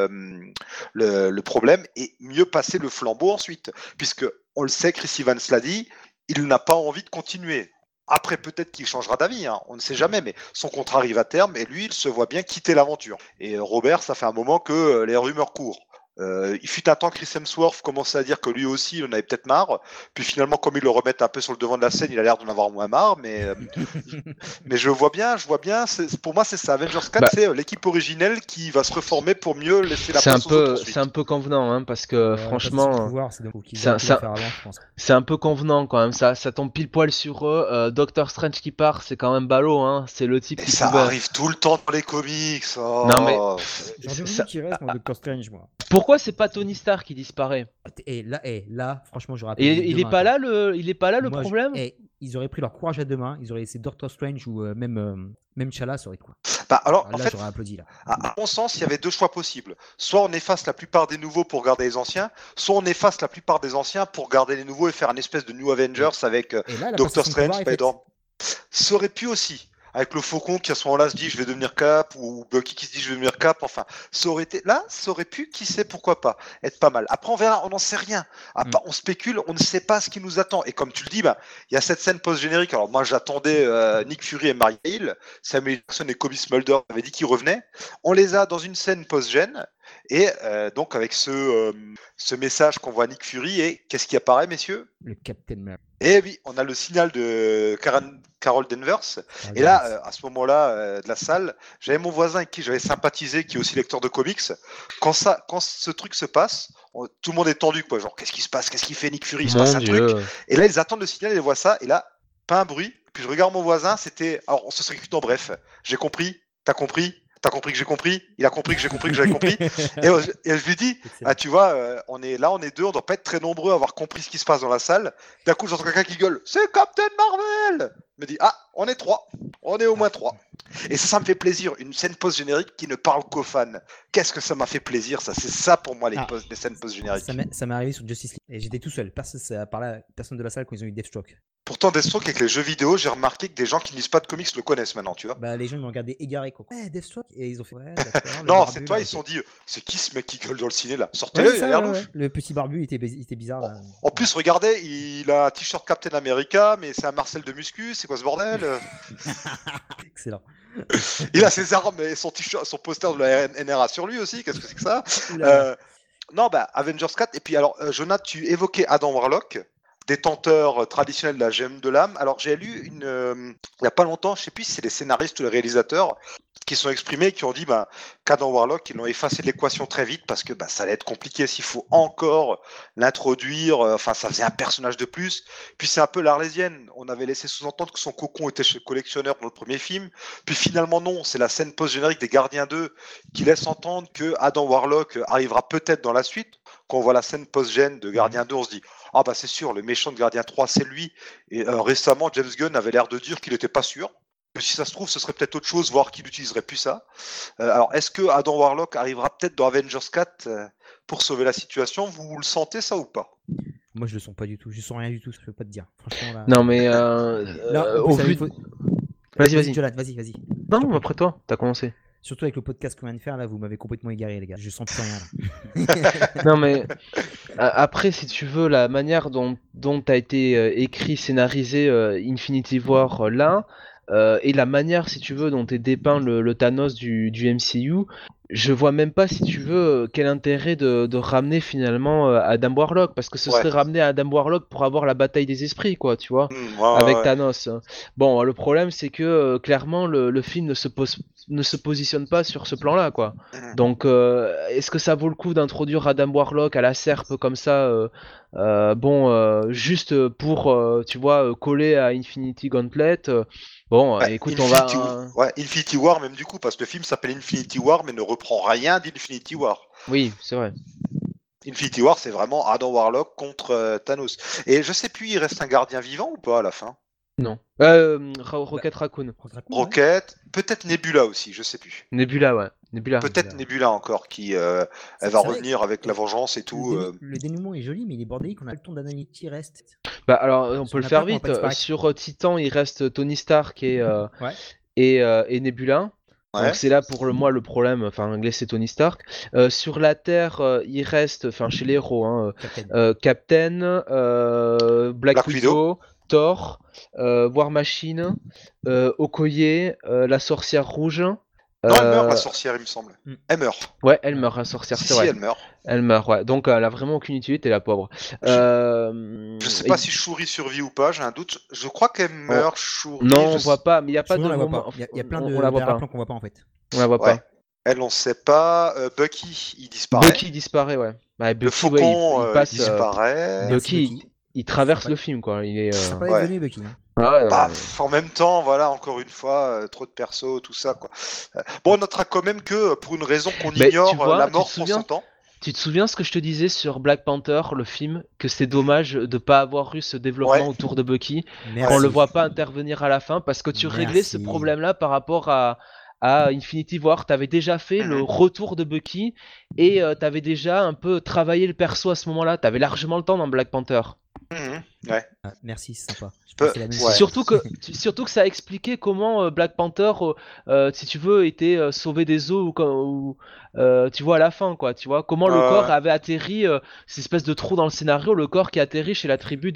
le problème et mieux passer le flambeau ensuite. Puisque, on le sait, Chris Evans l'a dit, il n'a pas envie de continuer. Après, peut-être qu'il changera d'avis, hein, on ne sait jamais, mais son contrat arrive à terme et lui, il se voit bien quitter l'aventure. Et Robert, ça fait un moment que les rumeurs courent. Il fut un temps que Chris Hemsworth commençait à dire que lui aussi il en avait peut-être marre, puis finalement comme ils le remettent un peu sur le devant de la scène, il a l'air d'en avoir moins marre, mais je vois bien, pour moi c'est ça, Avengers 4 Bah, c'est l'équipe originelle qui va se reformer pour mieux laisser la place aux autres ensuite. c'est un peu convenant, hein, parce que franchement, pouvoir, c'est donc qu'ils ça- auraient pu ça- le faire avant, je pense. c'est un peu convenant quand même, ça tombe pile poil sur eux. Doctor Strange qui part, c'est quand même ballot, hein, c'est le type Et qui ça pouvait... arrive tout le temps dans les comics. Oh. Non mais J'aurais bien ça- voulu qu'il reste, moi, Doctor Strange, moi. pourquoi c'est pas Tony Stark qui disparaît? Et là, franchement, j'aurais Et applaudi il est demain, pas quoi. là il est pas là le Moi, problème? ils auraient pris leur courage à deux mains, ils auraient laissé Doctor Strange ou même Chala, ça aurait été cool. Bah, alors, Alors en là, fait, j'aurais applaudi, là. à mon sens, il y avait deux choix possibles. Soit on efface la plupart des nouveaux pour garder les anciens, soit on efface la plupart des anciens pour garder les nouveaux et faire un espèce de New Avengers avec Et là, la Doctor passation de Strange, pouvoir est faite. Spider-Man. Ça aurait pu aussi. avec le Faucon qui à ce moment-là se dit je vais devenir Cap, ou Bucky qui se dit je vais devenir Cap, enfin, ça aurait été, là, ça aurait pu, qui sait, pourquoi pas, être pas mal. Après, on verra, on n'en sait rien. On spécule, on ne sait pas ce qui nous attend. Et comme tu le dis, bah, il y a cette scène post-générique. Alors moi, j'attendais Nick Fury et Maria Hill. Samuel Jackson et Kobe Smulder avaient dit qu'ils revenaient. On les a dans une scène post-gène. Et donc avec ce message qu'on voit à Nick Fury, et qu'est-ce qui apparaît, messieurs? Le Captain Marvel. Et oui, on a le signal de Carol Danvers. Et là, à ce moment-là de la salle, j'avais mon voisin avec qui j'avais sympathisé, qui est aussi lecteur de comics. Quand ce truc se passe, tout le monde est tendu, quoi. Genre, qu'est-ce qui se passe? Qu'est-ce qu'il fait Nick Fury? Il se passe un truc. Et là, ils attendent le signal, ils voient ça. Et là, pas un bruit. Puis je regarde mon voisin, c'était... Alors, on se serait en bref. J'ai compris, t'as compris. T'as compris que j'ai compris, il a compris que j'ai compris que j'avais compris. Et je lui dis, tu vois, on est deux, on doit pas être très nombreux à avoir compris ce qui se passe dans la salle. D'un coup, j'entends quelqu'un qui gueule, c'est Captain Marvel. Je me dis, on est 3, on est au moins 3. Et ça me fait plaisir, une scène post-générique qui ne parle qu'aux fans. Qu'est-ce que ça m'a fait plaisir, ça. C'est ça pour moi, les scènes post-génériques. Ça m'est arrivé sur Justice League, et j'étais tout seul. Personne de la salle quand ils ont eu Deathstroke. Pourtant, Deathstroke, avec les jeux vidéo, j'ai remarqué que des gens qui ne lisent pas de comics le connaissent maintenant, tu vois. Bah, les gens m'ont regardé égaré, quoi. Ouais, Deathstroke. Et ils ont fait, ouais, non, c'est toi, ils se sont dit, c'est qui ce mec qui gueule dans le ciné, là? Sortez-le, il a l'air louche. Le petit barbu, il était bizarre, là. En plus, regardez, il a un t-shirt Captain America, mais c'est un Marcel de muscu, c'est quoi ce bordel? Excellent. Il a ses armes et son t-shirt, son poster de la NRA sur lui aussi, qu'est-ce que c'est que ça? Non, bah, Avengers 4, et puis alors, Jonathan, tu évoquais Adam Warlock, détenteur traditionnel de la gemme de l'âme. Alors j'ai lu il n'y a pas longtemps, je ne sais plus si c'est les scénaristes ou les réalisateurs qui sont exprimés, qui ont dit qu'Adam Warlock, ils l'ont effacé de l'équation très vite parce que ça allait être compliqué s'il faut encore l'introduire. Enfin, ça faisait un personnage de plus. Puis c'est un peu l'Arlésienne. On avait laissé sous-entendre que son cocon était chez le collectionneur dans le premier film. Puis finalement non, c'est la scène post-générique des Gardiens 2 qui laisse entendre que Adam Warlock arrivera peut-être dans la suite. Quand on voit la scène post-gène de Gardien 2, on se dit c'est sûr, le méchant de Gardien 3, c'est lui. Et récemment, James Gunn avait l'air de dire qu'il n'était pas sûr. Que si ça se trouve, ce serait peut-être autre chose, voire qu'il n'utiliserait plus ça. Alors, est-ce que Adam Warlock arrivera peut-être dans Avengers 4 pour sauver la situation? Vous le sentez, ça, ou pas? Moi, je le sens pas du tout. Je sens rien du tout, je peux pas te dire. Franchement, là... Non, mais là, au vu... Vas-y. Jonathan, vas-y. Non, après toi, t'as commencé. Surtout avec le podcast qu'on vient de faire, là, vous m'avez complètement égaré, les gars. Je sens plus rien, là. Non, mais après, si tu veux, la manière dont a été écrit, scénarisé Infinity War là, et la manière, si tu veux, dont est dépeint le Thanos du MCU, je vois même pas, si tu veux, quel intérêt de ramener finalement Adam Warlock, parce que ce serait ramener Adam Warlock pour avoir la bataille des esprits, quoi, tu vois, avec Thanos. Bon, le problème, c'est que clairement, le film ne se positionne pas sur ce plan-là, quoi. Donc, est-ce que ça vaut le coup d'introduire Adam Warlock à la serpe comme ça, juste pour, tu vois, coller à Infinity Gauntlet écoute, Infinity War, même du coup, parce que le film s'appelle Infinity War, mais ne reprend rien d'Infinity War. Oui, c'est vrai. Infinity War, c'est vraiment Adam Warlock contre Thanos. Et je sais plus, il reste un gardien vivant ou pas à la fin? Non. Rocket Raccoon. Rocket, peut-être Nebula aussi, je sais plus. Nebula, ouais. Peut-être Nebula encore, qui elle va revenir avec la vengeance et tout. Le dénouement est joli, mais il est bordélique, on a le ton d'analyse qui reste. Bah alors, on peut le faire vite. Sur Titan, il reste Tony Stark et Nebula. Ouais. Donc c'est là pour moi le problème, enfin anglais c'est Tony Stark. Sur la Terre, il reste, chez les héros, Captain, Black Widow, Thor, War Machine, Okoye, la sorcière rouge. Non, elle meurt, la sorcière, il me semble. Elle meurt. Ouais, elle meurt, la sorcière, c'est vrai. Si, elle meurt. Elle meurt, ouais. Donc, elle a vraiment aucune utilité, la pauvre. Je sais pas si Shuri survit ou pas, j'ai un doute. Je crois qu'elle meurt, Shuri. Non, on voit pas, mais il n'y a pas de moment. Il y a plein de plans qu'on voit pas, en fait. On la voit pas. Elle, on sait pas. Bucky, il disparaît. Bucky disparaît, ouais. Bucky, le Faucon, il passe, disparaît. Bucky, il traverse le film, quoi. Il est. Ça pas devenu Bucky. En même temps, voilà, encore une fois, trop de persos, tout ça, quoi. Bon, on notera quand même que, pour une raison qu'on ignore, la mort prend son temps. Tu te souviens ce que je te disais sur Black Panther, le film, que c'est dommage de pas avoir eu ce développement autour de Bucky, qu'on le voit pas intervenir à la fin, parce que tu réglais ce problème-là par rapport à Infinity War. T'avais déjà fait le retour de Bucky et t'avais déjà un peu travaillé le perso à ce moment-là. T'avais largement le temps dans Black Panther. Ouais. Ah, merci, c'est sympa. Je Peu- pensais la même ouais. chose. Surtout que ça a expliqué comment Black Panther, si tu veux, était sauvé des eaux tu vois à la fin quoi, tu vois comment le corps Ouais. avait atterri, cette espèce de trou dans le scénario, le corps qui a atterri chez la tribu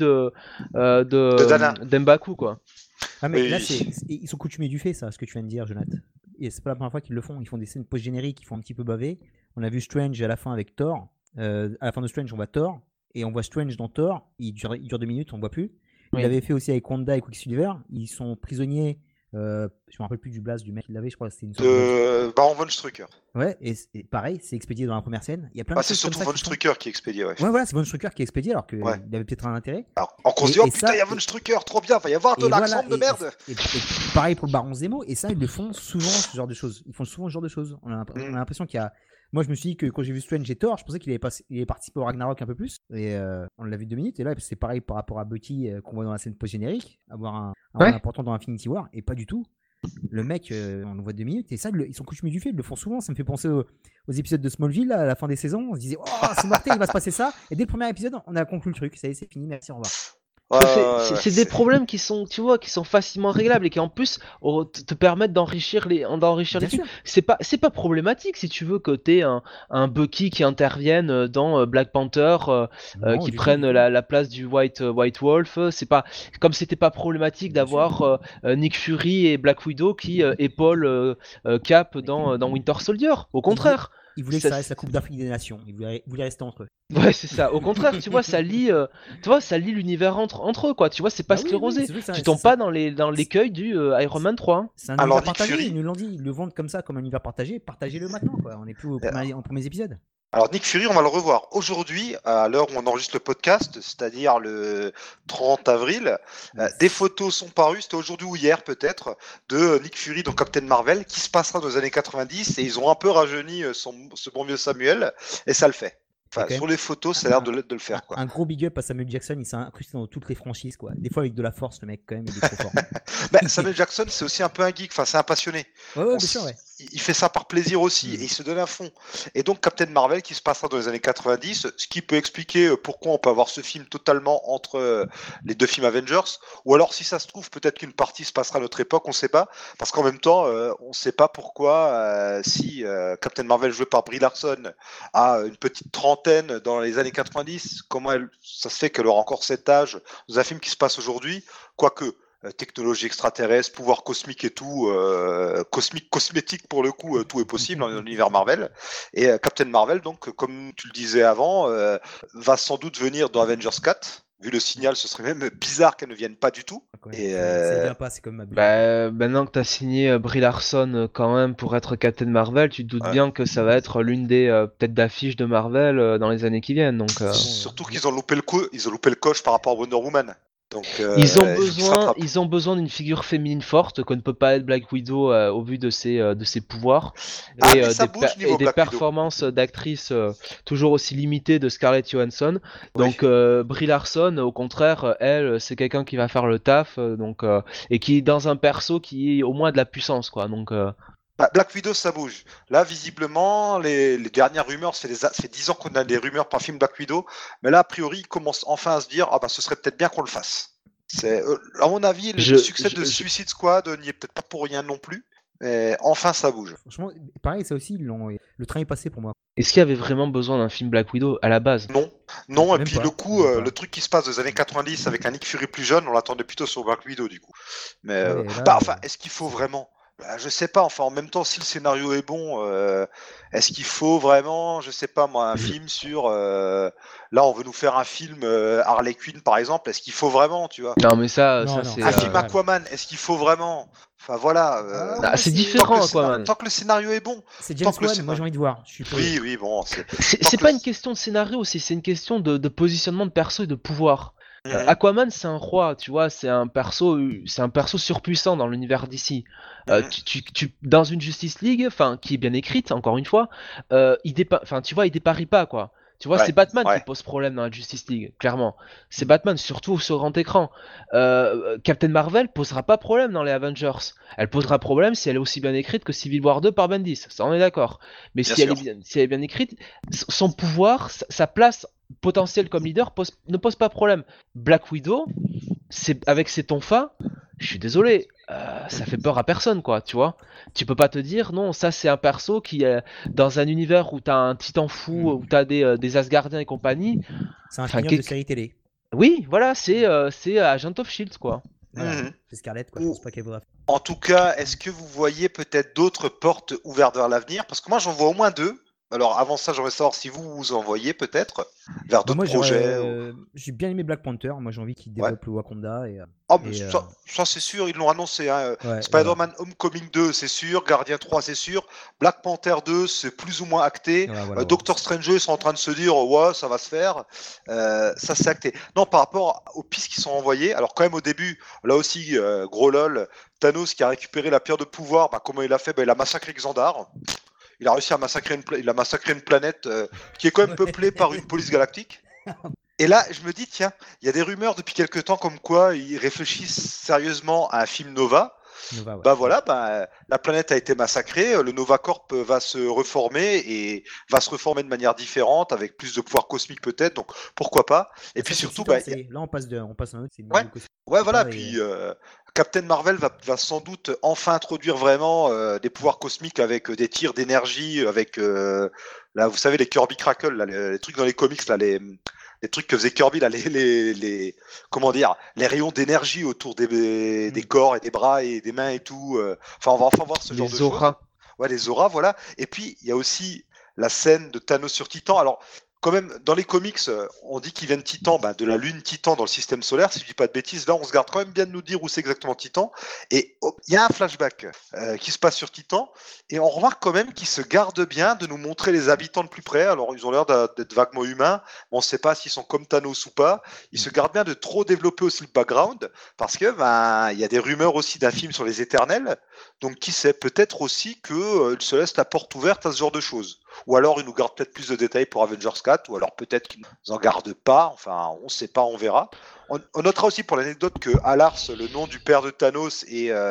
De Dana. d'Mbaku quoi. Ah, mais là, Oui. ils sont coutumés du fait, ça, ce que tu viens de dire, Jonathan. Et c'est pas la première fois qu'ils le font. Ils font des scènes post-génériques qui font un petit peu baver. On a vu Strange à la fin avec Thor. À la fin de Strange, on voit Thor. Et on voit Strange dans Thor. Il dure 2 minutes, on ne voit plus. Ils Oui. l'avaient fait aussi avec Wanda et Quicksilver. Ils sont prisonniers. Je me rappelle plus du blast du mec qui l'avait, je crois que c'était une sorte De Baron von Strucker. Ouais, et pareil, c'est expédié dans la première scène. Il y a plein Ah, de c'est choses comme surtout ça von qui font- Strucker qui expédie, ouais. Ouais, voilà, c'est Von Strucker qui est expédié alors qu'il Ouais. avait peut-être un intérêt. Alors, on se dit, Et oh putain, ça- il y a von Strucker, trop bien, va y avoir de Et l'accent voilà, de merde. et pareil pour le Baron Zemo, et ça, ils le font souvent, ce genre de choses. Ils font souvent ce genre de choses. On a l'impression qu'il y a. Moi, je me suis dit que quand j'ai vu Strange et Thor, je pensais qu'il avait participé au Ragnarok un peu plus. Et on l'a vu 2 minutes. Et là, c'est pareil par rapport à Bucky qu'on voit dans la scène post-générique, avoir un rôle Ouais. important dans Infinity War, et pas du tout. Le mec, on le voit 2 minutes, et ça, ils sont coutumés du fait, ils le font souvent. Ça me fait penser aux épisodes de Smallville là, à la fin des saisons. On se disait, oh, c'est mortel, il va se passer ça. Et dès le premier épisode, on a conclu le truc. Ça y est, c'est fini, merci, au revoir. C'est des problèmes qui sont, tu vois, qui sont facilement réglables et qui en plus te permettent d'enrichir les Bien films. sûr. C'est pas problématique si tu veux que t'aies un Bucky qui intervienne dans Black Panther, Non, qui du tout, prenne du tout. la place du White Wolf. C'est pas comme c'était pas problématique Bien d'avoir Nick Fury et Black Widow qui épaulent Cap dans Winter Soldier. Au contraire. Ils voulaient que Ça- ça reste la Coupe d'Afrique des Nations. Ils voulaient rester entre eux. Ouais, c'est ça. Au contraire, tu vois, ça lie l'univers entre eux, quoi. Tu vois, c'est pas Bah oui, sclérosé. c'est vrai que ça- Tu c'est tombes ça. pas dans l'écueil du Iron Man 3. Hein. C'est un Alors, univers Nick partagé, Fury- ils nous l'ont dit. Ils le vendent comme ça, comme un univers partagé. Partagez-le maintenant, quoi. On n'est plus en premiers épisodes. Alors, Nick Fury, on va le revoir aujourd'hui, à l'heure où on enregistre le podcast, c'est-à-dire le 30 avril. Des photos sont parues, c'était aujourd'hui ou hier peut-être, de Nick Fury dans Captain Marvel, qui se passera dans les années 90, et ils ont un peu rajeuni ce bon vieux Samuel, et ça le fait. Enfin, Ok. sur les photos, ça a l'air de le faire, quoi. Un gros big up à Samuel Jackson. Il s'est incrusté dans toutes les franchises, quoi. Des fois avec de la force, le mec, quand même, il est trop fort. Samuel Jackson, c'est aussi un peu un geek, enfin, c'est un passionné. Ouais, bien sûr, ouais. Il fait ça par plaisir aussi, et il se donne à fond. Et donc Captain Marvel qui se passera dans les années 90, ce qui peut expliquer pourquoi on peut avoir ce film totalement entre les deux films Avengers, ou alors si ça se trouve, peut-être qu'une partie se passera à notre époque, on ne sait pas, parce qu'en même temps, on ne sait pas pourquoi si Captain Marvel joué par Brie Larson a une petite trentaine dans les années 90, comment ça se fait qu'elle aura encore cet âge dans un film qui se passe aujourd'hui, quoique technologie extraterrestre, pouvoir cosmique et tout, cosmétique pour le coup, tout est possible dans l'univers Marvel. Et Captain Marvel, donc, comme tu le disais avant, va sans doute venir dans Avengers 4. Vu le signal, ce serait même bizarre qu'elle ne vienne pas du tout. Ouais, Et ça vient pas, c'est comme ma Maintenant que t'as signé Brie Larson quand même pour être Captain Marvel, tu te doutes bien que ça va être l'une des têtes d'affiche de Marvel dans les années qui viennent. Donc, surtout qu'ils ont loupé le coche par rapport à Wonder Woman. Donc, ils ont il besoin d'une figure féminine forte que ne peut pas être Black Widow au vu de ses pouvoirs mais ça bouge niveau des Black Widow. performances d'actrice toujours aussi limitées de Scarlett Johansson. Donc Brie Larson, au contraire, elle, c'est quelqu'un qui va faire le taf, et qui est dans un perso qui est au moins de la puissance, quoi. Donc Black Widow, ça bouge. Là, visiblement, les dernières rumeurs, ça fait 10 ans qu'on a des rumeurs par film Black Widow, mais là, a priori, ils commencent enfin à se dire, ce serait peut-être bien qu'on le fasse. C'est, à mon avis, le succès de Suicide Squad n'y est peut-être pas pour rien non plus, mais enfin, ça bouge. Franchement, pareil, ça aussi, le train est passé pour moi. est-ce qu'il y avait vraiment besoin d'un film Black Widow à la base? Non, et Même puis pas, le coup, même pas. le truc qui se passe des années 90 avec un Nick Fury plus jeune, on l'attendait plutôt sur Black Widow, du coup. Mais, Ouais, là, est-ce qu'il faut vraiment? Je sais pas, enfin en même temps si le scénario est bon, est-ce qu'il faut vraiment, je sais pas moi, un film sur là on veut nous faire un film Harley Quinn par exemple, est-ce qu'il faut vraiment, tu vois? Non mais ça Non, c'est Un film ouais. Aquaman, est-ce qu'il faut vraiment? Enfin voilà. c'est différent tant que Aquaman. tant que le scénario est bon. c'est James tant que le Wan, moi j'ai envie de voir. Je suis curieux. Oui, bon, c'est C'est que pas le- une question de scénario aussi, c'est une question de positionnement de perso et de pouvoir. Mhm. Aquaman c'est un roi, tu vois, c'est un perso surpuissant dans l'univers d'ici. Mhm. Dans une Justice League, enfin qui est bien écrite, encore une fois, il déparie pas quoi. Tu vois, Ouais, c'est Batman ouais. qui pose problème dans la Justice League, clairement. C'est Batman, surtout sur grand écran. Captain Marvel posera pas problème dans les Avengers. Elle posera problème si elle est aussi bien écrite que Civil War 2 par Bendis, ça on est d'accord. Mais Bien si elle sûr. est bien écrite, son pouvoir, sa place potentiel comme leader ne pose pas problème. Black Widow, avec ses tonfas, je suis désolé, ça fait peur à personne, quoi, tu vois. Tu peux pas te dire, non, ça c'est un perso qui est dans un univers où t'as un titan fou, où t'as des Asgardiens et compagnie. C'est un Enfin, spin-off de série télé. Oui, voilà, c'est Agent of Shield, quoi. Voilà, Mhm. c'est Scarlett, quoi. Je pense pas qu'elle voudra. En tout cas, est-ce que vous voyez peut-être d'autres portes ouvertes vers l'avenir? Parce que moi, j'en vois au moins deux. Alors, avant ça, j'aimerais savoir si vous en voyez peut-être vers Bah, d'autres moi, projets. j'ai bien aimé Black Panther. Moi, j'ai envie qu'il Ouais. développe le Wakanda. Ah, mais et, ça, c'est sûr, ils l'ont annoncé. Hein. ouais, Spider-Man Homecoming 2, c'est sûr. Gardien 3, c'est sûr. Black Panther 2, c'est plus ou moins acté. voilà. Doctor Strange, ils sont en train de se dire, ouais, ça va se faire. Ça, c'est acté. Non, par rapport aux pistes qui sont envoyées, alors quand même au début, là aussi, gros lol, Thanos qui a récupéré la pierre de pouvoir, bah, comment il a fait? Bah, il a massacré Xandar. Il a réussi à massacrer une planète qui est quand même peuplée par une police galactique. Et là, je me dis, tiens, il y a des rumeurs depuis quelques temps comme quoi ils réfléchissent sérieusement à un film Nova. Nova, ouais. Bah voilà, bah, la planète a été massacrée, le Nova Corp va se reformer et va se reformer de manière différente, avec plus de pouvoir cosmique peut-être, donc pourquoi pas. Et Ça, puis c'est surtout, excitant, bah, ça y est. Là, on passe à un autre. C'est une Ouais. nouvelle cosmique. ouais, voilà, Et- puis Captain Marvel va sans doute enfin introduire vraiment des pouvoirs cosmiques avec des tirs d'énergie, avec là, vous savez, les Kirby Crackle, là, les trucs dans les comics, là, les trucs que faisait Kirby, là, comment dire, les rayons d'énergie autour des corps et des bras et des mains et tout. Enfin, on va enfin voir ce genre de Les choses. auras. Ouais, les auras, voilà. Et puis, il y a aussi la scène de Thanos sur Titan. Alors, quand même, dans les comics, on dit qu'il vient de Titan, bah, de la lune Titan dans le système solaire, si je dis pas de bêtises. Là, on se garde quand même bien de nous dire où c'est exactement Titan. Et il y a un flashback qui se passe sur Titan. Et on remarque quand même qu'ils se gardent bien de nous montrer les habitants de plus près. Alors, ils ont l'air d'être vaguement humains. Mais on ne sait pas s'ils sont comme Thanos ou pas. Ils se gardent bien de trop développer aussi le background. Parce que, ben, il y a des rumeurs aussi d'un film sur les Éternels. Donc, qui sait, peut-être aussi qu'ils se laissent la porte ouverte à ce genre de choses. Ou alors, ils nous gardent peut-être plus de détails pour Avengers 4, ou alors peut-être qu'ils nous en gardent pas. Enfin, on ne sait pas, on verra. On notera aussi pour l'anecdote que Alars, le nom du père de Thanos,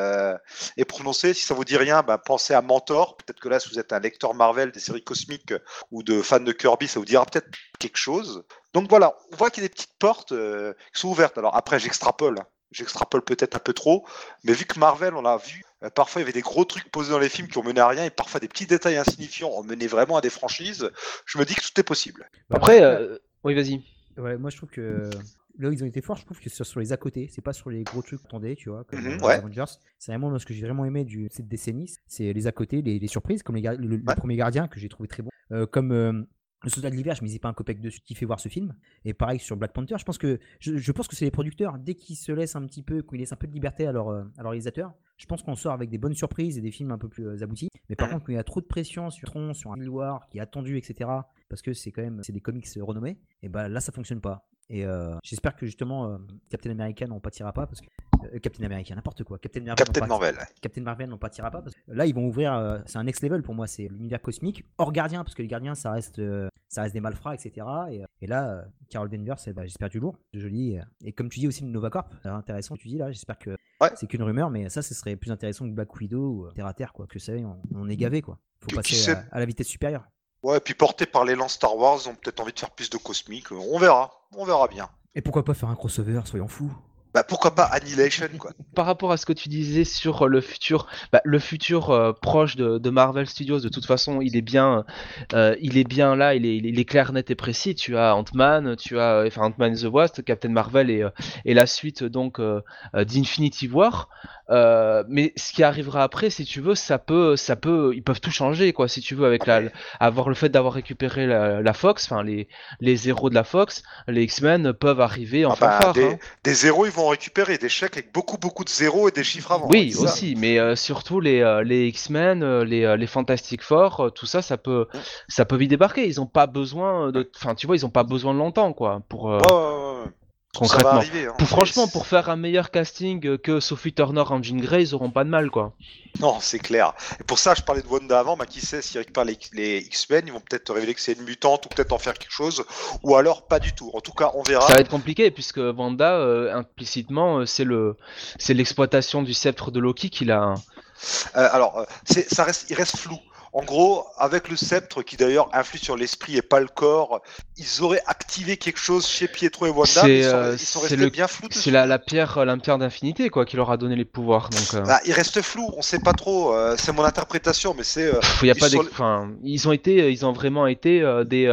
est prononcé. Si ça vous dit rien, ben, pensez à Mentor. Peut-être que là, si vous êtes un lecteur Marvel, des séries cosmiques ou de fan de Kirby, ça vous dira peut-être quelque chose. Donc voilà, on voit qu'il y a des petites portes qui sont ouvertes. Alors après, j'extrapole peut-être un peu trop, mais vu que Marvel, on l'a vu, parfois il y avait des gros trucs posés dans les films qui ont mené à rien, et parfois des petits détails insignifiants ont mené vraiment à des franchises, je me dis que tout est possible. Après, oui, vas-y. Ouais, moi, je trouve que là où ils ont été forts, je trouve que c'est sur les à côté. C'est pas sur les gros trucs qu'on attendait, tu vois, comme les Ouais. Avengers. C'est vraiment ce que j'ai vraiment aimé de cette décennie. C'est les à côté, les surprises, comme le Ouais. premier gardien que j'ai trouvé très bon. Comme le soldat de l'hiver, je ne me disais pas un copec dessus qui fait voir ce film. Et pareil sur Black Panther, je pense que c'est les producteurs, dès qu'ils se laissent un petit peu, qu'ils laissent un peu de liberté à leurs réalisateurs, je pense qu'on sort avec des bonnes surprises et des films un peu plus aboutis. Mais par contre, quand il y a trop de pression sur un Civil War qui est attendu, etc., parce que c'est des comics renommés, et bah là ça fonctionne pas. Et j'espère que justement Captain America n'en pâtira pas parce que Captain America, n'importe quoi. Captain Marvel n'en pâtira pas parce que là ils vont ouvrir, c'est un next level pour moi, c'est l'univers cosmique hors gardien parce que les gardiens ça reste des malfrats, etc. Et là, Carol Danvers, j'espère du lourd, du joli. Et comme tu dis aussi le Nova Corp, c'est intéressant. Tu dis là, j'espère que c'est qu'une rumeur, mais ça, ce serait plus intéressant que Black Widow ou Terre à Terre, quoi. Que ça, on est gavé, quoi. Faut passer à la vitesse supérieure. Ouais, et puis portés par l'élan Star Wars, ils ont peut-être envie de faire plus de cosmique. On verra bien. Et pourquoi pas faire un crossover, soyons fous. Bah pourquoi pas Annihilation, quoi. Par rapport à ce que tu disais sur le futur, le futur proche de Marvel Studios, de toute façon, il est bien là, il est clair, net et précis. Tu as Ant-Man, Ant-Man and the Wasp, Captain Marvel et la suite donc d'Infinity War. Mais ce qui arrivera après, si tu veux, ça peut, ils peuvent tout changer, quoi, si tu veux, avec avoir le fait d'avoir récupéré la Fox, enfin les héros de la Fox, les X-Men peuvent arriver en fanfare. Des zéros, ils vont récupérer des chèques avec beaucoup de zéros et des chiffres avant. Oui, aussi, mais surtout les X-Men, les Fantastic Four, tout ça, ça peut vite débarquer. Ils ont pas besoin ils ont pas besoin de longtemps, quoi, pour. Concrètement. Ça va arriver, hein. Franchement, pour faire un meilleur casting que Sophie Turner en Jean Grey, ils auront pas de mal, quoi. Non, c'est clair. Et pour ça, je parlais de Wanda avant, qui sait, s'ils récupèrent les X-Men, ils vont peut-être révéler que c'est une mutante ou peut-être en faire quelque chose, ou alors pas du tout. En tout cas, on verra. Ça va être compliqué puisque Wanda, implicitement, c'est l'exploitation du sceptre de Loki qu'il a. Il reste flou. En gros, avec le sceptre qui d'ailleurs influe sur l'esprit et pas le corps, ils auraient activé quelque chose chez Pietro et Wanda, mais ils sont restés bien flous dessus. C'est la pierre d'infinité quoi qui leur a donné les pouvoirs. Donc, Bah, il reste flou, on sait pas trop. C'est mon interprétation, mais c'est. y a pas ils ont vraiment été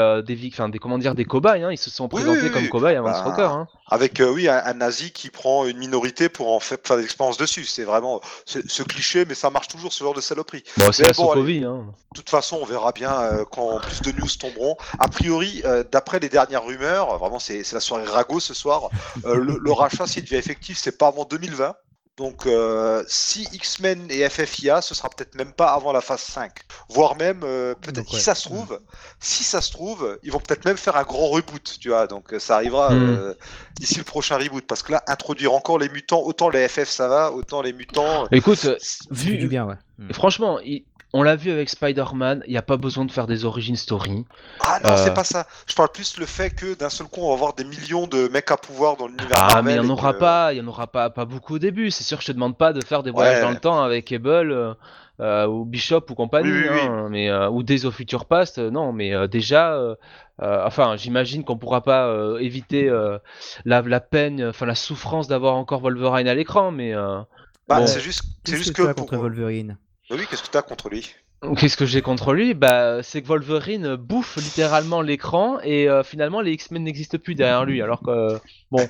des cobayes. Hein. Ils se sont présentés comme cobayes avant ce record. Hein. Avec un nazi qui prend une minorité pour en faire des expériences dessus. C'est vraiment ce cliché, mais ça marche toujours ce genre de saloperie. Bon, c'est la Sokovie. Hein. De toute façon, on verra bien quand plus de news tomberont. A priori, d'après les dernières rumeurs, vraiment c'est la soirée ragot ce soir. Le rachat, s'il devient effectif, c'est pas avant 2020. Donc, si X-Men et FFIA, ce sera peut-être même pas avant la phase 5. Voire même, peut-être, Donc, ouais. si ça se trouve, ils vont peut-être même faire un grand reboot, tu vois. Donc, ça arrivera d'ici le prochain reboot. Parce que là, introduire encore les mutants, autant les FF ça va, autant les mutants. Écoute, Ça fait du bien, ouais. franchement, on l'a vu avec Spider-Man, il n'y a pas besoin de faire des origin story. Ah non, c'est pas ça. Je parle plus le fait que d'un seul coup, on va avoir des millions de mecs à pouvoir dans l'univers Marvel. Mais il n'y en aura pas beaucoup au début. C'est sûr que je te demande pas de faire des voyages dans le temps avec Cable ou Bishop ou compagnie, mais ou Days of Future Past, non, mais déjà, j'imagine qu'on pourra pas éviter la peine, la souffrance d'avoir encore Wolverine à l'écran, mais bon. C'est juste que contre Wolverine. Oui, qu'est-ce que t'as contre lui? Qu'est-ce que j'ai contre lui? C'est que Wolverine bouffe littéralement l'écran et finalement les X-Men n'existent plus derrière lui. Alors que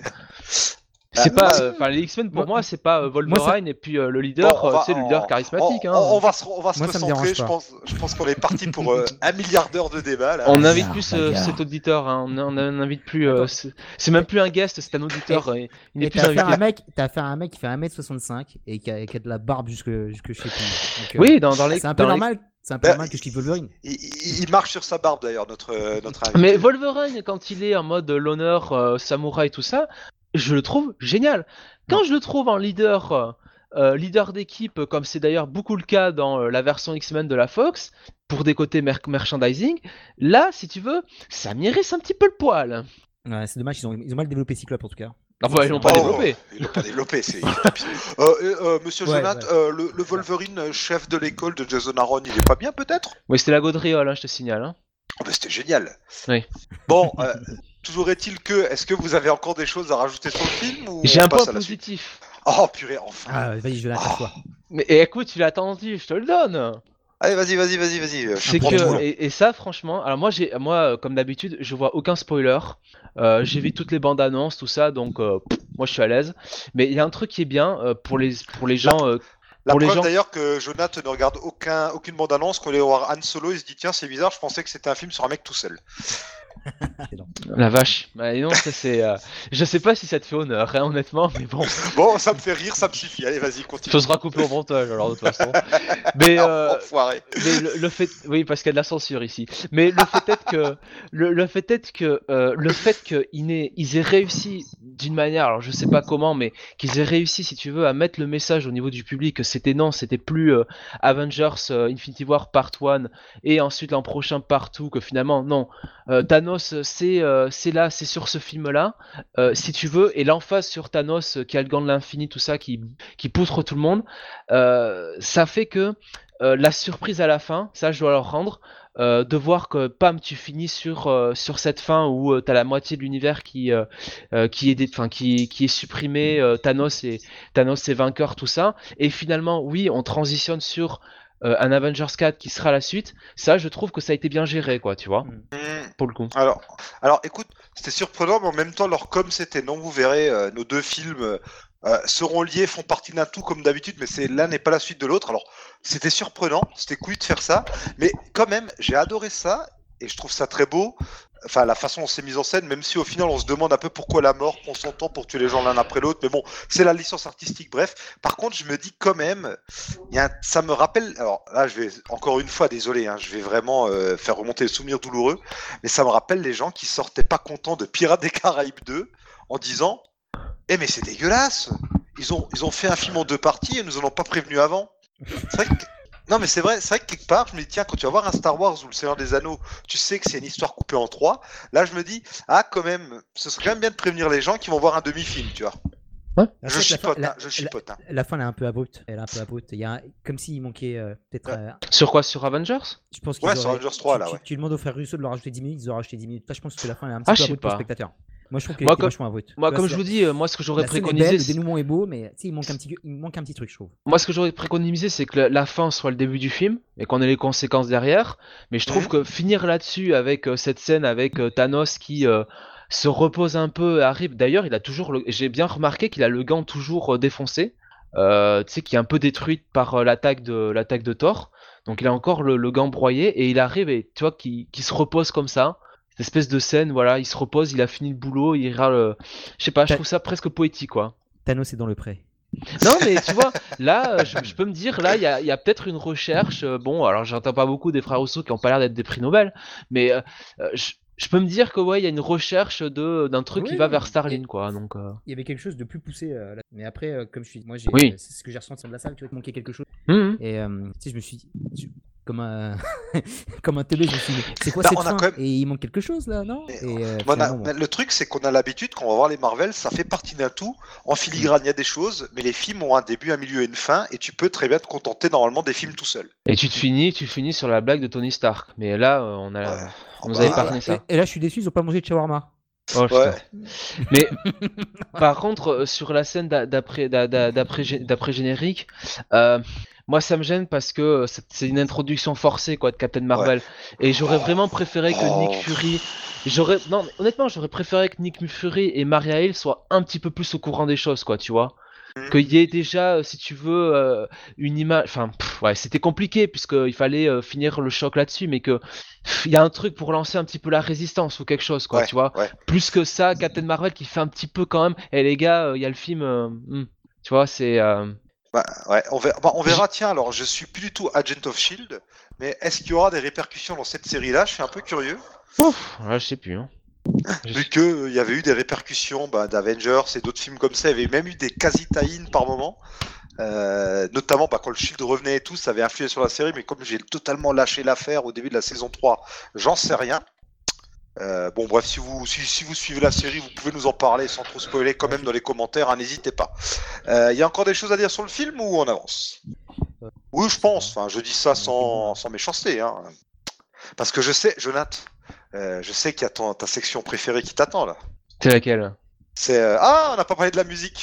c'est pas, les X-Men pour moi c'est pas Wolverine et puis le leader, c'est le leader charismatique. On va se concentrer. Je pense qu'on est parti pour 1 milliard d'heures de débat. Là. On n'invite plus cet auditeur. On n'invite plus. C'est même plus un guest, c'est un auditeur. Il n'est plus invité. T'as affaire à un mec qui fait 1m65 et qui a de la barbe jusque chez lui. Donc, oui, dans les. C'est un peu normal. C'est un peu normal que je kiffe Wolverine. Il marche sur sa barbe d'ailleurs, notre invité. Mais Wolverine, quand il est en mode l'honneur, samouraï, tout ça, je le trouve génial. Quand je le trouve en leader d'équipe, comme c'est d'ailleurs beaucoup le cas dans la version X-Men de la Fox, pour des côtés merchandising, là, si tu veux, ça m'irrisse un petit peu le poil. Ouais, c'est dommage, ils ont mal développé Cyclope en tout cas. Enfin, ils l'ont pas développé. Ils l'ont pas développé, c'est. Monsieur Jonathan, le Wolverine chef de l'école de Jason Aaron, il est pas bien peut-être? Oui, c'était la gaudriole, je te signale. Hein. Oh, bah, c'était génial. Oui. Bon, toujours est-il que, est-ce que vous avez encore des choses à rajouter sur le film ou j'ai un point positif. Oh purée, enfin. Ah, vas-y, je vais l'attendre. Mais écoute, tu l'as attendu, je te le donne. Allez, vas-y. C'est que et ça franchement, alors moi comme d'habitude, je vois aucun spoiler. J'évite toutes les bandes annonces, tout ça, donc moi je suis à l'aise. Mais il y a un truc qui est bien pour les gens. La preuve d'ailleurs que Jonathan ne regarde aucune bande annonce, quand il est voir Han Solo, il se dit tiens c'est bizarre, je pensais que c'était un film sur un mec tout seul. La vache. Non, ça c'est. Je sais pas si ça te fait honneur, hein, honnêtement, mais bon. Bon, ça me fait rire, ça me suffit. Allez, vas-y, continue. Ça sera coupé au montage, alors de toute façon. Mais, enfoiré. Mais le fait, oui, parce qu'il y a de la censure ici. Mais le fait qu'ils aient réussi d'une manière, alors je sais pas comment, mais qu'ils aient réussi, si tu veux, à mettre le message au niveau du public que c'était plus Avengers Infinity War Part 1 et ensuite l'an prochain Part 2, que finalement non. Thanos, c'est là, c'est sur ce film-là, si tu veux, et l'emphase sur Thanos qui a le gant de l'infini, tout ça, qui poutre tout le monde, ça fait que la surprise à la fin, ça je dois leur rendre, de voir que pam, tu finis sur cette fin où t'as la moitié de l'univers qui est supprimé, Thanos est vainqueur, tout ça, et finalement, oui, on transitionne sur un Avengers 4 qui sera la suite. Ça, je trouve que ça a été bien géré, quoi, tu vois. Pour le coup. Alors, écoute, c'était surprenant, mais en même temps, leur com, c'était non, vous verrez, nos deux films seront liés, font partie d'un tout comme d'habitude, mais l'un n'est pas la suite de l'autre. Alors, c'était surprenant, c'était cool de faire ça, mais quand même, j'ai adoré ça, et je trouve ça très beau. Enfin, la façon dont c'est mis en scène, même si au final on se demande un peu pourquoi la mort prend son temps pour tuer les gens l'un après l'autre, mais bon, c'est la licence artistique, bref. Par contre, je me dis quand même, ça me rappelle, alors là je vais, encore une fois, désolé, hein, je vais vraiment faire remonter les souvenirs douloureux, mais ça me rappelle les gens qui sortaient pas contents de Pirates des Caraïbes 2 en disant « Eh mais c'est dégueulasse, ils ont fait un film en 2 parties et nous en ont pas prévenu avant ». C'est vrai que... Non mais c'est vrai que quelque part, je me dis tiens, quand tu vas voir un Star Wars ou le Seigneur des Anneaux, tu sais que c'est une histoire coupée en 3. Là je me dis, quand même, ce serait quand même bien de prévenir les gens qui vont voir un demi-film, tu vois. C'est Je vrai que chipote, hein, je chipote. Hein. la fin elle est un peu abrupte. Elle est un peu abrupte. Il y a comme s'il manquait peut-être. Sur quoi? Sur Avengers? Je pense qu'ils Ouais, sur auraient. Avengers 3, là, ouais. Tu demandes aux frères Russo de leur rajouter 10 minutes, ils auraient rajouté 10 minutes. Là, je pense que la fin elle est un Ah, petit je peu sais abrupte pour le pas. spectateur. Moi, je trouve qu'elle Moi, était vachement abrupte. Moi, Tu vois, comme c'est je vous la- dis, moi, ce que j'aurais La scène est préconisé, belle, le dénouement est beau, mais tu sais, il manque un petit truc, je trouve. moi, ce que j'aurais préconisé, c'est que la fin soit le début du film et qu'on ait les conséquences derrière. Mais je trouve que finir là-dessus avec cette scène avec Thanos qui se repose un peu, arrive. D'ailleurs, il a toujours j'ai bien remarqué qu'il a le gant toujours défoncé. Tu sais, qui est un peu détruite par l'attaque de Thor. Donc, il a encore le gant broyé et il arrive et tu vois qui se repose comme ça. Cette espèce de scène, voilà, il se repose, il a fini le boulot, il ira le. Je sais pas, je trouve ça presque poétique, quoi. Thanos est dans le pré. Non, mais tu vois, là, je peux me dire, là, il y a peut-être une recherche. Bon, alors j'entends pas beaucoup des frères Rousseau qui ont pas l'air d'être des prix Nobel, mais je peux me dire que ouais, il y a une recherche d'un truc qui Oui, va oui. vers Starlin, quoi. Donc, Il y avait quelque chose de plus poussé. Mais après, comme je suis, moi, Oui. c'est ce que j'ai ressenti de la salle, tu vois, il manquait quelque chose. Mhm. Et tu sais, je me suis dit, comme un comme un teubé, je me suis dit, c'est quoi Bah, cette on a fin quand même- Et il manque quelque chose là, non Et, finalement, bon. Le truc, c'est qu'on a l'habitude, quand on va voir les Marvel, ça fait partie d'un tout. En filigrane, il y a des choses, mais les films ont un début, un milieu et une fin, et tu peux très bien te contenter normalement des films tout seul. Et tu finis sur la blague de Tony Stark. Mais là, on nous a épargné ça. Et là, je suis déçu, ils ont pas mangé de shawarma. Oh, putain. Ouais. Mais par contre, sur la scène d'après générique, moi ça me gêne parce que c'est une introduction forcée quoi de Captain Marvel et j'aurais vraiment préféré que Nick Fury, non mais honnêtement j'aurais préféré que Nick Fury et Maria Hill soient un petit peu plus au courant des choses quoi, tu vois. Qu'il y ait déjà, si tu veux, une image. Enfin, ouais, c'était compliqué puisqu'il fallait finir le choc là-dessus, mais que il y a un truc pour lancer un petit peu la résistance ou quelque chose, quoi, tu vois. Ouais. Plus que ça, Captain Marvel qui fait un petit peu quand même. Et les gars, il y a le film. Tu vois, c'est. Bah, ouais, on verra. Tiens, alors je suis plus du tout Agent of Shield, mais est-ce qu'il y aura des répercussions dans cette série-là? Je suis un peu curieux. Ouf, là, je sais plus. Hein. Vu qu'il y avait eu des répercussions d'Avengers et d'autres films comme ça, il y avait même eu des quasi-tie-in par moment. Notamment quand le Shield revenait et tout, ça avait influé sur la série, mais comme j'ai totalement lâché l'affaire au début de la saison 3, j'en sais rien. Bon bref, si vous suivez la série, vous pouvez nous en parler sans trop spoiler quand même dans les commentaires, hein, n'hésitez pas. Il y a encore des choses à dire sur le film ou on avance? Oui, je pense, enfin, je dis ça sans méchanceté, hein. Parce que je sais, Jonathan, je sais qu'il y a ta section préférée qui t'attend là. C'est laquelle? C'est on n'a pas parlé de la musique.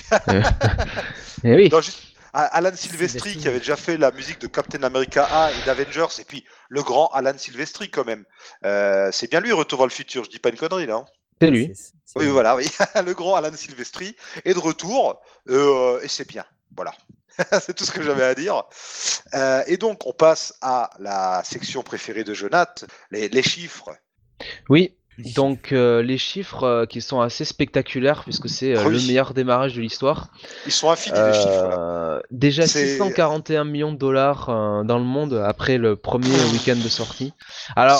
Eh oui. Non, juste Alan Silvestri qui avait déjà fait la musique de Captain America 1 et d'Avengers, et puis le grand Alan Silvestri quand même. C'est bien lui, Retour vers le futur, je dis pas une connerie là. Hein. C'est lui. Oui, voilà, oui. Le grand Alan Silvestri est de retour, et c'est bien. Voilà. C'est tout ce que j'avais à dire. Et donc, on passe à la section préférée de Jonathan, les chiffres. Oui, donc les chiffres qui sont assez spectaculaires puisque c'est le meilleur démarrage de l'histoire. Ils sont infinis les chiffres là. Déjà 641 millions de dollars dans le monde après le premier week-end de sortie. Alors,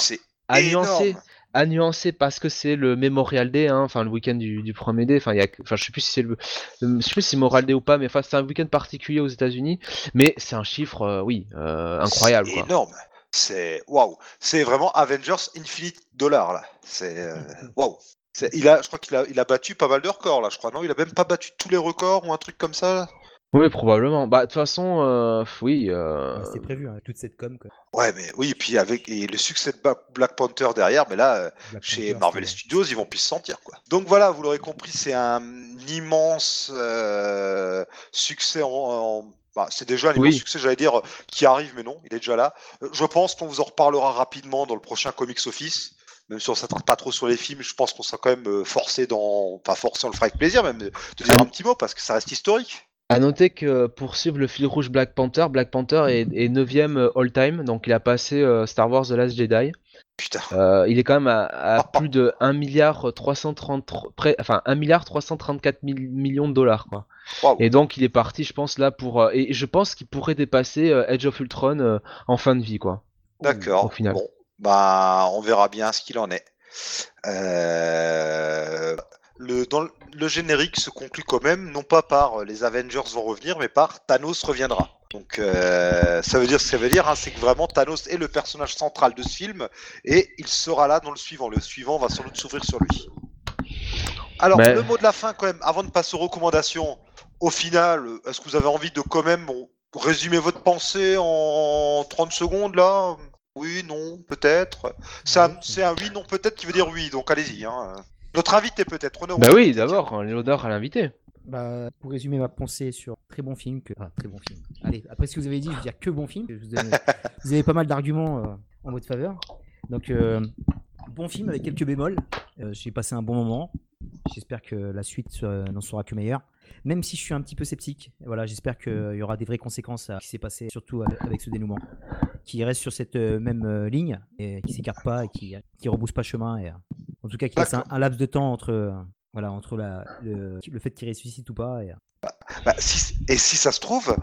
à nuancer parce que c'est le Memorial Day, hein, enfin le week-end du 1er day, je sais plus si c'est je sais plus si c'est Memorial Day ou pas, mais enfin c'est un week-end particulier aux États-Unis, mais c'est un chiffre, incroyable. C'est quoi. énorme. C'est waouh. C'est vraiment Avengers Infinite Dollar là. C'est waouh. Je crois qu'il a battu pas mal de records là. Je crois non, il a même pas battu tous les records ou un truc comme ça. Là. Oui, probablement. Bah de toute façon, oui. C'est prévu, hein, toute cette com. Quoi. Ouais, mais oui, et puis et le succès de Black Panther derrière, mais là, chez Marvel Studios, ils vont plus se sentir quoi. Donc voilà, vous l'aurez compris, c'est un immense succès c'est déjà un immense succès, j'allais dire, qui arrive, mais non, il est déjà là. Je pense qu'on vous en reparlera rapidement dans le prochain Comics Office. Même si on ne s'attarde pas trop sur les films, je pense qu'on sera quand même forcé on le fera avec plaisir même, de dire un petit mot, parce que ça reste historique. À noter que pour suivre le fil rouge Black Panther est 9ème all-time, donc il a passé Star Wars The Last Jedi. Putain. Il est quand même à plus de 1,334 millions de dollars quoi. Wow. Et donc il est parti, je pense là pour et je pense qu'il pourrait dépasser Age of Ultron en fin de vie quoi. D'accord. Au final. Bon, on verra bien ce qu'il en est. Le générique se conclut quand même, non pas par les Avengers vont revenir, mais par Thanos reviendra. Donc ça veut dire ce que ça veut dire, hein, c'est que vraiment Thanos est le personnage central de ce film et il sera là dans le suivant. Le suivant va sans doute s'ouvrir sur lui. Alors le mot de la fin quand même, avant de passer aux recommandations, au final, est-ce que vous avez envie de quand même résumer votre pensée en 30 secondes là? Oui, non, peut-être. C'est un oui, non, peut-être qui veut dire oui, donc allez-y. Hein. Notre invité peut-être. Honneur Bah au oui, invité, d'abord, l'honneur à l'invité. Bah, pour résumer ma pensée sur très bon film, très bon film. Allez, après ce que vous avez dit, je veux dire que bon film. Vous avez pas mal d'arguments en votre faveur. Donc, bon film avec quelques bémols. J'ai passé un bon moment. J'espère que la suite n'en sera que meilleure. Même si je suis un petit peu sceptique, voilà, j'espère qu'il y aura des vraies conséquences à ce qui s'est passé, surtout avec ce dénouement, qui reste sur cette même ligne et qui s'écarte pas et qui rebrousse pas chemin. Et, en tout cas, qu'il laisse un laps de temps entre, entre le fait qu'il ressuscite ou pas. si ça se trouve,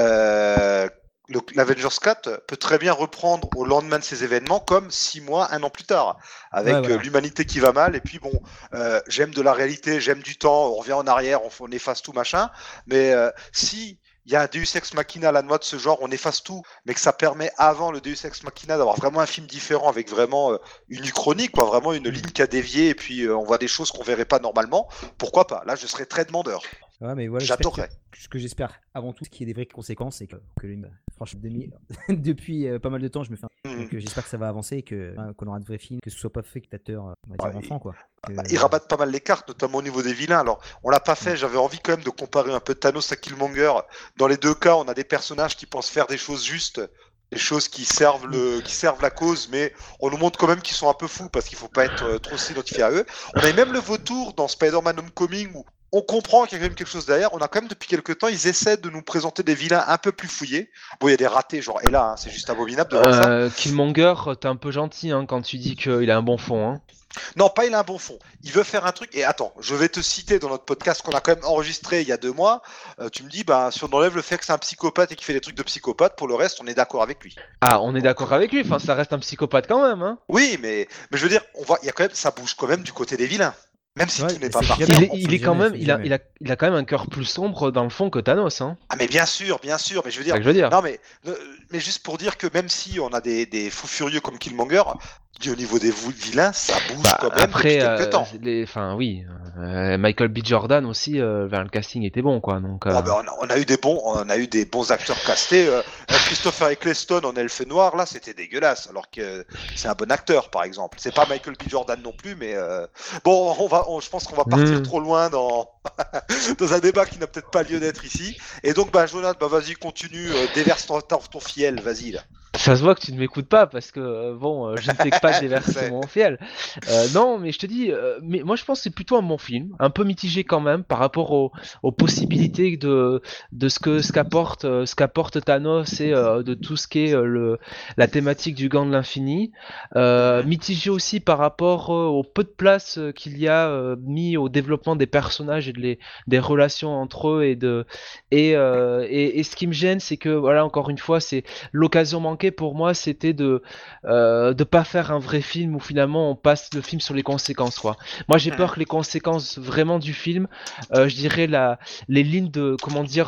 l'Avengers 4 peut très bien reprendre au lendemain de ces événements comme 6 mois, 1 an plus tard, avec l'humanité qui va mal, et puis bon, j'aime de la réalité, j'aime du temps, on revient en arrière, on efface tout, machin, mais si il y a un Deus Ex Machina à la noix de ce genre, on efface tout, mais que ça permet avant le Deus Ex Machina d'avoir vraiment un film différent avec vraiment une uchronie, quoi, vraiment une ligne qui a dévié, et puis on voit des choses qu'on verrait pas normalement, pourquoi pas? Là, je serais très demandeur. Ouais, mais voilà, j'adorerais. Ce que j'espère avant tout, c'est qu'il y ait des vraies conséquences et que franchement, depuis pas mal de temps, je me fais. Donc j'espère que ça va avancer et qu'on aura de vrais films, que ce soit pas spectateur, on va dire enfant, quoi. Ils rabattent pas mal les cartes, notamment au niveau des vilains. Alors, on l'a pas fait, j'avais envie quand même de comparer un peu Thanos à Killmonger. Dans les deux cas, on a des personnages qui pensent faire des choses justes, des choses qui servent la cause, mais on nous montre quand même qu'ils sont un peu fous parce qu'il faut pas être trop s'identifier à eux. On a même le vautour dans Spider-Man Homecoming où on comprend qu'il y a quand même quelque chose derrière. On a quand même depuis quelques temps, ils essaient de nous présenter des vilains un peu plus fouillés. Bon, il y a des ratés, genre, et là, hein, c'est juste abominable de voir ça. Killmonger, t'es un peu gentil hein, quand tu dis qu'il a un bon fond. Hein. Non, pas il a un bon fond. Il veut faire un truc. Et attends, je vais te citer dans notre podcast qu'on a quand même enregistré il y a 2 mois. Tu me dis, si on enlève le fait que c'est un psychopathe et qu'il fait des trucs de psychopathe, pour le reste, on est d'accord avec lui. Ah, on est d'accord avec lui. Enfin, ça reste un psychopathe quand même. Hein. Oui, mais je veux dire, il y a quand même, ça bouge quand même du côté des vilains. Même si tout n'est pas parfait. Il a quand même un cœur plus sombre dans le fond que Thanos. Hein. Ah mais bien sûr, mais je veux dire. C'est ça que je veux dire. Non mais juste pour dire que même si on a des fous furieux comme Killmonger, au niveau des vilains, ça bouge quand même après, depuis quelques temps. Michael B. Jordan aussi, le casting était bon quoi. Donc. On a eu des bons acteurs castés. Christopher Eccleston en Elfe Noir, là, c'était dégueulasse. Alors que c'est un bon acteur, par exemple. C'est pas Michael B. Jordan non plus, mais je pense qu'on va partir trop loin dans un débat qui n'a peut-être pas lieu d'être ici. Et donc, Jonathan, vas-y, continue, déverse ton fiel, vas-y là. Ça se voit que tu ne m'écoutes pas parce que je ne fais que pas déverser mon fiel. Non, mais je te dis, mais moi je pense que c'est plutôt un bon film, un peu mitigé quand même par rapport aux possibilités de ce qu'apporte Thanos et de tout ce qui est la thématique du gant de l'infini. Mitigé aussi par rapport au peu de place qu'il y a mis au développement des personnages et des relations entre eux et ce qui me gêne, c'est que voilà, encore une fois, c'est l'occasion manquée pour moi, c'était de pas faire un vrai film où finalement on passe le film sur les conséquences quoi. Moi j'ai peur que les conséquences vraiment du film, je dirais les lignes de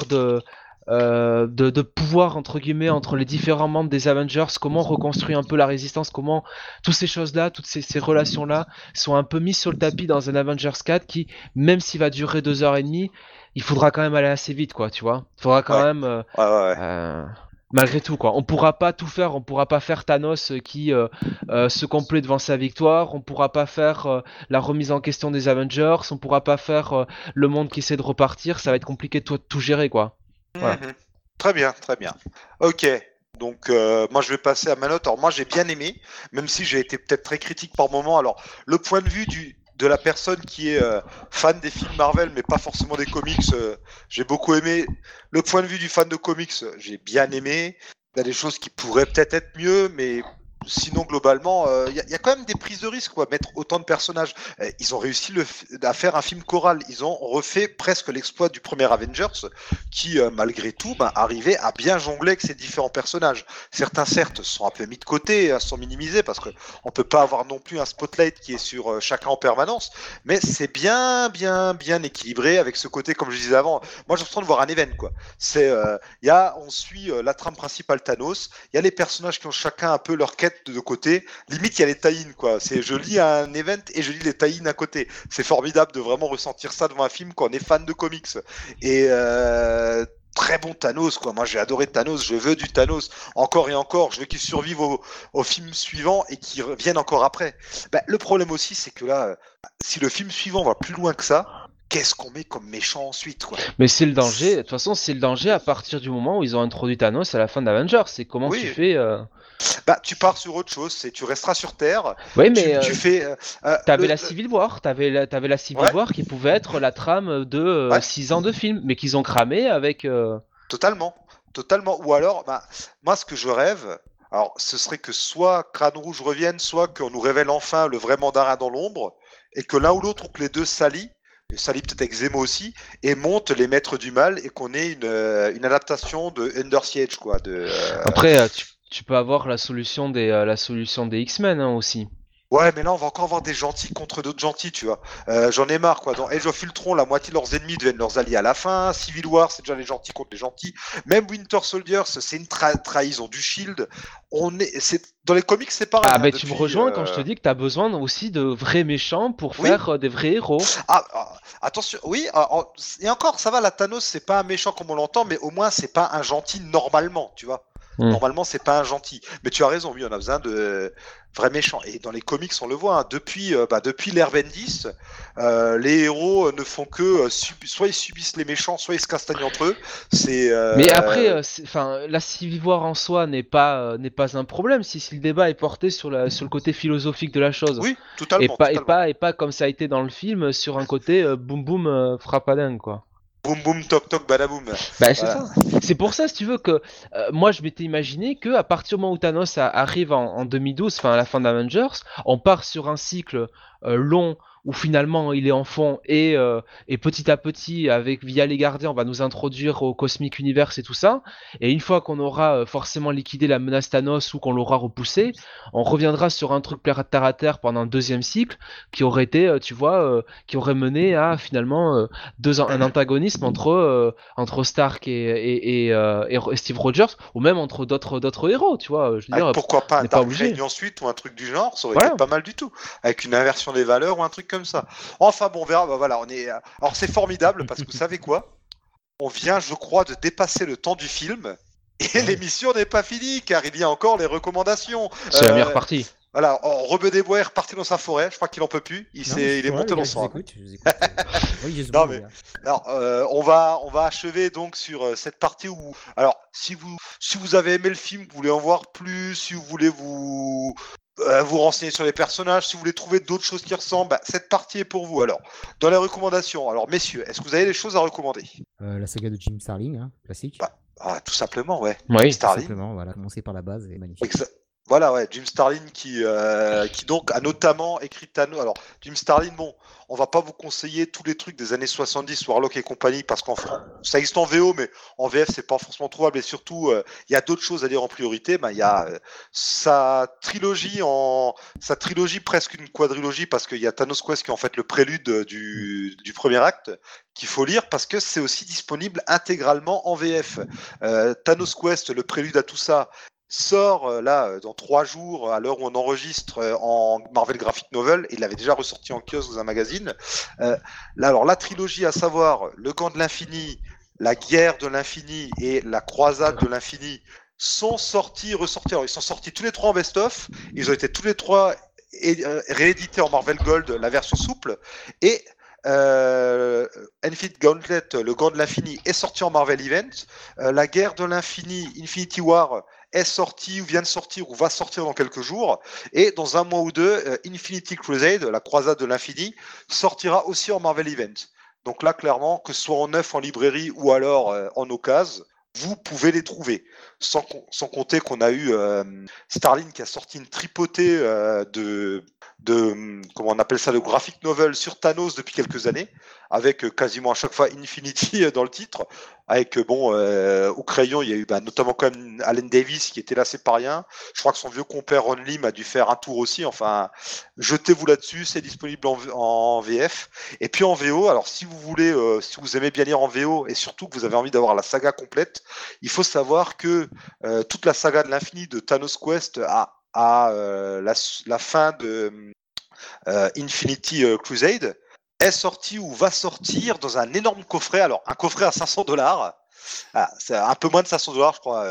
de pouvoir entre guillemets entre les différents membres des Avengers, comment reconstruire un peu la résistance, comment toutes ces choses là, toutes ces relations là sont un peu mises sur le tapis dans un Avengers 4 qui, même s'il va durer 2h30, il faudra quand même aller assez vite quoi, tu vois. Il faudra quand même malgré tout quoi, on pourra pas tout faire, on pourra pas faire Thanos qui se complaît devant sa victoire, on pourra pas faire la remise en question des Avengers, on pourra pas faire le monde qui essaie de repartir, ça va être compliqué de tout gérer quoi. Voilà. Très bien. Ok, donc moi je vais passer à ma note. Alors moi j'ai bien aimé, même si j'ai été peut-être très critique par moment. Alors le point de vue de la personne qui est fan des films Marvel, mais pas forcément des comics, j'ai beaucoup aimé. Le point de vue du fan de comics, j'ai bien aimé. Il y a des choses qui pourraient peut-être être mieux, mais sinon globalement, il y a quand même des prises de risque, quoi. Mettre autant de personnages. Ils ont réussi à faire un film choral. Ils ont refait presque l'exploit du premier Avengers, qui malgré tout arrivait à bien jongler avec ces différents personnages. Certains certes sont un peu mis de côté, sont minimisés parce que on peut pas avoir non plus un spotlight qui est sur chacun en permanence, mais c'est bien équilibré avec ce côté, comme je disais avant. Moi j'ai l'impression de voir un event quoi. On suit la trame principale Thanos. Il y a les personnages qui ont chacun un peu leur quête de côté. Limite, il y a les tie-in, quoi. Je lis un event et je lis les tie-in à côté. C'est formidable de vraiment ressentir ça devant un film quand on est fan de comics. Et très bon Thanos, quoi. Moi, j'ai adoré Thanos. Je veux du Thanos encore et encore. Je veux qu'il survive au film suivant et qu'il revienne encore après. Le problème aussi, c'est que là, si le film suivant va plus loin que ça, qu'est-ce qu'on met comme méchant ensuite, quoi. Mais c'est le danger. De toute façon, c'est le danger à partir du moment où ils ont introduit Thanos à la fin d'Avengers. C'est comment tu fais. Tu pars sur autre chose. Tu resteras sur Terre. Oui, mais tu fais. T'avais la Civil War. T'avais la Civil War qui pouvait être la trame de 6 ans de film, mais qu'ils ont cramé avec. Totalement. Ou alors, moi, ce que je rêve. Alors, ce serait que soit Crâne Rouge revienne, soit qu'on nous révèle enfin le vrai mandarin dans l'ombre, et que l'un ou l'autre, ou que les deux s'allient peut-être avec Zemo aussi, et montent les maîtres du mal, et qu'on ait une adaptation de Under Siege, quoi. Après, tu peux avoir la solution des X-Men aussi. Ouais, mais là, on va encore avoir des gentils contre d'autres gentils, tu vois. J'en ai marre, quoi. Dans Age of Ultron, la moitié de leurs ennemis deviennent leurs alliés à la fin. Civil War, c'est déjà les gentils contre les gentils. Même Winter Soldier, c'est une trahison du Shield. Dans les comics, c'est pareil. Ah, tu me rejoins quand je te dis que t'as besoin aussi de vrais méchants pour faire des vrais héros. Attention, oui, et encore, ça va, la Thanos, c'est pas un méchant comme on l'entend, mais au moins, c'est pas un gentil normalement, tu vois. Normalement, c'est pas un gentil. Mais tu as raison, oui, on a besoin de vrais méchants. Et dans les comics, on le voit, hein, depuis l'ère Bendis, les héros ne font que soit ils subissent les méchants, soit ils se castagnent entre eux. Mais après, la Civil War en soi n'est pas un problème si le débat est porté sur le côté philosophique de la chose. Oui, totalement. Et pas comme ça a été dans le film sur un côté boum boum frappadin, quoi. Boum boum toc toc badaboum. C'est ça. C'est pour ça, si tu veux, que moi je m'étais imaginé que à partir du moment où Thanos arrive en 2012, à la fin d'Avengers, on part sur un cycle long où finalement il est en fond et petit à petit, via les gardiens, on va nous introduire au Cosmic Universe et tout ça. Et une fois qu'on aura forcément liquidé la menace Thanos ou qu'on l'aura repoussé, on reviendra sur un truc terre à terre pendant un deuxième cycle qui aurait été, qui aurait mené à finalement un antagonisme entre Stark et Steve Rogers, ou même entre d'autres héros, tu vois. Je veux dire, pourquoi pas un Dark obligé. Reign ensuite ou un truc du genre, ça aurait été pas mal du tout, avec une inversion des valeurs ou un truc comme ça. Enfin bon, on verra. Voilà, alors c'est formidable parce que vous savez quoi, on vient, je crois, de dépasser le temps du film et l'émission n'est pas finie car il y a encore les recommandations. C'est la meilleure partie. Voilà, Rebeu des Bois est reparti dans sa forêt. Je crois qu'il en peut plus. Il est monté dans son. On va achever donc sur cette partie où, alors, si vous avez aimé le film, vous voulez en voir plus, si vous voulez vous renseigner sur les personnages, si vous voulez trouver d'autres choses qui ressemblent, cette partie est pour vous. Alors, dans les recommandations, alors messieurs, est-ce que vous avez des choses à recommander? La saga de Jim Starlin, classique. Tout simplement, ouais. Oui, Jim Starlin. Tout simplement, voilà, commencer par la base est magnifique. Voilà, ouais, Jim Starlin qui donc a notamment écrit Thanos. Alors, Jim Starlin, bon, on va pas vous conseiller tous les trucs des années 70, Warlock et compagnie, parce qu'en France, ça existe en VO, mais en VF, c'est pas forcément trouvable. Et surtout, il y a d'autres choses à lire en priorité. Il y a sa trilogie, presque une quadrilogie, parce qu'il y a Thanos Quest qui est en fait le prélude du premier acte, qu'il faut lire parce que c'est aussi disponible intégralement en VF. Thanos Quest, le prélude à tout ça, sort dans 3 jours à l'heure où on enregistre en Marvel Graphic Novel. Il l'avait déjà ressorti en kiosque dans un magazine. Alors la trilogie, à savoir Le Gant de l'Infini, La Guerre de l'Infini et La Croisade de l'Infini, sont ressortis. Alors, ils sont sortis tous les 3 en best-of. Ils ont été tous les 3 réédités en Marvel Gold, la version souple. Et Infinite Gauntlet, Le Gant de l'Infini, est sorti en Marvel Event. La Guerre de l'Infini, Infinity War, est sorti ou vient de sortir ou va sortir dans quelques jours, et dans un mois ou deux, Infinity Crusade, la croisade de l'infini, sortira aussi en Marvel Event. Donc là, clairement, que ce soit en neuf en librairie ou alors en occasion, vous pouvez les trouver. Sans compter qu'on a eu Starlin qui a sorti une tripotée de comment on appelle ça, de graphic novel sur Thanos depuis quelques années, avec quasiment à chaque fois Infinity dans le titre, avec au crayon il y a eu notamment quand même Alan Davis qui était là, c'est pas rien. Je crois que son vieux compère Ron Lim a dû faire un tour aussi. Enfin, jetez-vous là-dessus, c'est disponible en VF. Et puis en VO, alors si vous voulez, si vous aimez bien lire en VO et surtout que vous avez envie d'avoir la saga complète, il faut savoir que toute la saga de l'infini de Thanos Quest a à la fin de Infinity Crusade est sorti ou va sortir dans un énorme coffret. Alors, un coffret à $500. Ah, c'est un peu moins de $500, je crois,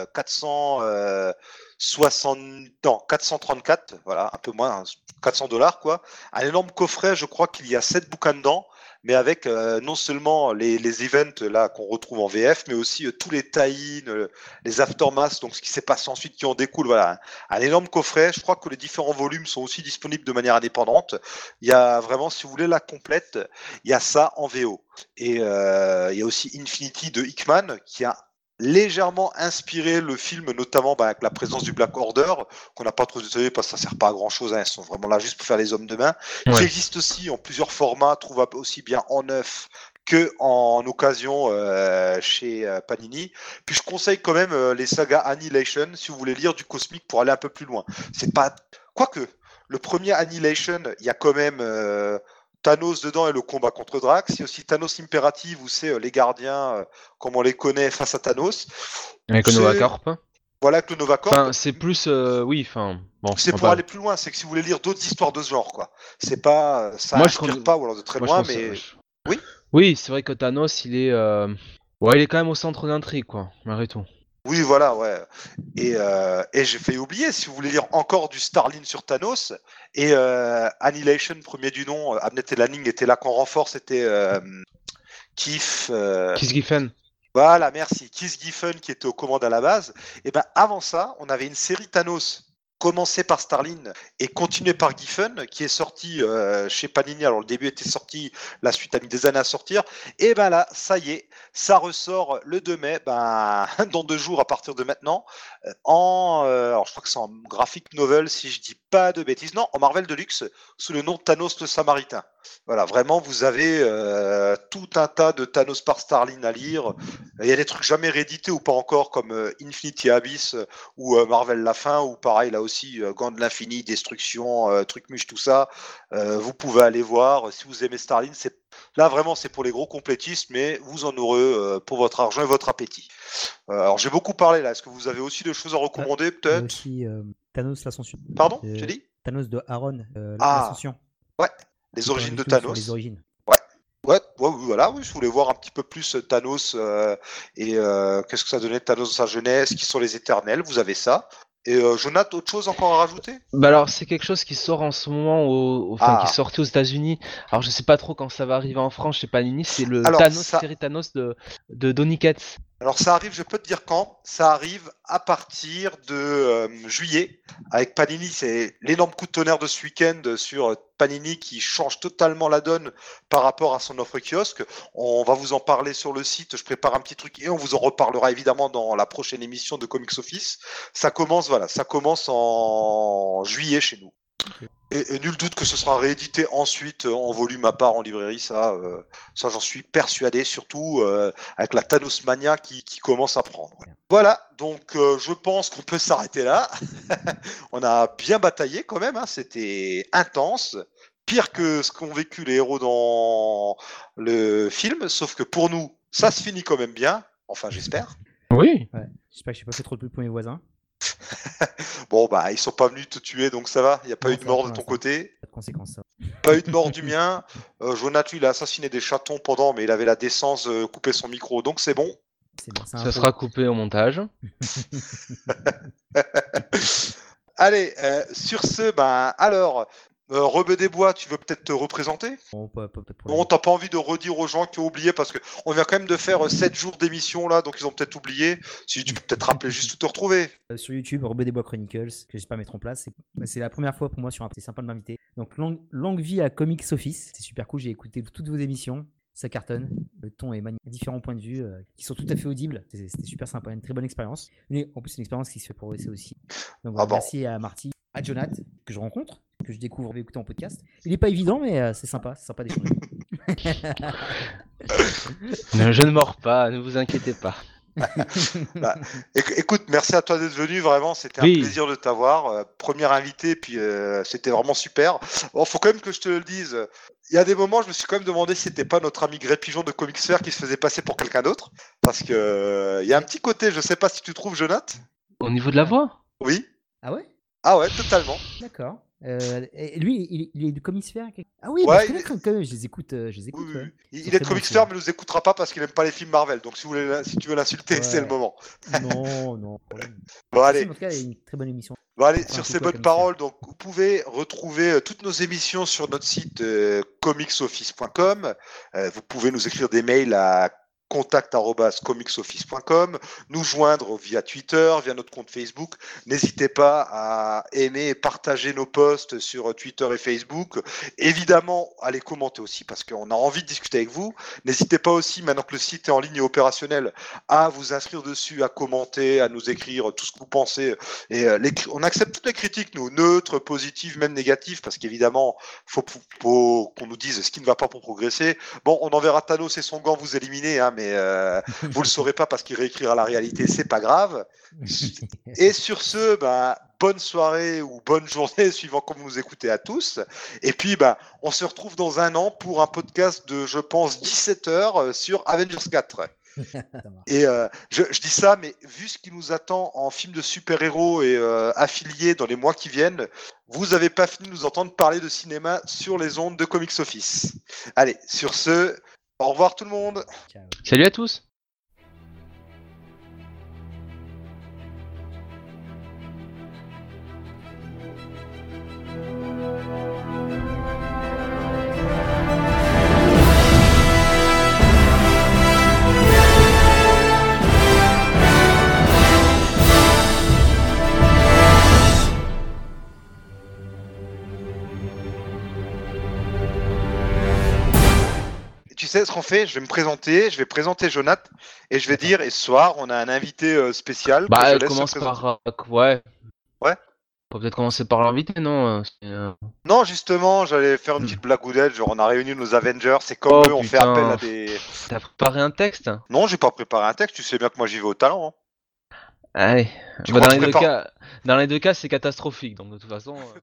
434, voilà, un peu moins, $400, quoi. Un énorme coffret, je crois qu'il y a 7 bouquins dedans, mais avec non seulement les events là qu'on retrouve en VF, mais aussi tous les tie-in, les aftermaths, donc ce qui s'est passé ensuite qui en découle. Voilà, un énorme coffret. Je crois que les différents volumes sont aussi disponibles de manière indépendante. Il y a vraiment, si vous voulez la complète, il y a ça en VO. Et il y a aussi Infinity de Hickman qui a légèrement inspiré le film, notamment avec la présence du Black Order, qu'on n'a pas trop détaillé parce que ça sert pas à grand chose, hein, ils sont vraiment là juste pour faire les hommes de main, qui existe aussi en plusieurs formats, trouvable aussi bien en neuf que en occasion chez Panini. Puis je conseille quand même les sagas Annihilation si vous voulez lire du cosmique pour aller un peu plus loin. C'est pas, quoique le premier Annihilation, il y a quand même Thanos dedans et le combat contre Drax. Il y a aussi Thanos Imperative où c'est les gardiens, comme on les connaît, face à Thanos. Avec le Nova Corp. Voilà, avec le Nova Corp. Enfin, c'est plus, bon. C'est pour aller plus loin. C'est que si vous voulez lire d'autres histoires de ce genre, quoi. C'est pas, ça inspire pas ou alors de très loin, mais oui. Oui, c'est vrai que Thanos, il est quand même au centre d'intrigue, quoi, malgré tout. Oui, voilà, ouais. Et j'ai fait oublier, si vous voulez lire encore du Starlin sur Thanos, et Annihilation, premier du nom, Abnett et Lanning était là qu'en renfort, c'était Keith Giffen. Voilà, merci. Keith Giffen qui était aux commandes à la base. Et ben avant ça, on avait une série Thanos commencée par Starlin et continuée par Giffen qui est sortie chez Panini. Alors le début était sorti, la suite a mis des années à sortir. Et ben là, ça y est, ça ressort le 2 mai, dans 2 jours à partir de maintenant, alors je crois que c'est en graphic novel si je dis pas de bêtises. Non, en Marvel Deluxe sous le nom de Thanos le Samaritain. Voilà, vraiment, vous avez tout un tas de Thanos par Starlin à lire. Il y a des trucs jamais réédités ou pas encore, comme Infinity Abyss ou Marvel La Fin, ou pareil, là aussi, Gant de l'Infini, Destruction, Truc-Muche, tout ça. Vous pouvez aller voir. Si vous aimez Starlin, là, vraiment, c'est pour les gros complétistes, mais vous en aurez pour votre argent et votre appétit. Alors, j'ai beaucoup parlé là. Est-ce que vous avez aussi des choses à recommander, peut-être aussi Thanos l'Ascension. Pardon, j'ai dit Thanos de Aaron, l'Ascension. Ouais, les origines de Thanos. Les origines. Ouais, voilà, oui, je voulais voir un petit peu plus Thanos et qu'est-ce que ça donnait de Thanos dans sa jeunesse, qui sont les éternels, vous avez ça. Et Jonathan, autre chose encore à rajouter? Bah alors c'est quelque chose qui sort en ce moment, qui est sorti aux États-Unis. Alors je sais pas trop quand ça va arriver en France chez Panini, c'est le série Thanos de Donny Cates. Alors ça arrive, je peux te dire quand. Ça arrive à partir de juillet avec Panini. C'est l'énorme coup de tonnerre de ce week-end sur Panini qui change totalement la donne par rapport à son offre kiosque. On va vous en parler sur le site. Je prépare un petit truc et on vous en reparlera évidemment dans la prochaine émission de Comics Office. Ça commence en juillet chez nous. Okay. Et nul doute que ce sera réédité ensuite en volume à part en librairie, ça j'en suis persuadé, surtout avec la Thanos Mania qui commence à prendre. Voilà, donc je pense qu'on peut s'arrêter là. On a bien bataillé quand même, hein, c'était intense, pire que ce qu'ont vécu les héros dans le film, sauf que pour nous, ça se finit quand même bien, enfin j'espère. Oui. Ouais, j'espère que j'ai pas fait trop de pub pour mes voisins. Bon, ils sont pas venus te tuer, donc ça va. Il n'y a pas eu de mort de ton côté. Pas de conséquences, ça. Pas eu de mort du mien. Jonathan, il a assassiné des chatons pendant, mais il avait la décence de couper son micro, donc c'est bon. Ça sera coupé au montage. Allez, sur ce, alors... Rebeu des Bois, tu veux peut-être te représenter? Non, t'as pas envie de redire aux gens qui ont oublié, parce que on vient quand même de faire 7 jours d'émission là, donc ils ont peut-être oublié. Si tu peux peut-être rappeler juste où te retrouver. Sur YouTube, Rebeu des Bois Chronicles, que j'espère pas mettre en place. C'est la première fois pour moi sur un. C'est sympa de m'inviter. Donc longue vie à Comics Office, c'est super cool. J'ai écouté toutes vos émissions. Ça cartonne, le ton est magnifique, différents points de vue qui sont tout à fait audibles. C'était super sympa, une très bonne expérience. Mais en plus, c'est une expérience qui se fait progresser aussi. Donc voilà, merci à Marty, à Jonathan, que je rencontre, que je découvre en écoutant en podcast. Il n'est pas évident, mais c'est sympa d'échanger. Je ne mords pas, ne vous inquiétez pas. Écoute, merci à toi d'être venu, vraiment, c'était un plaisir de t'avoir. Premier invité, puis c'était vraiment super. Bon, faut quand même que je te le dise. Il y a des moments, je me suis quand même demandé si c'était pas notre ami Gré Pigeon de Comics Fair qui se faisait passer pour quelqu'un d'autre. Parce que il y a un petit côté, je sais pas si tu trouves, Jonathan. Au niveau de la voix? Oui. Ah ouais? Ah ouais, totalement. D'accord. Et lui, il est du Comics-Faire Ah oui, Ouais, bah, je il connais est- quand même, je les écoute, Oui, oui, ouais. oui. Ils sont Il est très de bons Comics aussi, Star, ouais. mais nous écoutera pas parce qu'il aime pas les films Marvel. Donc si tu veux l'insulter, c'est le Ouais. moment. Non, problème. Bon Si, allez, mais en tout cas, il y a une très bonne émission. bon allez, Enfin, un sur ces coucou à bonnes Comics-Faire. paroles, donc vous pouvez retrouver toutes nos émissions sur notre site comicsoffice.com. Vous pouvez nous écrire des mails à contact@comicsoffice.com, nous joindre via Twitter, via notre compte Facebook. N'hésitez pas à aimer et partager nos posts sur Twitter et Facebook. Évidemment, à les commenter aussi parce qu'on a envie de discuter avec vous. N'hésitez pas aussi, maintenant que le site est en ligne et opérationnel, à vous inscrire dessus, à commenter, à nous écrire tout ce que vous pensez. Et on accepte toutes les critiques, nous, neutres, positives, même négatives, parce qu'évidemment, faut qu'on nous dise ce qui ne va pas pour progresser. Bon, on enverra Thanos et son gant vous éliminer, hein, mais vous le saurez pas parce qu'il réécrira la réalité, c'est pas grave. Et sur ce, bonne soirée ou bonne journée, suivant comme vous nous écoutez à tous. Et puis, on se retrouve dans un an pour un podcast de, je pense, 17 heures sur Avengers 4. Et je dis ça, mais vu ce qui nous attend en film de super-héros et affiliés dans les mois qui viennent, vous n'avez pas fini de nous entendre parler de cinéma sur les ondes de Comics Office. Allez, sur ce, au revoir tout le monde. Ciao. Salut à tous. Tu sais ce qu'on fait? Je vais me présenter, je vais présenter Jonath et je vais dire, et ce soir, on a un invité spécial que je Bah, laisse se commence présenter. par. Ouais. Ouais. On peut peut-être commencer par l'invité, non Non, justement, j'allais faire une petite blagoudette, genre on a réuni nos Avengers, c'est comme Oh, eux, on fait putain. appel à des... T'as préparé un texte? Non, j'ai pas préparé un texte, tu sais bien que moi j'y vais au talent. Hein. Allez. Tu Bah, crois dans que les je prépare- dans les deux cas, c'est catastrophique, donc de toute façon.